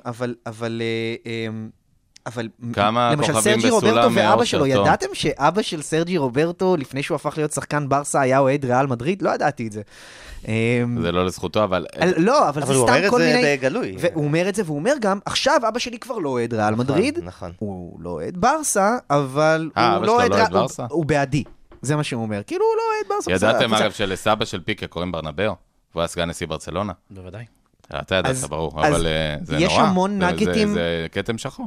אבל למשל סרג'י רוברטו ואבא שלו, ידעתם שאבא של סרג'י רוברטו, לפני שהוא הפך להיות שחקן ברסה, היה אוהד ריאל מדריד? לא ידעתי את זה. זה לא לזכותו, אבל... לא, אבל זה סתם כל מיני... הוא אומר את זה בגלוי. והוא אומר את זה, והוא אומר גם, עכשיו אבא שלי כבר לא אוהד ריאל מדריד, הוא לא אוהד ברסה, אבל הוא לא אוהד ריאל, הוא בעדי. זה מה שהוא אומר. כאילו הוא לא אוהד ברסה. ידעתם אגב שלסבא של פיקה קוראים ברנבאו, והוא היה סגן נשיא ברצלונה. בוודאי. אתה ידעת, ברור, אבל זה נורא. יש המון נגטים... זה כתם שחור.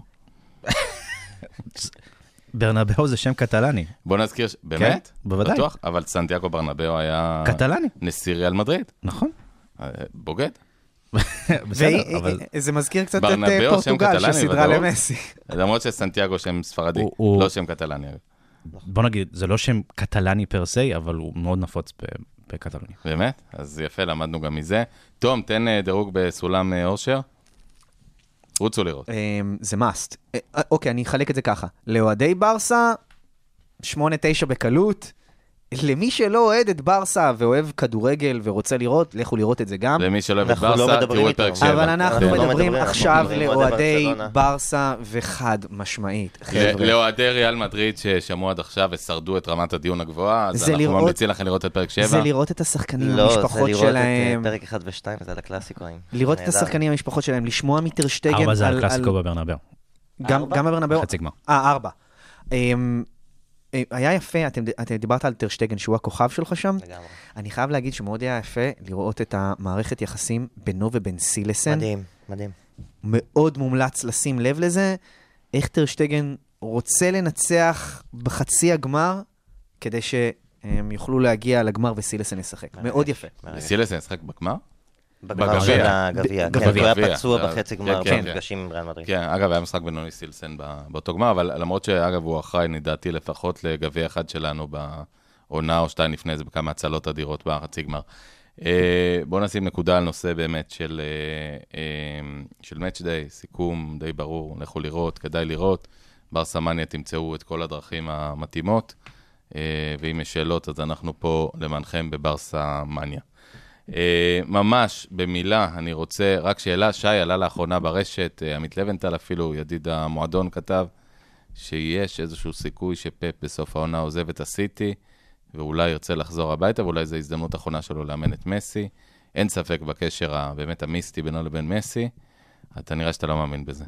ברנבאו זה שם קטלני. בוא נזכיר, באמת? בוודאי. בטוח, אבל סנטיאגו ברנבאו היה... קטלני. נשיא ריאל מדריד. נכון. בוגד. בסדר, אבל... זה מזכיר קצת את פורטוגל שסדרה למסי. למרות שסנטיאגו שם ספרדי, לא שם קטלני. בוא נגיד, זה לא שם קטלני פר סי, אבל הוא מאוד נפוץ בקטלני. באמת? אז יפה, למדנו גם מזה. תום, תן דירוג בסולם אורשר. רוצו לראות. זה must. אוקיי, אני אחלק את זה ככה. לאוהדי ברסה, 8-9 בקלות, למי שלא אוהד את ברסה ואוהב כדורגל ורוצה לראות, לכו לראות את זה גם. למי שלא אוהב את ברסה, תראו את פרק 7. אבל אנחנו מדברים עכשיו לאוהדי ברסה וחד משמעית. לאוהדי ריאל מדריד ששמעו עד עכשיו ושרדו את רמת הדיון הגבוהה, אז אנחנו ממליצים לכם לראות את פרק 7. זה לראות את השחקנים, המשפחות שלהם. פרק 1 ו-2, זה על הקלאסיקואים. לראות את השחקנים, המשפחות שלהם, לשמוע מטרשטגן. 4 זה הקלאסיקו בברנבאו. גם בברנבאו? חצי גמר. 4. היה יפה, אתם דיברת על טרשטגן, שהוא הכוכב שלך שם. לגמרי. אני חייב להגיד שמאוד היה יפה לראות את המערכת יחסים בינו ובין סילסן. מדהים, מדהים. מאוד מומלץ לשים לב לזה, איך טרשטגן רוצה לנצח בחצי הגמר, כדי שהם יוכלו להגיע לגמר וסילסן ישחק. מאוד יפה. סילסן ישחק בגמר? בגמר של הגביע. כן, הוא היה פצוע בחצי גמר במפגשים עם ריאל מדריד. כן, אגב, היה משחק בינוני סילסן באותו גמר, אבל למרות שאגב הוא אחראי, נדעתי לפחות לגביע אחד שלנו בעונה או 2 לפני זה, בכמה הצלות אדירות בחצי גמר. בואו נשים נקודה על נושא באמת של match day, סיכום די ברור, לכו לראות, כדאי לראות. ברסה מניה תמצאו את כל הדרכים המתאימות, ואם יש שאלות אז אנחנו פה למענכם בברסה מניה. ממש במילה, אני רוצה, רק שאלה, שי עלה לאחרונה ברשת, עמית לבנטל אפילו, ידיד המועדון כתב, שיש איזשהו סיכוי שפפ בסוף העונה עוזב את הסיטי, ואולי ירצה לחזור הביתה, ואולי זו הזדמנות האחרונה שלו לאמן את מסי. אין ספק בקשר באמת המיסטי בינו לבין מסי, אתה נראה שאתה לא מאמין בזה.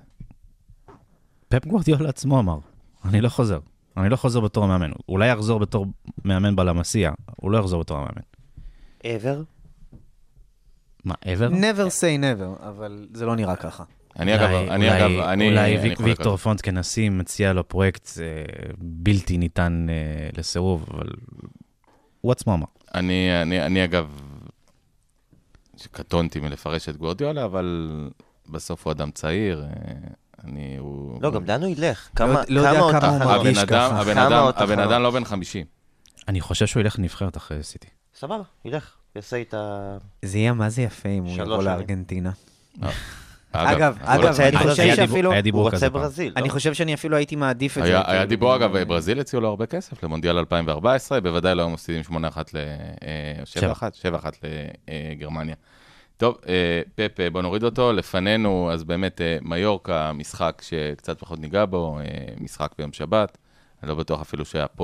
פפ גוארדיולה עצמו אמר, אני לא חוזר בתור מאמן. אולי יחזור בתור מאמן בלמסיה, הוא לא יחזור בתור מאמן. ever? מה, ever? never say never, אבל זה לא נראה ככה. אולי ויקטור פונט כנשיא מציע לו פרויקט בלתי ניתן לסירוב, אבל הוא עצמו אמר. אני אגב, שקטונתי מלפרש את גוארדיולה, אבל בסוף הוא אדם צעיר, לא, גם לאן הוא ילך? לא יודע כמה הוא מרגיש ככה. הבן אדם לא בן 50. אני חושב שהוא ילך לנבחרת אחרי סיטי. סבבה, ילך. יעשה איתה... זה יהיה מה זה יפה אם הוא יבוא לארגנטינה. אגב, אני חושב שאפילו... הוא רוצה ברזיל. אני חושב שאני אפילו הייתי מעדיף את זה. היה דיבור, אגב, ברזיל הציעו לו הרבה כסף, למונדיאל 2014, בוודאי לא היו מפסידים 8-1 7-1 לגרמניה. טוב, פפ, בוא נוריד אותו. לפנינו, אז באמת, מיורקה, משחק שקצת פחות ניגע בו, משחק ביום שבת. אני לא בטוח אפילו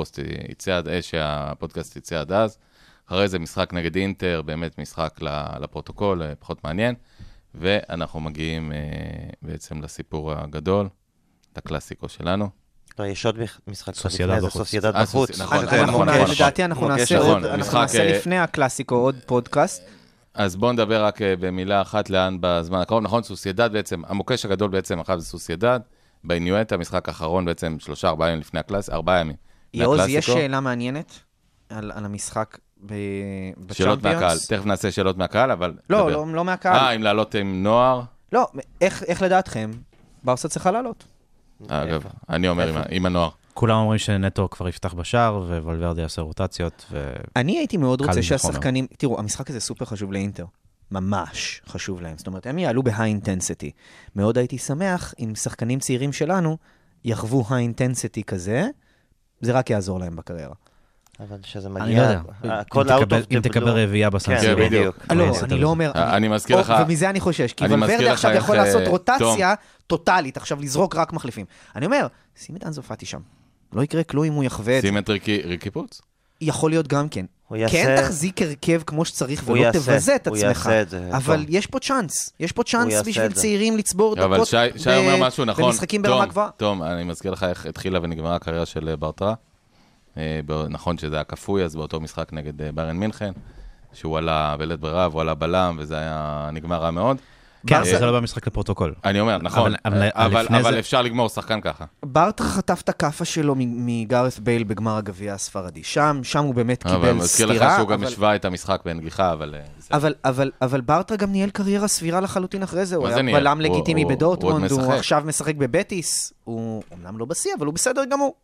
שהפודקאסט יצא עד אז. אחרי זה משחק נגד אינטר, באמת משחק לפרוטוקול, פחות מעניין. ואנחנו מגיעים בעצם לסיפור הגדול, לקלאסיקו שלנו. לא, יש עוד משחק סוסיידד בחוץ. סוסיידד בחוץ. לדעתי אנחנו נעשה לפני הקלאסיקו עוד פודקאסט. אז בואו נדבר רק במילה אחת לאן בזמן הקרוב. נכון, סוסיידד בעצם, המוקש הגדול בעצם אחר זה סוסיידד, באינואט, המשחק האחרון בעצם 3-4 ימים לפני הקלאסיקו, 4 ימים. יעוז, יש שאלה מעניינת על המשחק בצ'אמפיונס? שאלות מהקהל, תכף נעשה שאלות מהקהל, אבל... לא מהקהל. אם לעלות עם נוער? לא, איך לדעתכם? ברסה צריכה לעלות. אגב, אני אומר עם הנוער. כולם אומרים שנטו כבר יפתח בשער, וולברדי יעשה רוטציות. אני הייתי מאוד רוצה שהשחקנים... תראו, המשחק הזה סופר חשוב לאינטר. ממש חשוב להם. זאת אומרת, הם יעלו בהיי-אינטנסיטי. מאוד הייתי שמח אם שחקנים צעירים שלנו יחוו היי-אינטנסיטי כזה, זה רק יעזור להם בקריירה. אבל שזה אני לא יודע, אם תקבל רביעייה בסנסיר. כן, בדיוק. אני לא אומר... אני מזכיר לך... ומזה אני חושש, כי ולברדי עכשיו יכול לעשות רוטציה טוטלית, עכשיו לזרוק רק מחליפים. אני אומר, שים את אנזו פאטי שם. לא יקרה כלום אם הוא יחווה את זה. שים את ריקי פוץ? יכול להיות גם כן. כן תחזיק הרכב כמו שצריך ולא תבזה את עצמך. אבל יש פה צ'אנס. יש פה צ'אנס בשביל צעירים לצבור דקות במשחקים ברמה גבוהה. תום, אני מזכיר לך איך התחילה ונגמרה הקריירה של ברטרה. נכון שזה היה כפוי, אז באותו משחק נגד ביירן מינכן, שהוא עלה בלית ברירה, והוא עלה בלם, וזה היה נגמר רע מאוד. כן, זה לא במשחק לפרוטוקול. אני אומר, נכון, אבל אפשר לגמור שחקן ככה. ברטרה חטף את הכאפה שלו מגארת בייל בגמר הגביע הספרדי. שם הוא באמת קיבל סתירה. מזכיר לך שהוא גם השווה את המשחק בנגיחה, אבל ברטרה גם ניהל קריירה סבירה לחלוטין אחרי זה. הוא היה בלם לגיטימי בדורטמונד, הוא עכשיו משחק בבטיס. הוא אומנם לא בשיא, אבל הוא בסדר גמור.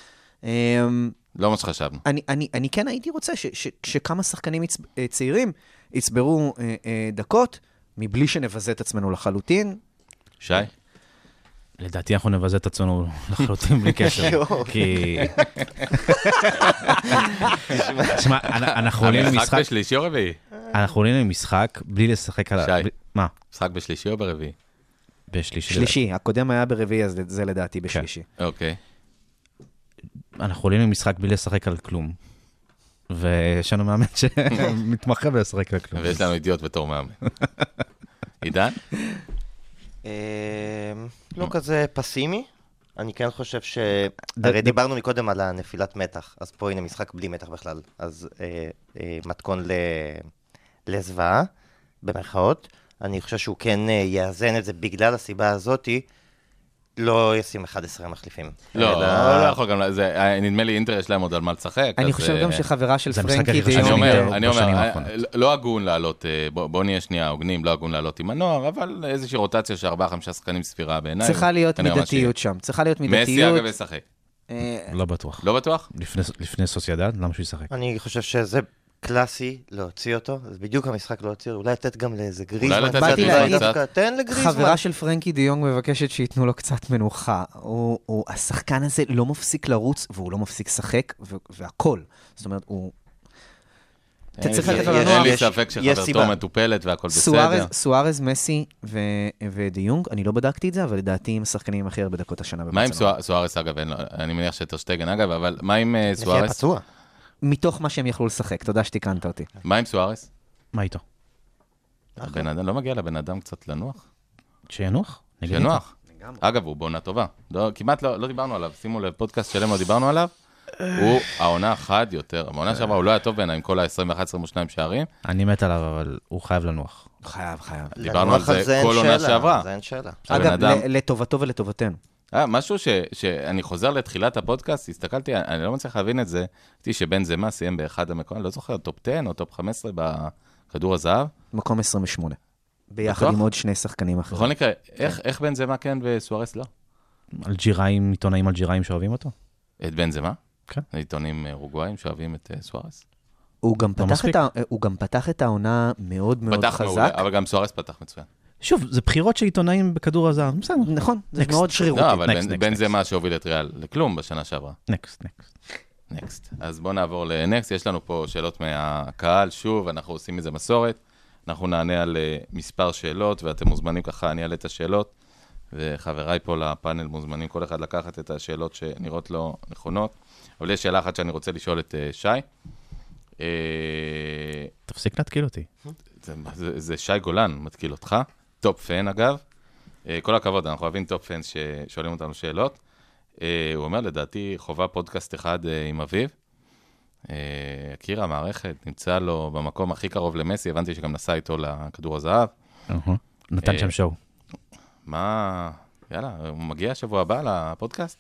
לא מה שחשבנו. אני כן הייתי רוצה שכמה שחקנים צעירים יצברו דקות, מבלי שנבזה את עצמנו לחלוטין. שי? לדעתי אנחנו נבזה את עצמנו לחלוטין בלי קשר, כי... תשמע, אנחנו עולים למשחק... המשחק בשלישי או רביעי? אנחנו עולים למשחק בלי לשחק על... שי. מה? משחק בשלישי או ברביעי? בשלישי. שלישי, הקודם היה ברביעי, אז זה לדעתי בשלישי. אוקיי. אנחנו עולים למשחק בלי לשחק על כלום. ויש לנו מאמן שמתמחה בלשחק על כלום. ויש לנו אידיוט בתור מאמן. עידן? לא כזה פסימי. אני כן חושב הרי דיברנו מקודם על הנפילת מתח, אז פה הנה משחק בלי מתח בכלל. אז מתכון לזוועה, במרכאות. אני חושב שהוא כן יאזן את זה בגלל הסיבה הזאתי, לא ישים 11 מחליפים. לא יכול גם, נדמה לי אינטר יש להם עוד על מה לשחק. אני חושב גם שחברה של פרנקי דיון... אני אומר, לא הגון לעלות, בוא נהיה שנייה הוגנים, לא הגון לעלות עם הנוער, אבל איזושהי רוטציה של 4-5 שחקנים ספירה בעיניי. צריכה להיות מידתיות שם, צריכה להיות מידתיות. מסי אגב ישחק. לא בטוח. לא בטוח? לפני סוסיידד, למה שהוא ישחק? אני חושב שזה קלאסי להוציא אותו, זה בדיוק המשחק להוציא אותו, אולי לתת גם לאיזה גריזמן. אולי לתת קצת. תן לגריזמן. חברה של פרנקי דיונג מבקשת שיתנו לו קצת מנוחה. השחקן הזה לא מפסיק לרוץ, והוא לא מפסיק לשחק, והכל. זאת אומרת, הוא... אין לי ספק שחברתו מטופלת והכל בסדר. סוארז, מסי ודיונג, אני לא בדקתי את זה, אבל לדעתי הם השחקנים הכי הרבה דקות השנה. מה עם סוארס אגב? אני מניח שטרשטגן אגב, אבל מה עם סוארס? לפי הפצוע. מתוך מה שהם יכלו לשחק, תודה שתיקנת אותי. מה עם סוארס? מה איתו? לא מגיע לבן אדם קצת לנוח? שינוח? שינוח. אגב, הוא בעונה טובה. כמעט לא דיברנו עליו, שימו לב, פודקאסט שלם לא דיברנו עליו. הוא העונה חד יותר. העונה שעברה הוא לא היה טוב בעיניי עם כל ה-21-22 שערים. אני מת עליו, אבל הוא חייב לנוח. חייב. דיברנו על זה כל עונה שעברה. זה אין שאלה. אגב, לטובתו ולטובתנו. משהו שאני חוזר לתחילת הפודקאסט, הסתכלתי, אני לא מצליח להבין את זה, הייתי שבן זמה סיים באחד המקום, לא זוכר, טופ 10 או טופ 15 בכדור הזהב. מקום 28. ביחד עם עוד שני שחקנים אחרים. בכל מקרה, איך בן זמה כן וסוארס לא? אלג'יראים, עיתונאים אלג'יראים שאוהבים אותו? את בן זמה? כן. עיתונים רוגוואים שאוהבים את סוארס? הוא גם פתח את העונה מאוד מאוד חזק. פתח מעולה, אבל גם סוארס פתח מצוין. שוב, זה בחירות של עיתונאים בכדור הזהב. נכון, זה מאוד שרירותי. לא, אבל בין זה מה שהוביל את ריאל לכלום בשנה שעברה. נקסט. אז בואו נעבור לנקסט. יש לנו פה שאלות מהקהל. שוב, אנחנו עושים מזה מסורת. אנחנו נענה על מספר שאלות, ואתם מוזמנים ככה, אני אעלה את השאלות, וחבריי פה לפאנל מוזמנים כל אחד לקחת את השאלות שנראות לו נכונות. אבל יש שאלה אחת שאני רוצה לשאול את שי. תפסיק להתקיל אותי. זה שי גולן מתקיל אותך. טופ פן אגב, כל הכבוד, אנחנו אוהבים טופ פן ששואלים אותנו שאלות. הוא אומר, לדעתי, חובה פודקאסט אחד עם אביב. קיר המערכת נמצא לו במקום הכי קרוב למסי, הבנתי שגם נסע איתו לכדור הזהב. נתן שם שואו. מה, יאללה, הוא מגיע שבוע הבא לפודקאסט?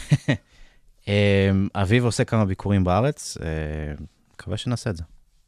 אביב עושה כמה ביקורים בארץ, מקווה שנעשה את זה.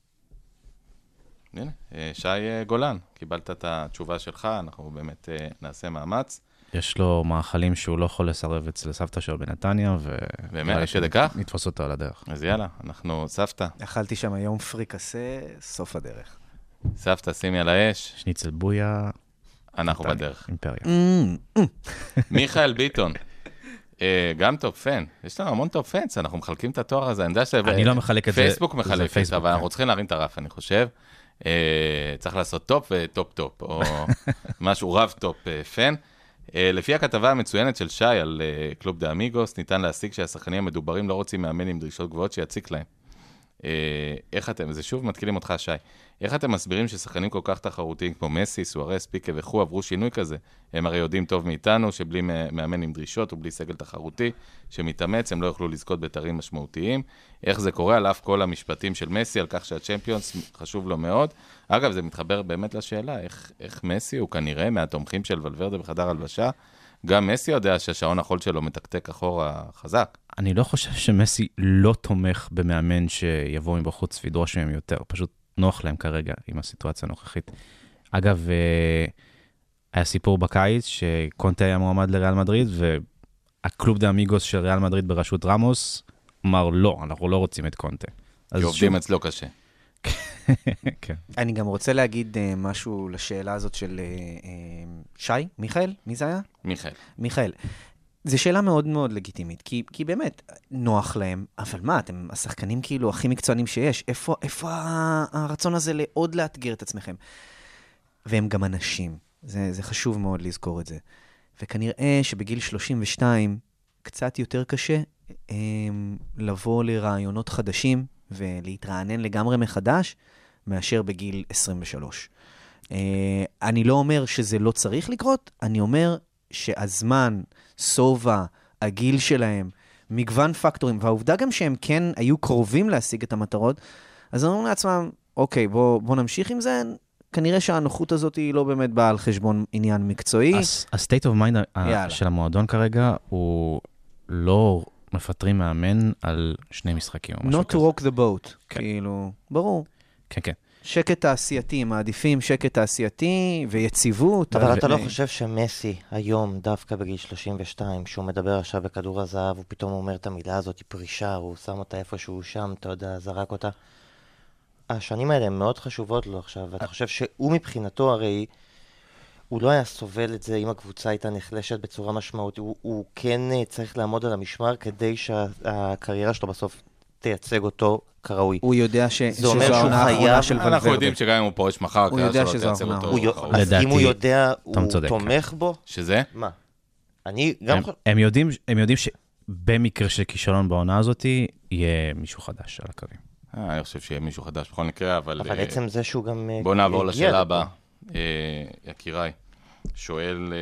הנה, שי גולן, קיבלת את התשובה שלך, אנחנו באמת נעשה מאמץ. יש לו מאכלים שהוא לא יכול לסרב אצל סבתא שלו בנתניה, באמת, עד כך? נתפוס אותו על הדרך. אז יאללה, אנחנו סבתא. אכלתי שם היום פריקסה, סוף הדרך. סבתא, שימי על האש. שניצל בויה. אנחנו בדרך. אימפריה. מיכאל ביטון. גם טופ פן, יש לנו המון טופ פנס, אנחנו מחלקים את התואר הזה, אני לא מחלק את זה. פייסבוק מחלק את זה, אבל אנחנו צריכים להרים את הרף, אני חושב. צריך לעשות טופ וטופ טופ, או משהו רב טופ פן. לפי הכתבה המצוינת של שי על קלוב דה אמיגוס, ניתן להשיג שהשחקנים המדוברים לא רוצים מאמן עם דרישות גבוהות שיציק להם. איך אתם, זה שוב מתקילים אותך שי, איך אתם מסבירים ששחקנים כל כך תחרותיים כמו מסי, סוארס, פיקה וכו' עברו שינוי כזה? הם הרי יודעים טוב מאיתנו שבלי מאמן עם דרישות ובלי סגל תחרותי שמתאמץ, הם לא יוכלו לזכות בתארים משמעותיים. איך זה קורה על אף כל המשפטים של מסי על כך שהצ'מפיונס חשוב לו מאוד? אגב, זה מתחבר באמת לשאלה, איך מסי הוא כנראה מהתומכים של ולוורדה בחדר הלבשה, גם מסי יודע שהשעון החול שלו מתקתק אחורה חזק. אני לא חושב שמסי לא תומך במאמן שיבוא מבחוץ וידרוש מהם יותר. פשוט נוח להם כרגע עם הסיטואציה הנוכחית. אגב, היה סיפור בקיץ שקונטה היה מועמד לריאל מדריד, והקלוב דה אמיגוס של ריאל מדריד בראשות רמוס אמר לא, אנחנו לא רוצים את קונטה. כי עובדים אצלו קשה. כן. אני גם רוצה להגיד משהו לשאלה הזאת של שי, מיכאל? מי זה היה? מיכאל. זו שאלה מאוד מאוד לגיטימית, כי באמת נוח להם, אבל מה, אתם השחקנים כאילו הכי מקצוענים שיש, איפה הרצון הזה לעוד לאתגר את עצמכם? והם גם אנשים, זה חשוב מאוד לזכור את זה. וכנראה שבגיל 32 קצת יותר קשה לבוא לרעיונות חדשים ולהתרענן לגמרי מחדש, מאשר בגיל 23. אני לא אומר שזה לא צריך לקרות, אני אומר שהזמן, סובה, הגיל שלהם, מגוון פקטורים, והעובדה גם שהם כן היו קרובים להשיג את המטרות, אז אמרו לעצמם, אוקיי, בוא נמשיך עם זה, כנראה שהנוחות הזאת היא לא באמת באה על חשבון עניין מקצועי. ה-state of mind של המועדון כרגע הוא לא מפטרים מאמן על 2 משחקים או משהו כזה. Not to rock the boat, כאילו, ברור. כן, כן. שקט תעשייתי, מעדיפים שקט תעשייתי ויציבות. אבל אתה לא חושב שמסי היום, דווקא בגיל 32, שהוא מדבר עכשיו בכדור הזהב, הוא פתאום אומר את המילה הזאת, היא פרישה, הוא שם אותה איפשהו שם, אתה יודע, זרק אותה. השנים האלה הן מאוד חשובות לו עכשיו, ואתה חושב שהוא מבחינתו הרי, הוא לא היה סובל את זה אם הקבוצה הייתה נחלשת בצורה משמעותית, הוא כן צריך לעמוד על המשמר כדי שהקריירה שלו בסוף תייצג אותו כראוי. הוא יודע שזו העונה האחרונה של ולוורדה. אנחנו יודעים שגם אם הוא פורש מחר, הקריירה שלו תייצג אותו. אז אם הוא יודע, הוא תומך בו? שזה? מה? אני גם... הם יודעים שבמקרה של כישלון בעונה הזאת, יהיה מישהו חדש על הקווים. אני חושב שיהיה מישהו חדש בכל מקרה, אבל עצם זה שהוא גם... בוא נעבור לשאלה הבאה. יקיריי, שואל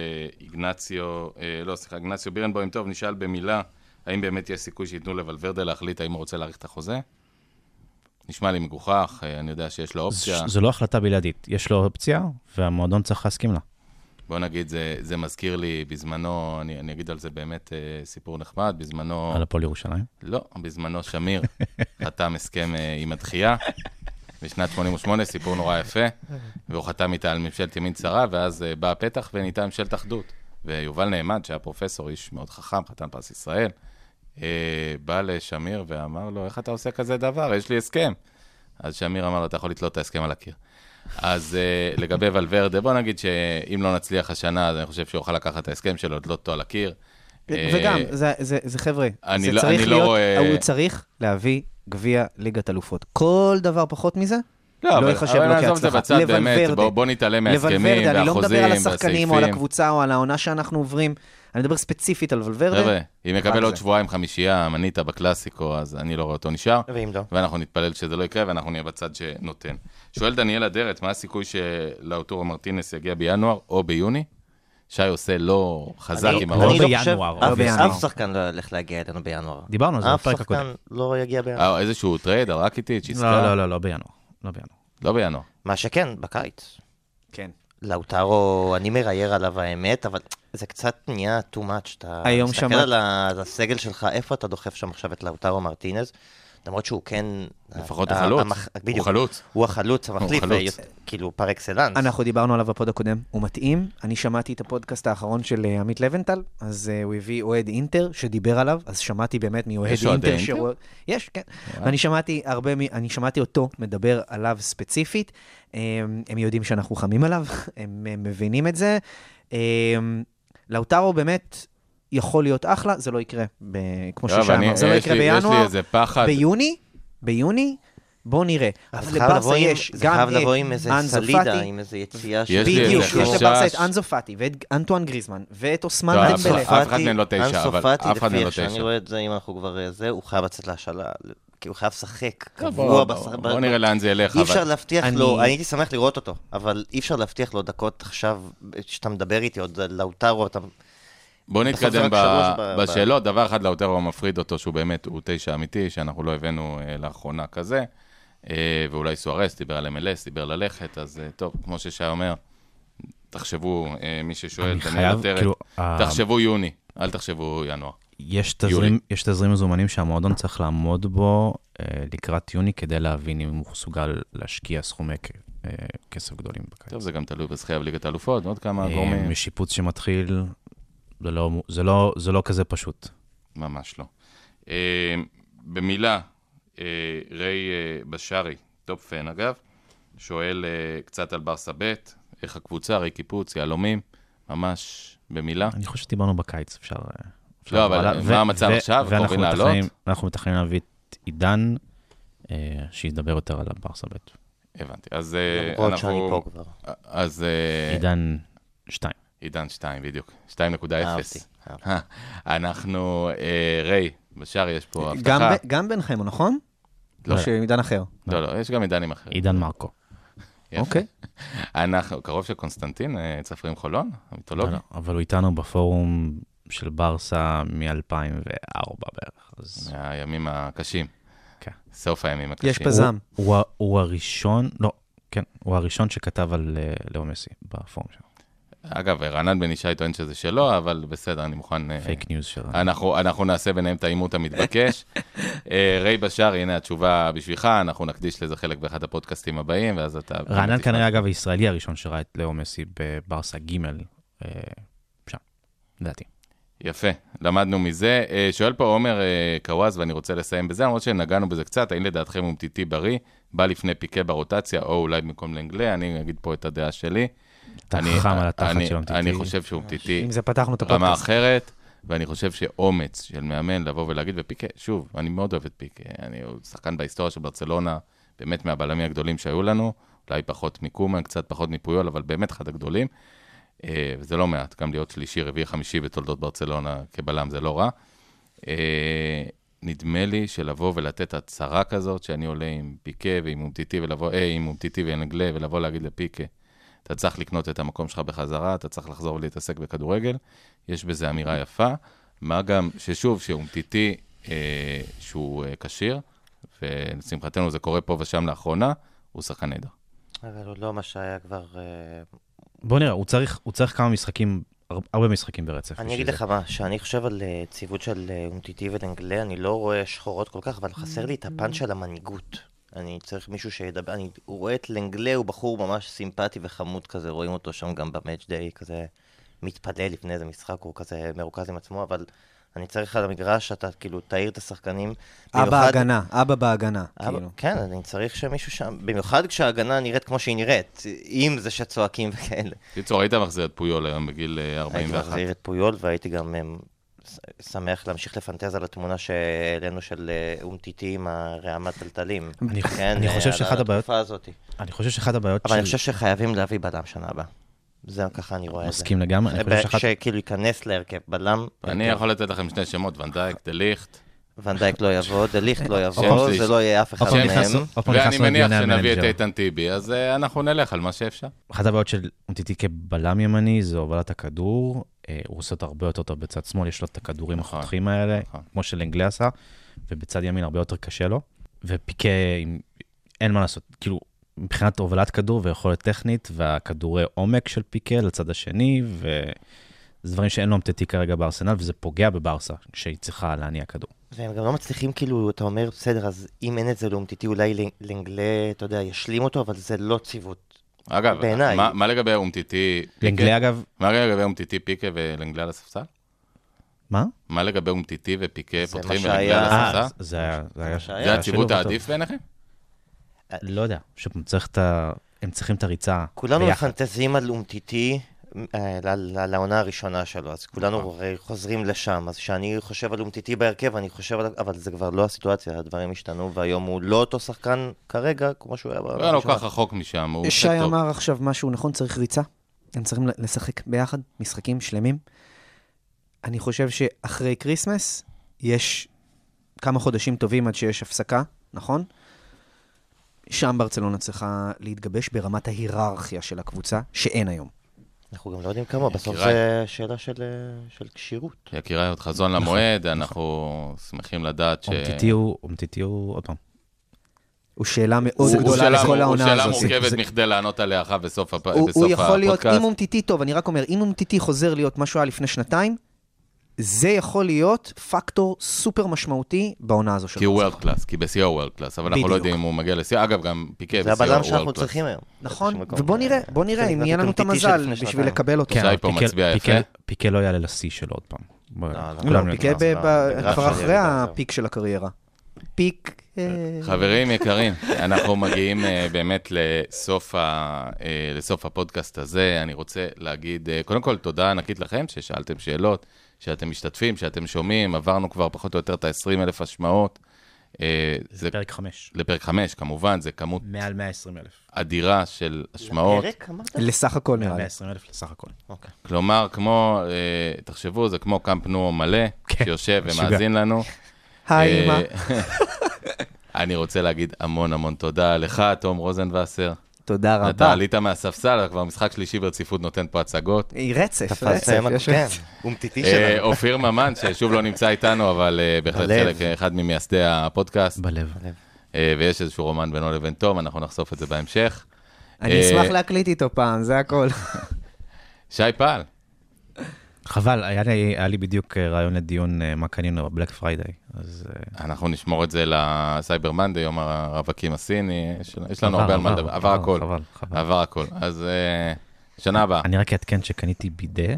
איגנציו בירנבוים, טוב, נשאל במילה, האם באמת יש סיכוי שיתנו לוולברדה להחליט האם הוא רוצה להאריך את החוזה? נשמע לי מגוחך, אני יודע שיש לו אופציה. זו לא החלטה בלעדית, יש לו אופציה, והמועדון צריך להסכים לה. בוא נגיד, זה מזכיר לי בזמנו, אני אגיד על זה באמת סיפור נחמד, בזמנו... על הפועל ירושלים? לא, בזמנו שמיר חתם הסכם עם הדחייה, בשנת 88, סיפור נורא יפה, והוא חתם איתה על ממשלת ימין צרה, ואז בא הפתח ונהייתה ממשלת אחדות. ויובל נעמד, שהיה פרופסור, איש מאוד חכם, חתן פרס ישראל, בא לשמיר ואמר לו, איך אתה עושה כזה דבר? יש לי הסכם. אז שמיר אמר לו, אתה יכול לתלות את ההסכם על הקיר. אז לגבי ולוורדה, בוא נגיד שאם לא נצליח השנה, אז אני חושב שהוא יוכל לקחת את ההסכם שלו, לתלות אותו על הקיר. וגם, זה חבר'ה, הוא צריך להביא גביע ליגת אלופות. כל דבר פחות מזה, לא יחשב לו כהצלחה. בוא נתעלם מהסכמים והחוזים. אני לא מדבר על השחקנים או על הקבוצה או על העונה שאנחנו עוברים, אני מדבר ספציפית על ולוורדה. חבר'ה, אם יקבל עוד שבועיים 5 מניטה בקלאסיקו, אז אני לא רואה אותו נשאר. ואנחנו נתפלל שזה לא יקרה, ואנחנו נהיה בצד שנותן. שואל דניאל אדרת, מה הסיכוי שלאוטורו מרטינס יגיע בינואר או ביוני? שי עושה לא חזק עם הראש. אני לא חושב, אף שחקן לא הולך להגיע אלינו בינואר. דיברנו על זה בפרק הקודם. אף שחקן לא יגיע בינואר. איזשהו טרייד על רקיטיץ', עסקה? לא בינואר. לא בינואר. מה שכן, בקיץ. כן. לאוטרו, אני מראייר עליו האמת, אבל זה קצת נהיה too much. אתה מסתכל על הסגל שלך, איפה אתה דוחף שם עכשיו את לאוטרו מרטינז? למרות שהוא כן... לפחות החלוץ. הוא חלוץ. הוא החלוץ המחליף, כאילו פר אקסלנס. אנחנו דיברנו עליו בפוד הקודם, הוא מתאים. אני שמעתי את הפודקאסט האחרון של עמית לבנטל, אז הוא הביא אוהד אינטר שדיבר עליו, אז שמעתי באמת מאוהד אינטר. יש, כן. ואני שמעתי אותו מדבר עליו ספציפית. הם יודעים שאנחנו חמים עליו, הם מבינים את זה. לאוטרו באמת... יכול להיות אחלה, זה לא יקרה, כמו ששאמר, זה לא יקרה בינואר, ביוני, בואו נראה. אבל לברסה יש גם את אנסופטי, עם איזה יציאה של... בדיוק, יש לברסה את אנסופטי, ואת אנטואן גריזמן, ואת אוסמן דמבלה. אף אחד מהם לא 9, אבל אף אחד מהם לא 9. אני רואה את זה, אם אנחנו כבר זה, הוא חייב לצאת להשאלה, כי הוא חייב לשחק קבוע. בוא נראה לאן זה ילך. אי אפשר להבטיח לו, אני הייתי שמח לראות אותו, אבל אי אפשר להבטיח לו דקות עכשיו, שאתה מדבר איתי עוד לאוטרו, אתה... בואו נתקדם בשאלות. דבר אחד לאוטרו מפריד אותו, שהוא באמת, הוא 9 אמיתי, שאנחנו לא הבאנו לאחרונה כזה, ואולי סוארס דיבר על MLS, דיבר ללכת, אז טוב, כמו ששי אומר, תחשבו, מי ששואל, תחשבו יוני, אל תחשבו ינואר. יש תזרים מזומנים שהמועדון צריך לעמוד בו לקראת יוני, כדי להבין אם הוא מסוגל להשקיע סכומי כסף גדולים בקיץ. טוב, זה גם תלוי בזכייה בליגת האלופות, עוד כמה גורמים. משיפוץ שמתחיל... זה לא כזה פשוט. ממש לא. במילה, ריי בשארי, טופ פן אגב, שואל קצת על ברסה ב', איך הקבוצה, ראי קיפוץ, יעלומים, ממש במילה. אני חושב שדיברנו בקיץ, אפשר... לא, אבל מה המצב עכשיו? קוראים לעלות? אנחנו מתכננים להביא את עידן, שידבר יותר על הברסה ב'. הבנתי, אז למרות שאני פה כבר. אז... עידן 2. עידן 2, בדיוק. 2.0. אנחנו, ריי, בשאר יש פה הבטחה. גם ביניכם, נכון? לא. או שעידן אחר? לא, יש גם עידנים אחרים. עידן מרקו. אוקיי. אנחנו, קרוב של קונסטנטין, צפרים חולון, המיתולוגי. אבל הוא איתנו בפורום של ברסה מ-2004 בערך. מהימים הקשים. כן. סוף הימים הקשים. יש פזם. הוא הראשון, לא, כן, הוא הראשון שכתב על לאו מסי בפורום שלו. אגב, רענן בן ישי טוען שזה שלו, אבל בסדר, אני מוכן... פייק ניוז שלו. אנחנו נעשה ביניהם את האימות המתבקש. ריי בשאר, הנה התשובה בשבילך, אנחנו נקדיש לזה חלק באחד הפודקאסטים הבאים, ואז אתה... רענן כנראה, אגב, הישראלי הראשון שראה את לאו מסי בברסה ג' שם, לדעתי. יפה, למדנו מזה. שואל פה עומר קוואז, ואני רוצה לסיים בזה, למרות שנגענו בזה קצת, האם לדעתכם אומטיטי בריא, בא לפני פיקה ברוטציה, או אולי במקום לנגלה, אני אגיד פה את הדעה שלי. אני חושב שהוא אומטיטי רמה אחרת, ואני חושב שאומץ של מאמן לבוא ולהגיד, ופיקה, שוב, אני מאוד אוהב את פיקה, הוא שחקן בהיסטוריה של ברצלונה, באמת מהבלמים הגדולים שהיו לנו, אולי פחות מקומן, קצת פחות מפויול, אבל באמת אחד הגדולים, וזה לא מעט, גם להיות שלישי, רביעי, חמישי בתולדות ברצלונה כבלם, זה לא רע. נדמה לי שלבוא ולתת הצהרה כזאת, שאני עולה עם פיקה ועם אומטיטי, ולבוא, עם אומטיטי ונגלה, ולבוא להגיד לפיקה, אתה צריך לקנות את המקום שלך בחזרה, אתה צריך לחזור ולהתעסק בכדורגל, יש בזה אמירה יפה, מה גם ששוב, שאומטיטי שהוא קשיר, ולשמחתנו זה קורה פה ושם לאחרונה, הוא שחקן נהדר. אבל עוד לא מה שהיה כבר... בוא נראה, הוא צריך כמה משחקים, הרבה משחקים ברצף. אני אגיד לך מה, שאני חושב על ציוות של אומטיטי ודנגלה, אני לא רואה שחורות כל כך, אבל חסר לי את הפן של המנהיגות. אני צריך מישהו שידבר, אני רואה את לנגלה, הוא בחור ממש סימפטי וחמוד כזה, רואים אותו שם גם במאץ' דיי, כזה מתפלל לפני איזה משחק, הוא כזה מרוכז עם עצמו, אבל אני צריך על המגרש שאתה כאילו תאיר את השחקנים. אבא בהגנה. כן, אני צריך שמישהו שם, במיוחד כשההגנה נראית כמו שהיא נראית, עם זה שצועקים וכאלה. קיצור, היית מחזיר את פויול היום בגיל 41. הייתי מחזיר את פויול, והייתי גם שמח להמשיך לפנטז על התמונה שהעלינו של אומטיטי עם הרעמת טלטלים. אני חושב שאחד הבעיות אבל אני חושב שחייבים להביא בלם שנה הבאה. זה ככה אני רואה את זה. מסכים לגמרי. שכאילו ייכנס להרכב בלם. אני יכול לתת לכם שני שמות, ונדייק, דליכט. ונדייק לא יבוא, דליכט לא יבוא, זה לא יהיה אף אחד מהם. ואני מניח שנביא את איתן טיבי, אז אנחנו נלך על מה שאפשר. אחת הבעיות של אומטיטי כבלם ימני, זה הובלת הכדור, הוא עושה את הרבה יותר טוב בצד שמאל, יש לו את הכדורים החותכים האלה, כמו שלנגלה עשה, ובצד ימין הרבה יותר קשה לו, ופיקה, אין מה לעשות, כאילו, מבחינת הובלת כדור ויכולת טכנית, והכדורי עומק של פיקה לצד השני, וזה דברים שאין לו אומטיטי כרגע בארסנל, וזה פוגע בברסה, כשהיא צריכה להניע כדור. והם גם לא מצליחים, כאילו, אתה אומר, בסדר, אז אם אין את זה לאומטיטי, אולי לנגלה, אתה יודע, ישלים אותו, אבל זה לא ציוות. אגב, מה לגבי אומטיטי לנגלה, אגב... מה לגבי אומטיטי פיקה ולנגלה על הספסל? מה? מה לגבי אומטיטי ופיקה פותחים ולנגלה על הספסל? זה הציוות העדיף בעיניכם? לא יודע, הם צריכים את הריצה ביחד. כולנו מפנטזים על אומטיטי לעונה הראשונה שלו, אז כולנו חוזרים לשם, אז כשאני חושב על אומטיטי בהרכב, אני חושב על... אבל זה כבר לא הסיטואציה, הדברים השתנו, והיום הוא לא אותו שחקן כרגע, כמו שהוא היה בראשונה. לא כך רחוק משם, הוא... שי אמר עכשיו משהו נכון, צריך ריצה, הם צריכים לשחק ביחד, משחקים שלמים. אני חושב שאחרי קריסמס, יש כמה חודשים טובים עד שיש הפסקה, נכון? שם ברצלונה צריכה להתגבש ברמת ההיררכיה של הקבוצה, שאין היום. אנחנו גם לא יודעים כמה, בסוף זה שאלה של קשירות. יקירה, עוד חזון למועד, אנחנו שמחים לדעת ש... אומטיטי הוא עוד פעם. הוא שאלה מאוד גדולה לכל העונה הזאת. הוא שאלה מורכבת מכדי לענות עליה אחר בסוף הפודקאסט. הוא יכול להיות, אם אומטיטי טוב, אני רק אומר, אם אומטיטי חוזר להיות משהו היה לפני שנתיים, זה יכול להיות פקטור סופר משמעותי בעונה הזו. כי הוא וורד קלאס, כי בשיא הוא וורד קלאס, אבל אנחנו לא יודעים אם הוא מגיע לשיא. אגב, גם פיקה בשיא הוא וורד קלאס. זה הבלם שאנחנו צריכים היום. נכון, ובוא נראה אם יהיה לנו את המזל בשביל לקבל אותו. שי פה מצביע יפה. פיקה לא יעלה לשיא שלו עוד פעם. לא, פיקה כבר אחרי הפיק של הקריירה. פיק חברים יקרים, אנחנו מגיעים באמת לסוף הפודקאסט הזה. אני רוצה להגיד, קודם כל, תודה ענקית לכם ששאלתם שאלות, שאתם משתתפים, שאתם שומעים. עברנו כבר פחות או יותר את ה-20,000 השמעות. זה פרק 5. לפרק 5, כמובן, זה כמות... מעל 120,000. אדירה של השמעות. לפרק, אמרת? לסך הכל נראה לי. 120,000 לסך הכל. כלומר, כמו, תחשבו, זה כמו קאמפ נו מלא, שיושב ומאזין לנו. היי, אמא. אני רוצה להגיד המון המון תודה לך, תום רוזנווסר. תודה רבה. אתה עלית מהספסל, כבר משחק שלישי ברציפות נותן פה הצגות. רצף, כן, אומתיתי שלנו. אופיר ממן, ששוב לא נמצא איתנו, אבל בהחלט חלק אחד ממייסדי הפודקאסט. בלב. ויש איזשהו רומן בינו לבין תום, אנחנו נחשוף את זה בהמשך. אני אשמח להקליט איתו פעם, זה הכל. שי פעל. חבל, היה לי בדיוק רעיון לדיון מה קנינו בבלק פריידיי. אנחנו נשמור את זה לסייבר מנדי, יום הרווקים הסיני, יש לנו הרבה על מה לדבר, עבר הכל. עבר הכל, אז שנה הבאה. אני רק אעדכן שקניתי בידה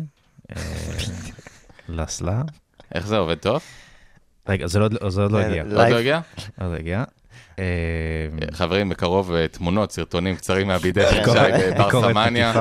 לסלה. איך זה עובד טוב? רגע, זה עוד לא הגיע. עוד לא הגיע? עוד לא הגיע. חברים, בקרוב תמונות, סרטונים קצרים מהבידה של שי בברסמניה.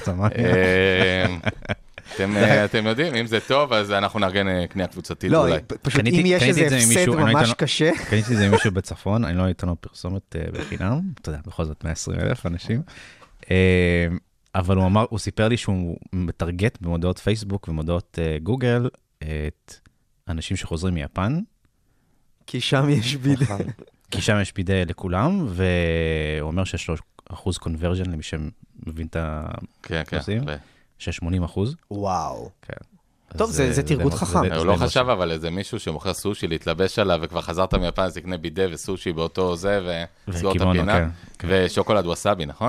אתם יודעים, אם זה טוב, אז אנחנו נארגן קנייה קבוצתית אולי. לא, פשוט אם יש איזה הפסד ממש קשה. קניתי את זה מישהו בצפון, אני לא אתן לו פרסומת בחינם, אתה יודע, בכל זאת 120,000 אנשים. אבל הוא סיפר לי שהוא מטרגט במודעות פייסבוק ומודעות גוגל את אנשים שחוזרים מיפן. כי שם יש בידה. כי שם יש בידה לכולם, והוא אומר שיש לו אחוז קונברג'ן למי שמבין את הנושאים. ש80%. וואו. טוב, זה תרגות חכם. הוא לא חשב אבל איזה מישהו שמוכר סושי להתלבש עליו, וכבר חזרת מיפן, אז תקנה בידה וסושי באותו זה, וסגור את הפינה. ושוקולד ווסאבי, נכון?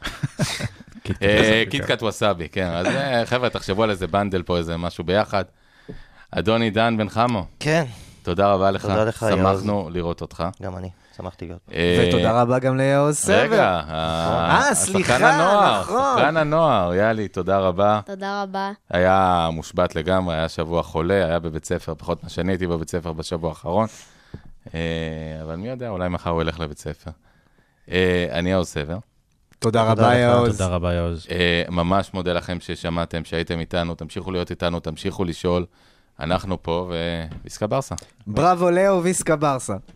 קיטקאט ווסאבי, כן. אז חבר'ה, תחשבו על איזה בנדל פה, איזה משהו ביחד. אדוני דן בן חמו. כן. תודה רבה לך. תודה לך, שמחנו לראות אותך. גם אני. שמחתי להיות. ותודה רבה גם ליאוז סבר. רגע, סליחה, נכון. שחקן הנוער, יאלי, תודה רבה. תודה רבה. היה מושבת לגמרי, היה שבוע חולה, היה בבית ספר, פחות מה שאני הייתי בבית ספר בשבוע האחרון. אבל מי יודע, אולי מחר הוא ילך לבית ספר. אני יאוז סבר. תודה רבה, יאוז. תודה רבה, יאוז. ממש מודה לכם ששמעתם, שהייתם איתנו, תמשיכו להיות איתנו, תמשיכו לשאול. אנחנו פה, וויסקה ברסה. בראבו לאו, ויסקה ברסה.